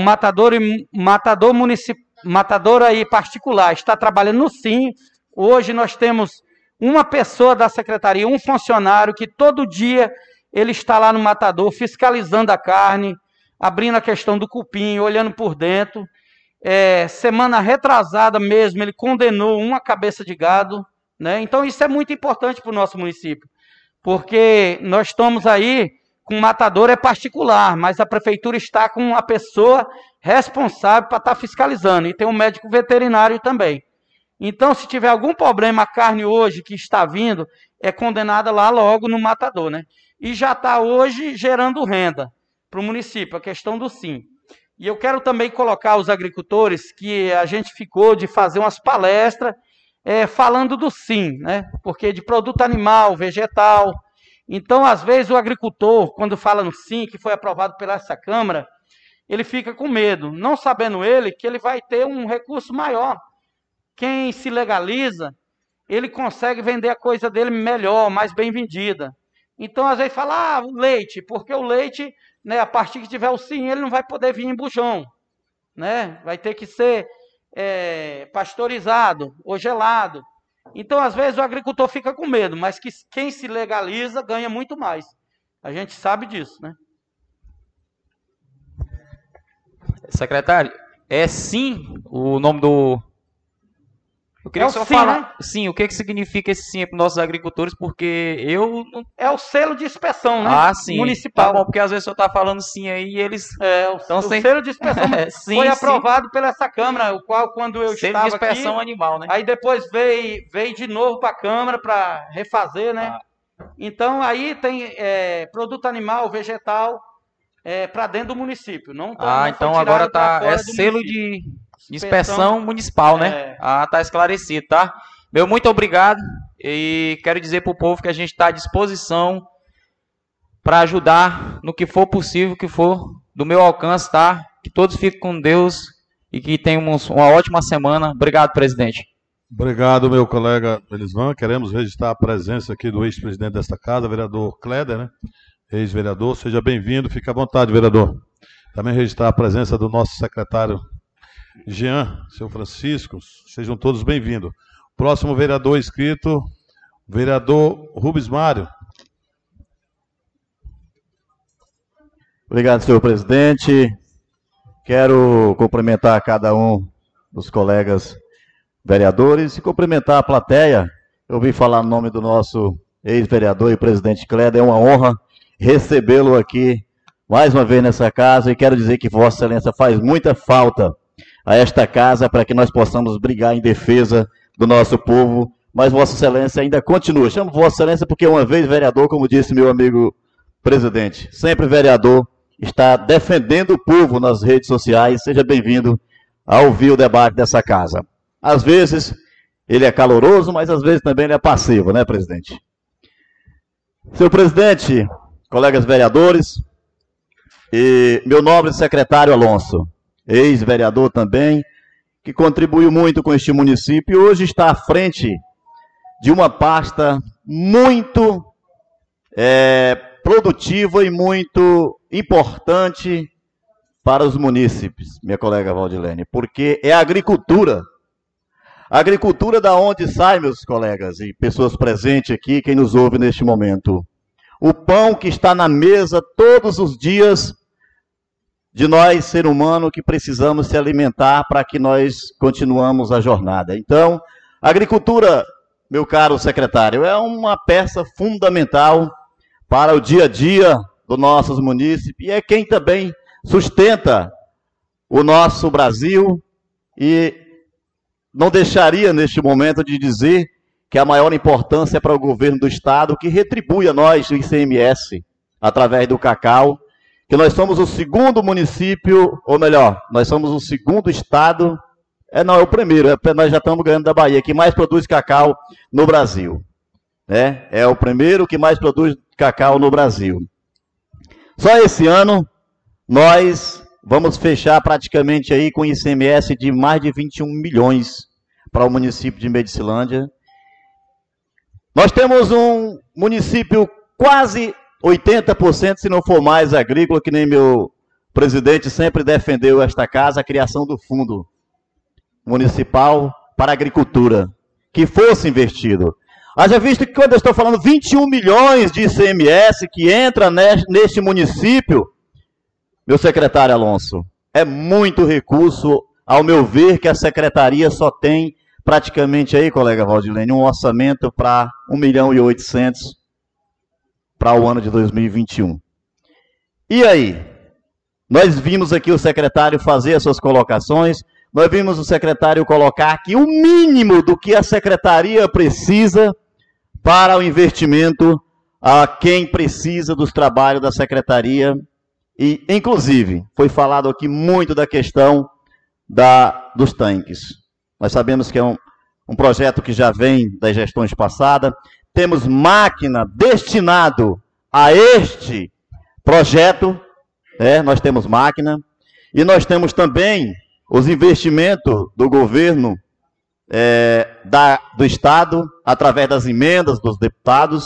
matador aí particular está trabalhando no SIM. Hoje nós temos uma pessoa da secretaria, um funcionário que todo dia ele está lá no matador fiscalizando a carne, abrindo a questão do cupim, olhando por dentro. Semana retrasada mesmo, ele condenou uma cabeça de gado, né? Então isso é muito importante para o nosso município, porque nós estamos aí com matador particular, mas a prefeitura está com uma pessoa responsável para estar fiscalizando, e tem um médico veterinário também. Então, se tiver algum problema, a carne hoje que está vindo é condenada lá logo no matador, né? E já está hoje gerando renda para o município, a questão do SIM. E eu quero também colocar os agricultores que a gente ficou de fazer umas palestras falando do SIM, né? Porque de produto animal, vegetal. Então, às vezes, o agricultor, quando fala no SIM, que foi aprovado pela essa Câmara, ele fica com medo, não sabendo ele que ele vai ter um recurso maior. Quem se legaliza, ele consegue vender a coisa dele melhor, mais bem vendida. Então, às vezes, fala, o leite, porque o leite, né, a partir que tiver o SIM, ele não vai poder vir em bujão, né? Vai ter que ser pasteurizado ou gelado. Então, às vezes, o agricultor fica com medo, mas que quem se legaliza ganha muito mais. A gente sabe disso, né? Secretário, SIM o nome do... Eu queria que o senhor falasse, né? Sim, o que significa esse SIM para os nossos agricultores, porque eu... É o selo de inspeção, né? Ah, sim. Municipal. Tá bom, porque às vezes o senhor está falando SIM aí e eles... o selo de inspeção sim, foi aprovado pela essa Câmara, o qual, quando eu selo estava de inspeção aqui, animal, né? Aí depois veio de novo para a Câmara para refazer, né? Então, aí tem produto animal, vegetal, para dentro do município. Não então agora tá selo de inspeção municipal, né? Tá esclarecido, tá? Meu muito obrigado e quero dizer para o povo que a gente está à disposição para ajudar no que for possível, que for do meu alcance, tá? Que todos fiquem com Deus e que tenhamos uma ótima semana. Obrigado, presidente. Obrigado, meu colega Elisvan. Queremos registrar a presença aqui do ex-presidente desta casa, vereador Cléder, né? Ex-vereador. Seja bem-vindo, fique à vontade, vereador. Também registrar a presença do nosso secretário Jean, seu Francisco. Sejam todos bem-vindos. Próximo vereador inscrito, vereador Rubens Mário. Obrigado, senhor presidente. Quero cumprimentar cada um dos colegas vereadores e cumprimentar a plateia. Eu ouvi falar no nome do nosso ex-vereador e presidente Cléder. É uma honra recebê-lo aqui mais uma vez nessa casa e quero dizer que Vossa Excelência faz muita falta a esta casa para que nós possamos brigar em defesa do nosso povo, mas Vossa Excelência ainda continua. Chamo Vossa Excelência porque uma vez vereador, como disse meu amigo presidente, sempre vereador, está defendendo o povo nas redes sociais. Seja bem-vindo a ouvir o debate dessa casa. Às vezes ele é caloroso, mas às vezes também ele é passivo, né, presidente? Senhor presidente, colegas vereadores, e meu nobre secretário Alonso, ex-vereador também, que contribuiu muito com este município e hoje está à frente de uma pasta muito produtiva e muito importante para os munícipes, minha colega Valdilene, porque é a agricultura. A agricultura da onde sai, meus colegas e pessoas presentes aqui, quem nos ouve neste momento. O pão que está na mesa todos os dias de nós, ser humano, que precisamos se alimentar para que nós continuamos a jornada. Então, a agricultura, meu caro secretário, é uma peça fundamental para o dia a dia dos nossos munícipes e é quem também sustenta o nosso Brasil e não deixaria neste momento de dizer que a maior importância é para o governo do Estado, que retribui a nós o ICMS através do cacau, que nós somos o segundo município, ou melhor, nós somos o segundo Estado, é o primeiro, nós já estamos ganhando da Bahia, que mais produz cacau no Brasil. É o primeiro que mais produz cacau no Brasil. Só esse ano, nós vamos fechar praticamente aí com ICMS de mais de 21 milhões para o município de Medicilândia. Nós temos um município quase 80%, se não for mais, agrícola, que nem meu presidente sempre defendeu esta casa, a criação do Fundo Municipal para a Agricultura, que fosse investido. Haja visto que quando eu estou falando 21 milhões de ICMS que entra neste município, meu secretário Alonso, é muito recurso, ao meu ver, que a secretaria só tem praticamente aí, colega Valdilene, um orçamento para 1.800.000 para o ano de 2021. E aí? Nós vimos aqui o secretário fazer as suas colocações, nós vimos o secretário colocar aqui o mínimo do que a secretaria precisa para o investimento a quem precisa dos trabalhos da secretaria. E, inclusive, foi falado aqui muito da questão dos tanques. Nós sabemos que é um projeto que já vem das gestões passadas. Temos máquina destinado a este projeto, nós temos máquina. E nós temos também os investimentos do governo do Estado, através das emendas dos deputados.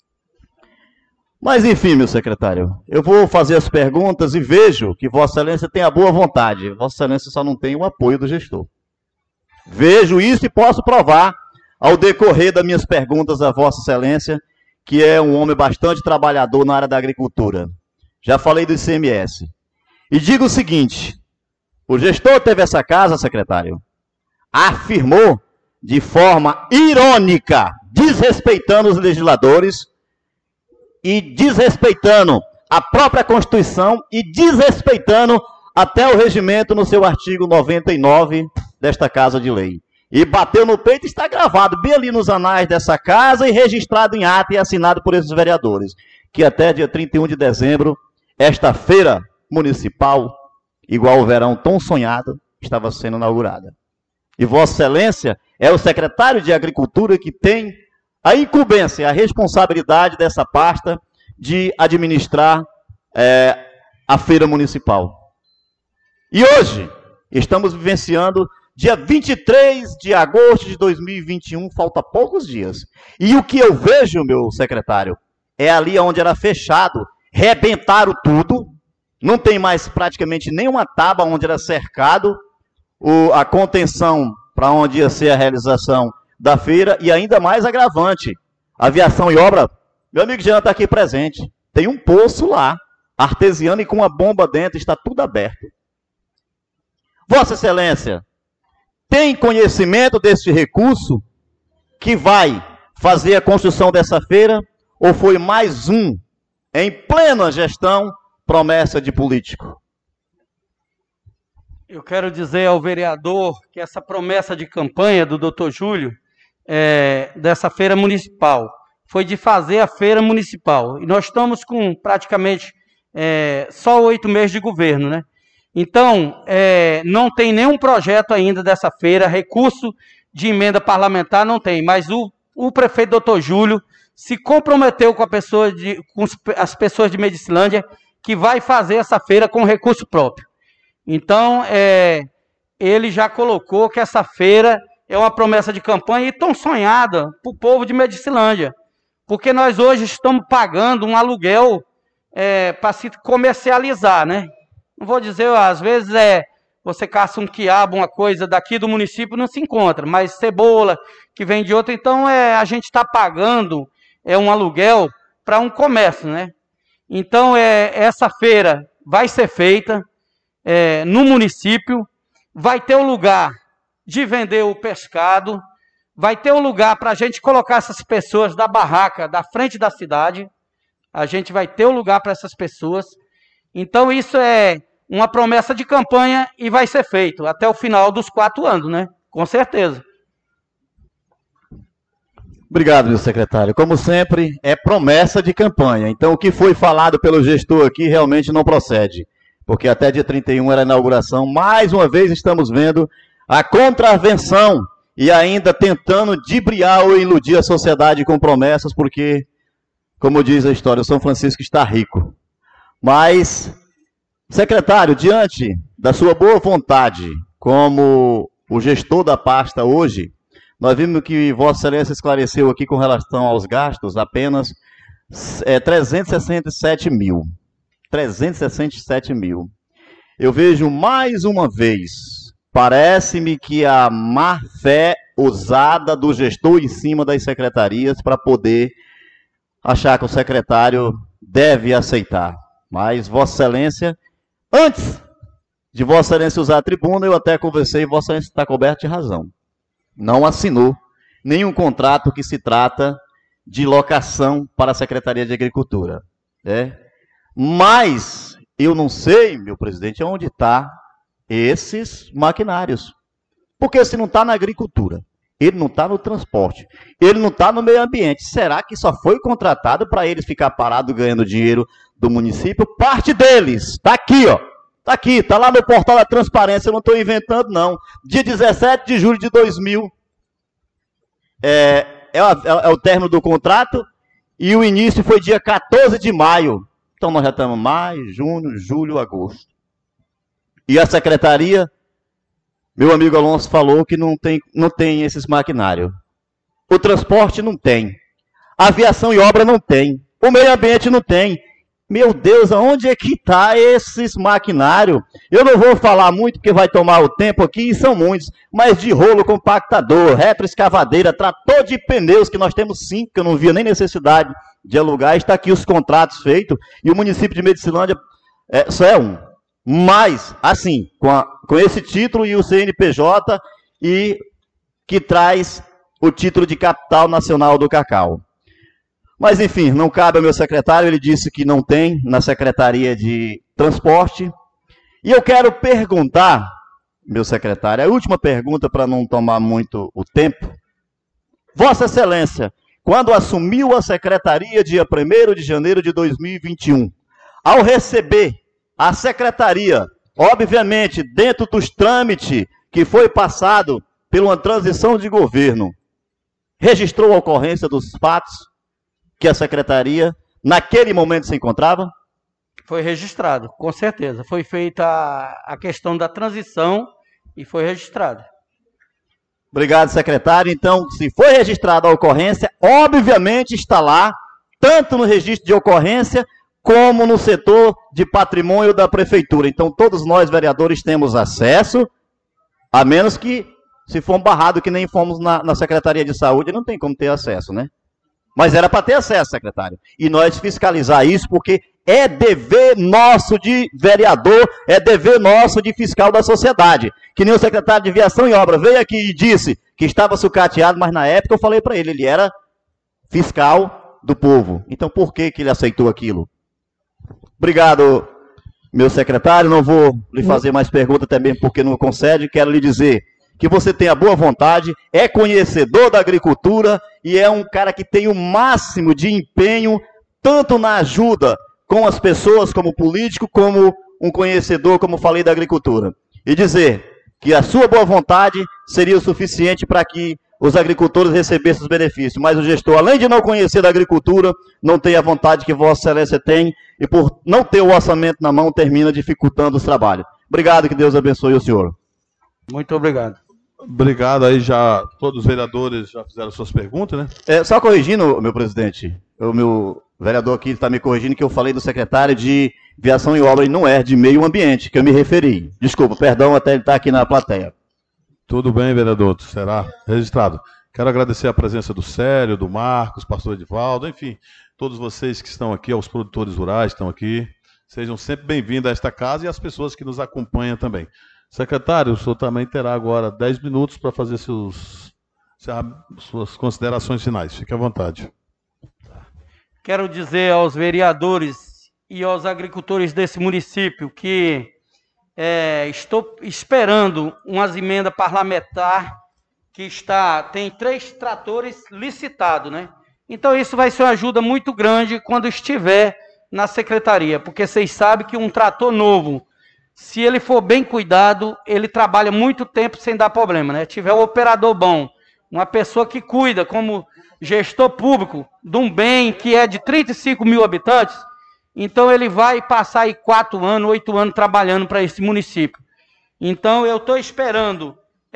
Mas, enfim, meu secretário, eu vou fazer as perguntas e vejo que Vossa Excelência tem a boa vontade. Vossa Excelência só não tem o apoio do gestor. Vejo isso e posso provar ao decorrer das minhas perguntas a Vossa Excelência, que é um homem bastante trabalhador na área da agricultura. Já falei do ICMS. E digo o seguinte, o gestor teve essa casa, secretário, afirmou de forma irônica, desrespeitando os legisladores e desrespeitando a própria Constituição e desrespeitando até o regimento no seu artigo 99 desta Casa de Lei. E bateu no peito e está gravado bem ali nos anais dessa casa e registrado em ata e assinado por esses vereadores, que até dia 31 de dezembro, esta feira municipal, igual o verão tão sonhado, estava sendo inaugurada. E Vossa Excelência é o secretário de Agricultura que tem a incumbência, a responsabilidade dessa pasta de administrar a feira municipal. E hoje, estamos vivenciando dia 23 de agosto de 2021, falta poucos dias. E o que eu vejo, meu secretário, é ali onde era fechado, rebentaram tudo, não tem mais praticamente nenhuma tábua onde era cercado, a contenção para onde ia ser a realização da feira, e ainda mais agravante, aviação e obra, meu amigo Jean está aqui presente, tem um poço lá, artesiano e com uma bomba dentro, está tudo aberto. Vossa Excelência, tem conhecimento desse recurso que vai fazer a construção dessa feira, ou foi mais um, em plena gestão, promessa de político? Eu quero dizer ao vereador que essa promessa de campanha do Dr. Júlio, dessa feira municipal, foi de fazer a feira municipal. E nós estamos com praticamente só 8 meses de governo, né? Então, não tem nenhum projeto ainda dessa feira, recurso de emenda parlamentar não tem, mas o prefeito Dr. Júlio se comprometeu com as pessoas de Medicilândia que vai fazer essa feira com recurso próprio. Então, ele já colocou que essa feira é uma promessa de campanha e tão sonhada para o povo de Medicilândia, porque nós hoje estamos pagando um aluguel para se comercializar, né? Não vou dizer, às vezes você caça um quiabo, uma coisa daqui do município, não se encontra, mas cebola que vem de outra, então a gente está pagando um aluguel para um comércio, né? Então essa feira vai ser feita no município, vai ter um lugar de vender o pescado, vai ter um lugar para a gente colocar essas pessoas da barraca, da frente da cidade, a gente vai ter um lugar para essas pessoas. Então isso é uma promessa de campanha e vai ser feito até o final dos 4 anos, né? Com certeza. Obrigado, meu secretário. Como sempre, é promessa de campanha. Então, o que foi falado pelo gestor aqui realmente não procede. Porque até dia 31 era a inauguração. Mais uma vez estamos vendo a contravenção e ainda tentando dibriar ou iludir a sociedade com promessas, porque, como diz a história, o São Francisco está rico. Mas, secretário, diante da sua boa vontade como o gestor da pasta hoje, nós vimos que Vossa Excelência esclareceu aqui com relação aos gastos apenas 367 mil. 367 mil. Eu vejo mais uma vez, parece-me que a má fé usada do gestor em cima das secretarias para poder achar que o secretário deve aceitar. Mas Vossa Excelência, antes de Vossa Excelência usar a tribuna, eu até conversei e Vossa Excelência está coberto de razão. Não assinou nenhum contrato que se trata de locação para a Secretaria de Agricultura. Né? Mas eu não sei, meu presidente, onde estão esses maquinários. Porque se não está na agricultura, ele não está no transporte, ele não está no meio ambiente, será que só foi contratado para eles ficar parados ganhando dinheiro do município? Parte deles está aqui, ó. Está aqui, está lá no portal da transparência, eu não estou inventando, não. Dia 17 de julho de 2000 é o término do contrato e o início foi dia 14 de maio. Então nós já estamos maio, junho, julho, agosto. E a secretaria, meu amigo Alonso falou que não tem esses maquinários. O transporte não tem. A aviação e obra não tem. O meio ambiente não tem. Meu Deus, aonde é que está esses maquinários? Eu não vou falar muito, porque vai tomar o tempo aqui, e são muitos, mas de rolo compactador, retroescavadeira, trator de pneus, que nós temos 5, que eu não via nem necessidade de alugar, está aqui os contratos feitos, e o município de Medicilândia só é um. Mas, assim, com esse título e o CNPJ, e que traz o título de capital nacional do cacau. Mas, enfim, não cabe ao meu secretário, ele disse que não tem na Secretaria de Transporte. E eu quero perguntar, meu secretário, a última pergunta para não tomar muito o tempo. Vossa Excelência, quando assumiu a Secretaria dia 1º de janeiro de 2021, ao receber a Secretaria, obviamente, dentro dos trâmites que foi passado por uma transição de governo, registrou a ocorrência dos fatos que a secretaria, naquele momento, se encontrava? Foi registrado, com certeza. Foi feita a questão da transição e foi registrado. Obrigado, secretário. Então, se foi registrada a ocorrência, obviamente está lá, tanto no registro de ocorrência, como no setor de patrimônio da prefeitura. Então, todos nós, vereadores, temos acesso, a menos que, se for barrado, que nem fomos na Secretaria de Saúde, não tem como ter acesso, né? Mas era para ter acesso, secretário. E nós fiscalizar isso, porque é dever nosso de vereador, é dever nosso de fiscal da sociedade. Que nem o secretário de Viação e Obra veio aqui e disse que estava sucateado, mas na época eu falei para ele era fiscal do povo. Então por que ele aceitou aquilo? Obrigado, meu secretário. Não vou lhe fazer mais perguntas, até mesmo porque não concede. Quero lhe dizer que você tem a boa vontade, é conhecedor da agricultura e é um cara que tem o máximo de empenho, tanto na ajuda com as pessoas, como político, como um conhecedor, como falei, da agricultura. E dizer que a sua boa vontade seria o suficiente para que os agricultores recebessem os benefícios. Mas o gestor, além de não conhecer da agricultura, não tem a vontade que Vossa Excelência tem e por não ter o orçamento na mão, termina dificultando os trabalhos. Obrigado, que Deus abençoe o senhor. Muito obrigado. Obrigado, aí já todos os vereadores já fizeram suas perguntas, né? Só corrigindo, meu presidente, o meu vereador aqui está me corrigindo que eu falei do secretário de Viação e Obra e não é de Meio Ambiente, que eu me referi. Desculpa, perdão, até ele estar aqui na plateia. Tudo bem, vereador, será registrado. Quero agradecer a presença do Célio, do Marcos, pastor Edivaldo, enfim, todos vocês que estão aqui, aos produtores rurais que estão aqui. Sejam sempre bem-vindos a esta casa e as pessoas que nos acompanham também. Secretário, o senhor também terá agora 10 minutos para fazer suas considerações finais. Fique à vontade. Quero dizer aos vereadores e aos agricultores desse município que estou esperando umas emendas parlamentares que tem 3 tratores licitados, né? Então isso vai ser uma ajuda muito grande quando estiver na secretaria, porque vocês sabem que um trator novo, se ele for bem cuidado, ele trabalha muito tempo sem dar problema, né? Tiver um operador bom, uma pessoa que cuida como gestor público de um bem que é de 35 mil habitantes, então ele vai passar aí 4 anos, 8 anos trabalhando para esse município. Então eu estou esperando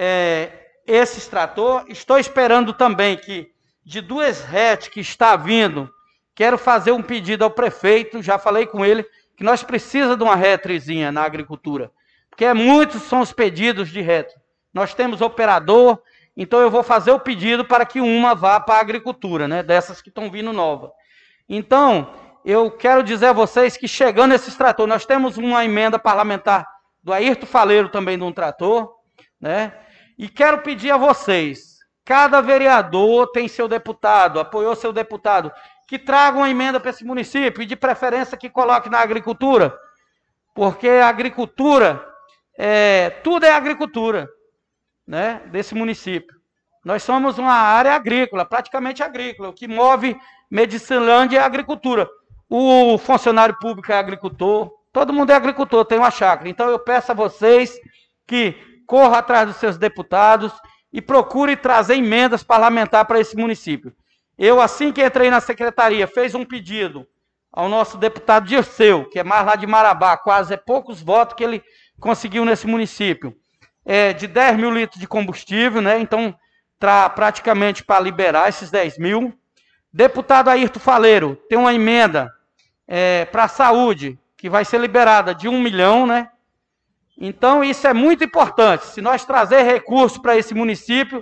esse trator, estou esperando também que de 2 RET que está vindo, quero fazer um pedido ao prefeito, já falei com ele, que nós precisamos de uma retrozinha na agricultura, porque muitos são os pedidos de retro. Nós temos operador, então eu vou fazer o pedido para que uma vá para a agricultura, né, dessas que estão vindo nova. Então, eu quero dizer a vocês que chegando esses tratores, nós temos uma emenda parlamentar do Ayrton Faleiro também de um trator, né, e quero pedir a vocês, cada vereador tem seu deputado, apoiou seu deputado, que traga uma emenda para esse município e de preferência que coloque na agricultura, porque a agricultura, tudo é agricultura, né, desse município. Nós somos uma área agrícola, praticamente agrícola, o que move Medicilândia é a agricultura. O funcionário público é agricultor, todo mundo é agricultor, tem uma chácara. Então eu peço a vocês que corram atrás dos seus deputados e procurem trazer emendas parlamentares para esse município. Eu, assim que entrei na secretaria, fiz um pedido ao nosso deputado Dirceu, que é mais lá de Marabá, quase poucos votos que ele conseguiu nesse município, de 10 mil litros de combustível, né? Então, praticamente para liberar esses 10 mil. Deputado Ayrton Faleiro, tem uma emenda para a saúde, que vai ser liberada de 1 milhão, né? Então, isso é muito importante. Se nós trazer recursos para esse município,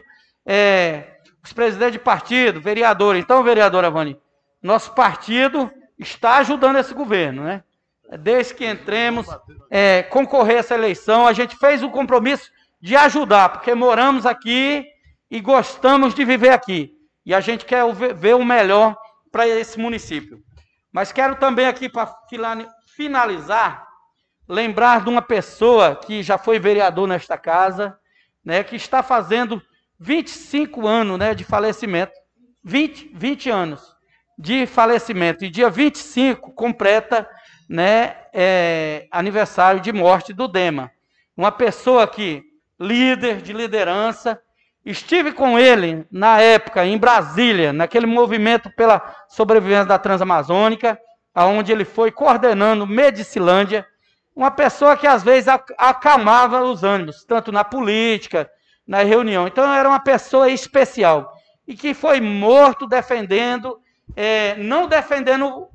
os presidentes de partido, vereador. Então, vereadora Vani, nosso partido está ajudando esse governo, né? Desde que entremos, concorrer a essa eleição, a gente fez o compromisso de ajudar, porque moramos aqui e gostamos de viver aqui. E a gente quer ver o melhor para esse município. Mas quero também aqui, para finalizar, lembrar de uma pessoa que já foi vereador nesta casa, né, que está fazendo 25 anos, né, de falecimento. 20 anos de falecimento. E dia 25 completa, né, aniversário de morte do Dema. Uma pessoa que, líder de liderança, estive com ele na época em Brasília, naquele movimento pela sobrevivência da Transamazônica, onde ele foi coordenando Medicilândia, uma pessoa que às vezes acalmava os ânimos, tanto na política, na reunião. Então era uma pessoa especial e que foi morto defendendo, não defendendo,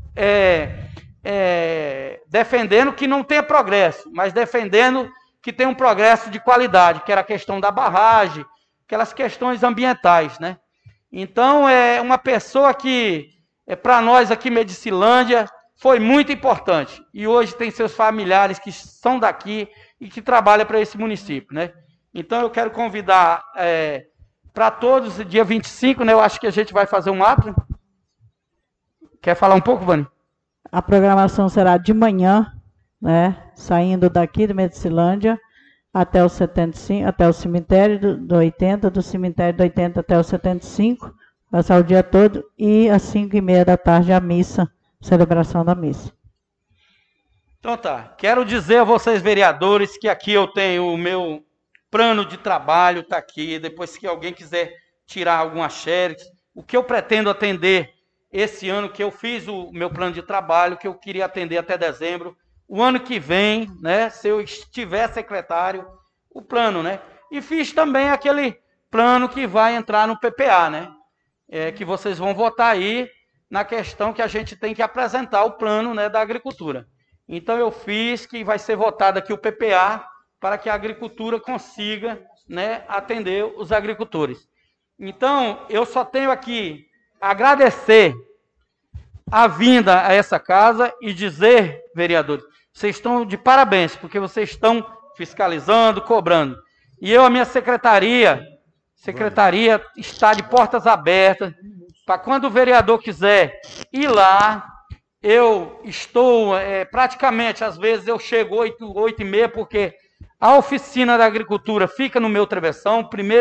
defendendo que não tenha progresso, mas defendendo que tem um progresso de qualidade, que era a questão da barragem, aquelas questões ambientais, né? Então, é uma pessoa que, para nós aqui, Medicilândia, foi muito importante. E hoje tem seus familiares que são daqui e que trabalham para esse município, né? Então, eu quero convidar para todos, dia 25, né? Eu acho que a gente vai fazer um ato. Quer falar um pouco, Vani? A programação será de manhã, né? Saindo daqui de Medicilândia, até o 75, até o cemitério do 80, do cemitério do 80 até o 75, passar o dia todo, e às 5h30 da tarde a missa, celebração da missa. Então tá, quero dizer a vocês, vereadores, que aqui eu tenho o meu plano de trabalho, está aqui, depois que alguém quiser tirar alguma xerox, o que eu pretendo atender esse ano, que eu fiz o meu plano de trabalho, que eu queria atender até dezembro. O ano que vem, né, se eu estiver secretário, o plano, né? E fiz também aquele plano que vai entrar no PPA, né? Que vocês vão votar aí na questão que a gente tem que apresentar o plano, né, da agricultura. Então eu fiz que vai ser votado aqui o PPA para que a agricultura consiga, né, atender os agricultores. Então eu só tenho aqui agradecer a vinda a essa casa e dizer, vereadores, vocês estão de parabéns, porque vocês estão fiscalizando, cobrando. E a minha secretaria está de portas abertas, para quando o vereador quiser ir lá, eu estou, praticamente, às vezes eu chego 8h30, porque a oficina da agricultura fica no meu travessão. Primeiro,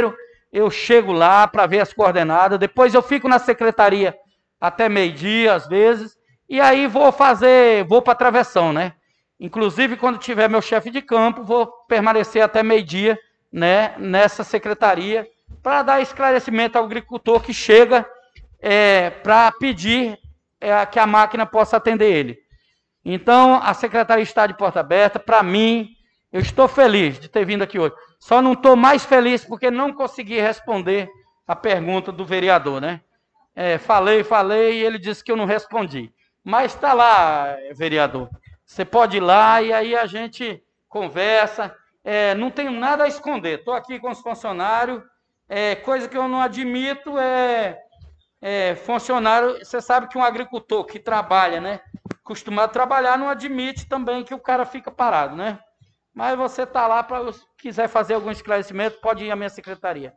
eu chego lá para ver as coordenadas, depois eu fico na secretaria até meio-dia, às vezes, e aí vou para a travessão, né? Inclusive, quando tiver meu chefe de campo, vou permanecer até meio-dia, né, nessa secretaria, para dar esclarecimento ao agricultor que chega para pedir que a máquina possa atender ele. Então, a secretaria está de porta aberta. Para mim, eu estou feliz de ter vindo aqui hoje. Só não estou mais feliz porque não consegui responder a pergunta do vereador, né? Falei, e ele disse que eu não respondi. Mas está lá, vereador. Você pode ir lá e aí a gente conversa. Não tenho nada a esconder. Estou aqui com os funcionários. Coisa que eu não admito funcionário. Você sabe que um agricultor que trabalha, né? Acostumado a trabalhar, não admite também que o cara fica parado, né? Mas você está lá para quiser fazer algum esclarecimento, pode ir à minha secretaria.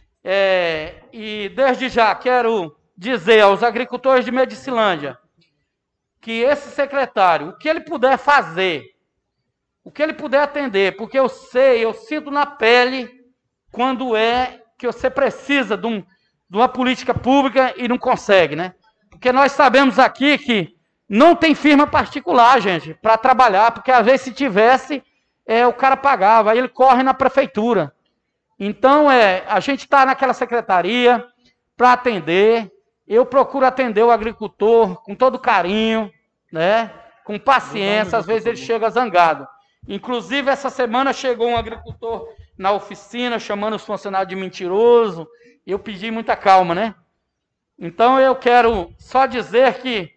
E desde já quero dizer aos agricultores de Medicilândia que esse secretário, o que ele puder fazer, o que ele puder atender, porque eu sinto na pele quando que você precisa de uma política pública e não consegue, né? Porque nós sabemos aqui que não tem firma particular, gente, para trabalhar, porque às vezes se tivesse, o cara pagava, aí ele corre na prefeitura. Então, a gente está naquela secretaria para atender. Eu procuro atender o agricultor com todo carinho, né? Com paciência, às vezes ele chega zangado. Inclusive, essa semana chegou um agricultor na oficina, chamando os funcionários de mentiroso. Eu pedi muita calma, né? Então, eu quero só dizer que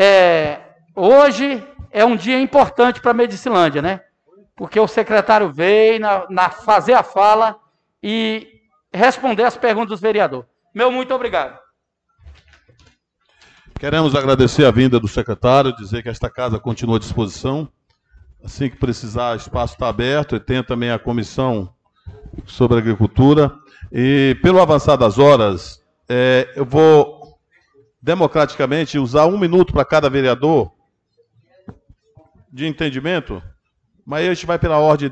hoje é um dia importante para a Medicilândia, né? Porque o secretário veio fazer a fala e responder as perguntas dos vereadores. Meu muito obrigado. Queremos agradecer a vinda do secretário, dizer que esta casa continua à disposição. Assim que precisar, o espaço está aberto, e tem também a comissão sobre agricultura. E pelo avançar das horas, eu vou democraticamente usar 1 minuto para cada vereador de entendimento, mas a gente vai pela ordem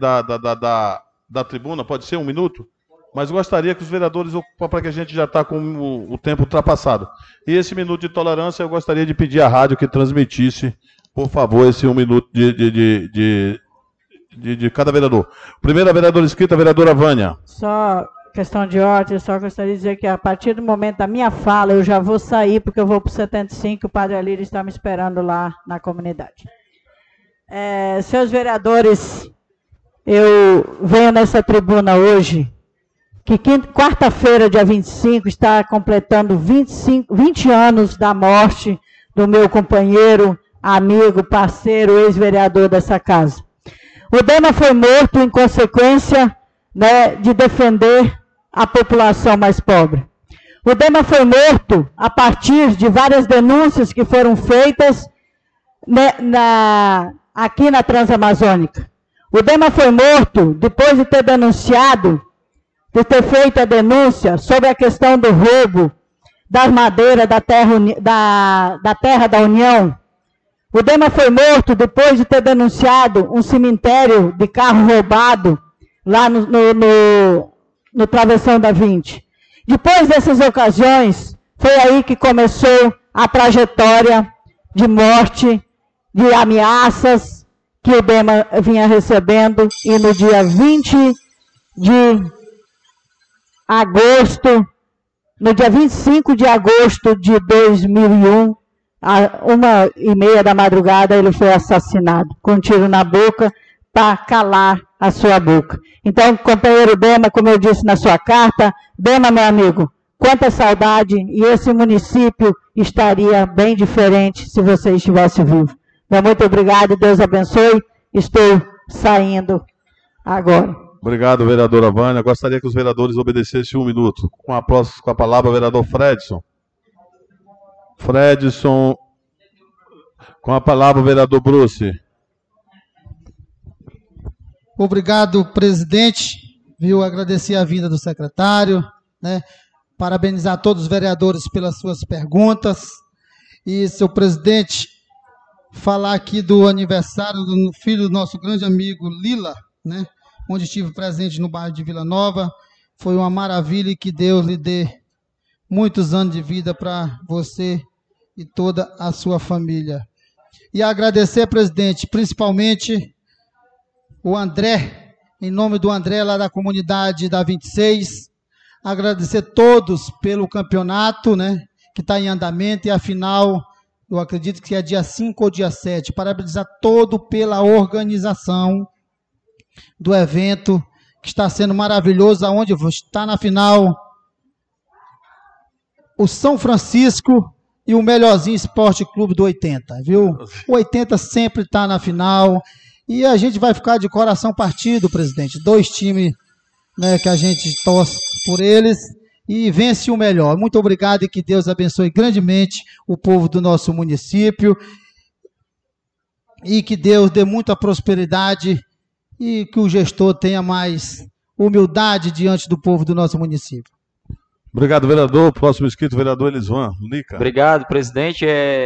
da tribuna, pode ser 1 minuto? Mas gostaria que os vereadores ocupem, para que a gente já está com o tempo ultrapassado. E esse minuto de tolerância, eu gostaria de pedir à rádio que transmitisse, por favor, esse 1 minuto de cada vereador. Primeira vereadora inscrita, a vereadora Vânia. Só questão de ordem, eu só gostaria de dizer que a partir do momento da minha fala, eu já vou sair, porque eu vou para o 75, o padre Alírio está me esperando lá na comunidade. Senhores vereadores, eu venho nessa tribuna hoje, que quarta-feira, dia 25, está completando 20 anos da morte do meu companheiro, amigo, parceiro, ex-vereador dessa casa. O Dema foi morto em consequência, né, de defender a população mais pobre. O Dema foi morto a partir de várias denúncias que foram feitas, né, aqui na Transamazônica. O Dema foi morto depois de ter denunciado, de ter feito a denúncia sobre a questão do roubo das madeiras da terra da União. O Dema foi morto depois de ter denunciado um cemitério de carro roubado lá no Travessão da 20. Depois dessas ocasiões, foi aí que começou a trajetória de morte, de ameaças que o Dema vinha recebendo, e no dia 20 de agosto, no dia 25 de agosto de 2001, às 1h30 da madrugada, ele foi assassinado, com um tiro na boca, para calar a sua boca. Então, companheiro Dema, como eu disse na sua carta, Dema, meu amigo, quanta saudade, e esse município estaria bem diferente se você estivesse vivo. Meu muito obrigado, Deus abençoe, estou saindo agora. Obrigado, vereadora Vânia. Gostaria que os vereadores obedecessem 1 minuto. Com a palavra, o vereador Fredson. Fredson. Com a palavra, o vereador Bruce. Obrigado, presidente. Agradecer a vinda do secretário, né? Parabenizar todos os vereadores pelas suas perguntas. E, seu presidente, falar aqui do aniversário do filho do nosso grande amigo Lila, né? Onde estive presente no bairro de Vila Nova. Foi uma maravilha e que Deus lhe dê muitos anos de vida para você e toda a sua família. E agradecer, presidente, principalmente o André, em nome do André lá da comunidade da 26, agradecer todos pelo campeonato, né, que está em andamento e a final, eu acredito que é dia 5 ou dia 7. Parabenizar todo pela organização do evento, que está sendo maravilhoso, aonde está na final o São Francisco e o Melhorzinho Esporte Clube do 80, viu? O 80 sempre está na final e a gente vai ficar de coração partido, presidente. 2 times, né, que a gente torce por eles e vence o melhor. Muito obrigado e que Deus abençoe grandemente o povo do nosso município e que Deus dê muita prosperidade e que o gestor tenha mais humildade diante do povo do nosso município. Obrigado, vereador. Próximo inscrito, vereador Elisvan Lica. Obrigado, presidente.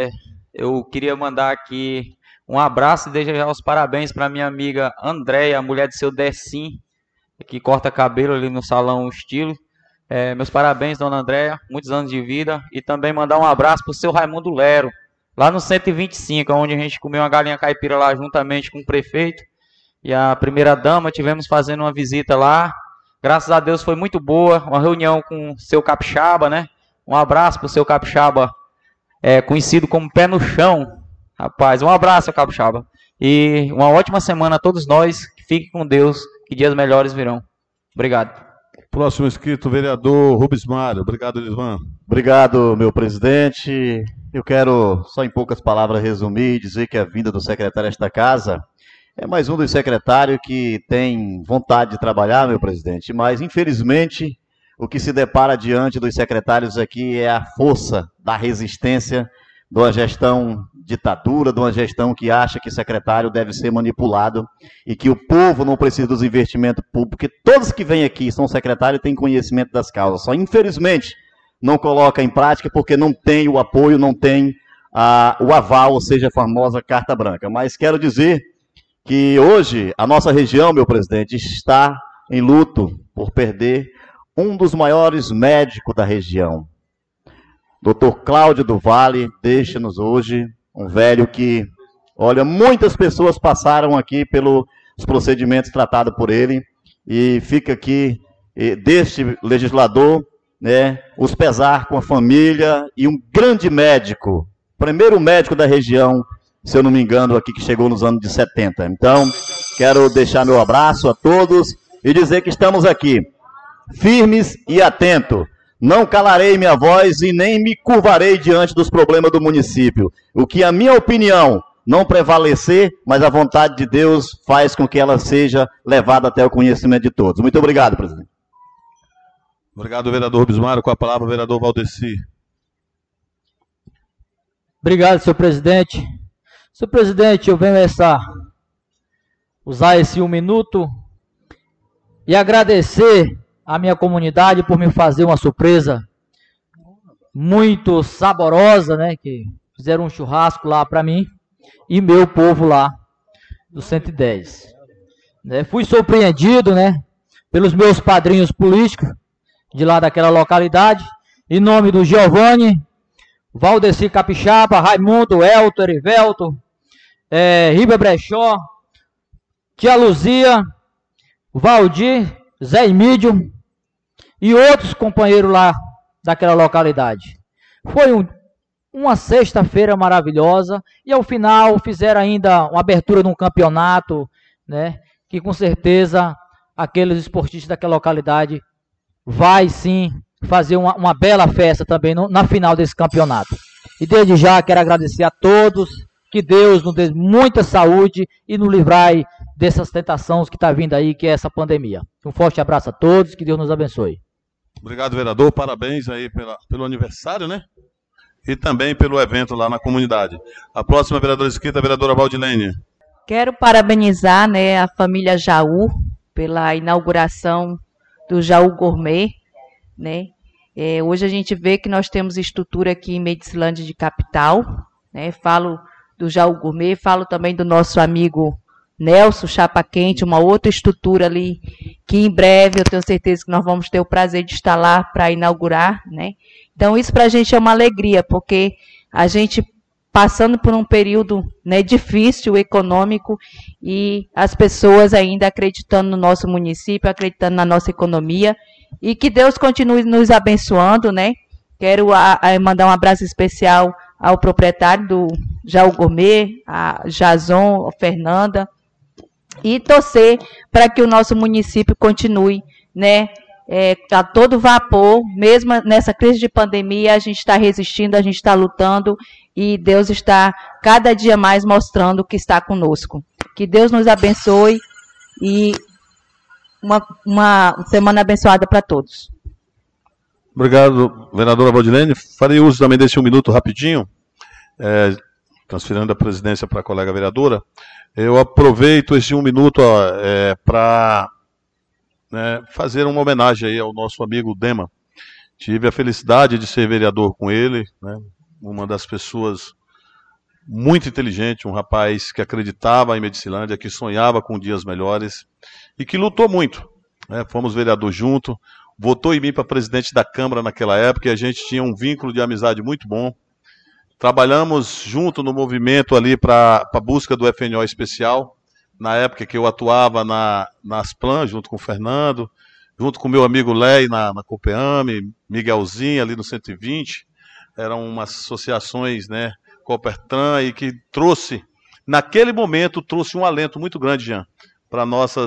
Eu queria mandar aqui um abraço e desejar os parabéns para minha amiga Andréia, a mulher de seu Decim, que corta cabelo ali no Salão Estilo. Meus parabéns, dona Andréia, muitos anos de vida. E também mandar um abraço para o seu Raimundo Lero, lá no 125, onde a gente comeu uma galinha caipira lá juntamente com o prefeito e a primeira-dama. Tivemos fazendo uma visita lá. Graças a Deus foi muito boa, uma reunião com o seu Capixaba, né? Um abraço para o seu Capixaba, conhecido como Pé no Chão. Rapaz, um abraço, seu Capixaba. E uma ótima semana a todos nós. Fique com Deus, que dias melhores virão. Obrigado. Próximo inscrito, vereador Rubens Mário. Obrigado, Elisvan. Obrigado, meu presidente. Eu quero, só em poucas palavras, resumir e dizer que a vinda do secretário desta casa é mais um dos secretários que tem vontade de trabalhar, meu presidente, mas, infelizmente, o que se depara diante dos secretários aqui é a força da resistência de uma gestão ditadura, de uma gestão que acha que secretário deve ser manipulado e que o povo não precisa dos investimentos públicos, porque todos que vêm aqui são secretários e têm conhecimento das causas, só, infelizmente, não coloca em prática porque não tem o apoio, não tem o aval, ou seja, a famosa carta branca. Mas quero dizer que hoje a nossa região, meu presidente, está em luto por perder um dos maiores médicos da região. Dr. Cláudio do Vale deixa-nos hoje, um velho que, olha, muitas pessoas passaram aqui pelos procedimentos tratados por ele, e fica aqui, deste legislador, né, os pesar com a família e um grande médico, primeiro médico da região, se eu não me engano, aqui que chegou nos anos de 70. Então, quero deixar meu abraço a todos e dizer que estamos aqui, firmes e atentos. Não calarei minha voz e nem me curvarei diante dos problemas do município. O que a minha opinião não prevalecer, mas a vontade de Deus faz com que ela seja levada até o conhecimento de todos. Muito obrigado, presidente. Obrigado, vereador Rubens Mário. Com a palavra, o vereador Valdeci. Obrigado, senhor presidente. Senhor presidente, eu venho usar esse 1 minuto e agradecer a minha comunidade por me fazer uma surpresa muito saborosa, né? Que fizeram um churrasco lá para mim e meu povo lá do 110. Fui surpreendido, né? Pelos meus padrinhos políticos de lá daquela localidade, em nome do Giovanni, Valdeci Capixaba, Raimundo, Elton, Erivelto, Riba Brechó, Tia Luzia, Valdir, Zé Emílio e outros companheiros lá daquela localidade. Foi uma sexta-feira maravilhosa e ao final fizeram ainda uma abertura de um campeonato, né, que com certeza aqueles esportistas daquela localidade vai sim fazer uma bela festa também na final desse campeonato. E desde já quero agradecer a todos, que Deus nos dê muita saúde e nos livrai dessas tentações que está vindo aí, que é essa pandemia. Um forte abraço a todos, que Deus nos abençoe. Obrigado, vereador, parabéns aí pelo aniversário, né? E também pelo evento lá na comunidade. A próxima vereadora inscrita é a vereadora Valdilene. Quero parabenizar, né, a família Jaú pela inauguração do Jaú Gourmet, né? Hoje a gente vê que nós temos estrutura aqui em Medicilândia de capital, né? Falo do Jaú Gourmet, falo também do nosso amigo Nelson Chapa Quente, uma outra estrutura ali, que em breve eu tenho certeza que nós vamos ter o prazer de estar lá para inaugurar, né? Então, isso para a gente é uma alegria, porque a gente passando por um período, né, difícil, econômico, e as pessoas ainda acreditando no nosso município, acreditando na nossa economia, e que Deus continue nos abençoando, né? Quero mandar um abraço especial ao proprietário do Jaú Gourmet, a Jason, a Fernanda, e torcer para que o nosso município continue, né, a todo vapor, mesmo nessa crise de pandemia, a gente está resistindo, a gente está lutando, e Deus está cada dia mais mostrando que está conosco. Que Deus nos abençoe e uma semana abençoada para todos. Obrigado, vereadora Valdilene. Farei uso também desse 1 minuto rapidinho, transferindo a presidência para a colega vereadora. Eu aproveito esse 1 minuto para fazer uma homenagem aí ao nosso amigo Dema. Tive a felicidade de ser vereador com ele, né? Uma das pessoas muito inteligente, um rapaz que acreditava em Medicilândia, que sonhava com dias melhores e que lutou muito, né? Fomos vereador junto, votou em mim para presidente da Câmara naquela época e a gente tinha um vínculo de amizade muito bom. Trabalhamos junto no movimento ali para a busca do FNO especial, na época que eu atuava nas Plan, junto com o Fernando, junto com o meu amigo Lei na Copeame, Miguelzinho ali no 120, eram umas associações, né, Coopertran, e que trouxe, naquele momento, trouxe um alento muito grande, Jean, para nossa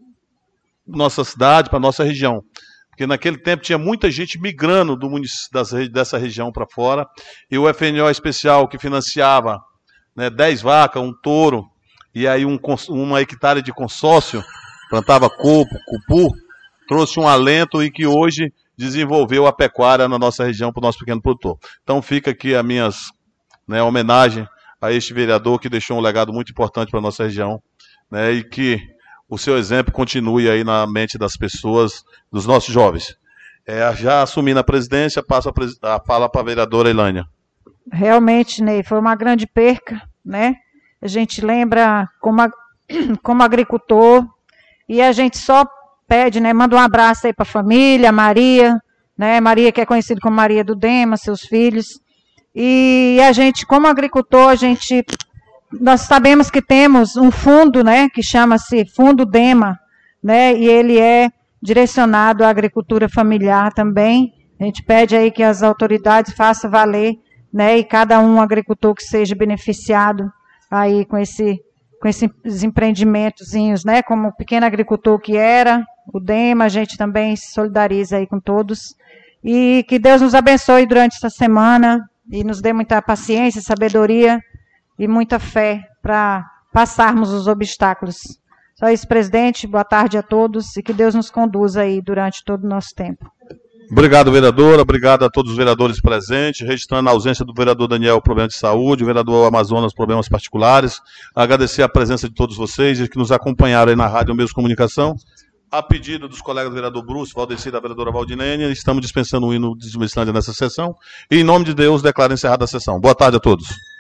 cidade, para nossa região. Porque naquele tempo tinha muita gente migrando dessa região para fora, e o FNO especial que financiava, né, 10 vacas, um touro, e aí uma hectare de consórcio, plantava coco, cupu, trouxe um alento e que hoje desenvolveu a pecuária na nossa região para o nosso pequeno produtor. Então fica aqui a minha homenagem a este vereador que deixou um legado muito importante para a nossa região, né, e que o seu exemplo continue aí na mente das pessoas, dos nossos jovens. Já assumindo a presidência, passo a fala para a vereadora Elânia. Realmente, Ney, foi uma grande perca, né? A gente lembra como agricultor, e a gente só pede, né? Manda um abraço aí para a família, Maria, né? Maria, que é conhecida como Maria do Dema, seus filhos. E a gente, como agricultor, nós sabemos que temos um fundo, né? Que chama-se Fundo Dema, né? E ele é direcionado à agricultura familiar também. A gente pede aí que as autoridades façam valer, né? E cada agricultor que seja beneficiado aí com esses empreendimentozinhos, né? Como o pequeno agricultor que era, o Dema, a gente também se solidariza aí com todos. E que Deus nos abençoe durante essa semana e nos dê muita paciência, sabedoria e muita fé para passarmos os obstáculos. Só isso, presidente. Boa tarde a todos e que Deus nos conduza aí durante todo o nosso tempo. Obrigado, vereadora. Obrigado a todos os vereadores presentes. Registrando a ausência do vereador Daniel, problema de saúde, o vereador Amazonas, problemas particulares. Agradecer a presença de todos vocês e que nos acompanharam aí na Rádio Meios de Comunicação. A pedido dos colegas do vereador Bruce, Valdeci e da vereadora Valdilene, estamos dispensando o hino de Medicilândia nessa sessão. E, em nome de Deus, declaro encerrada a sessão. Boa tarde a todos.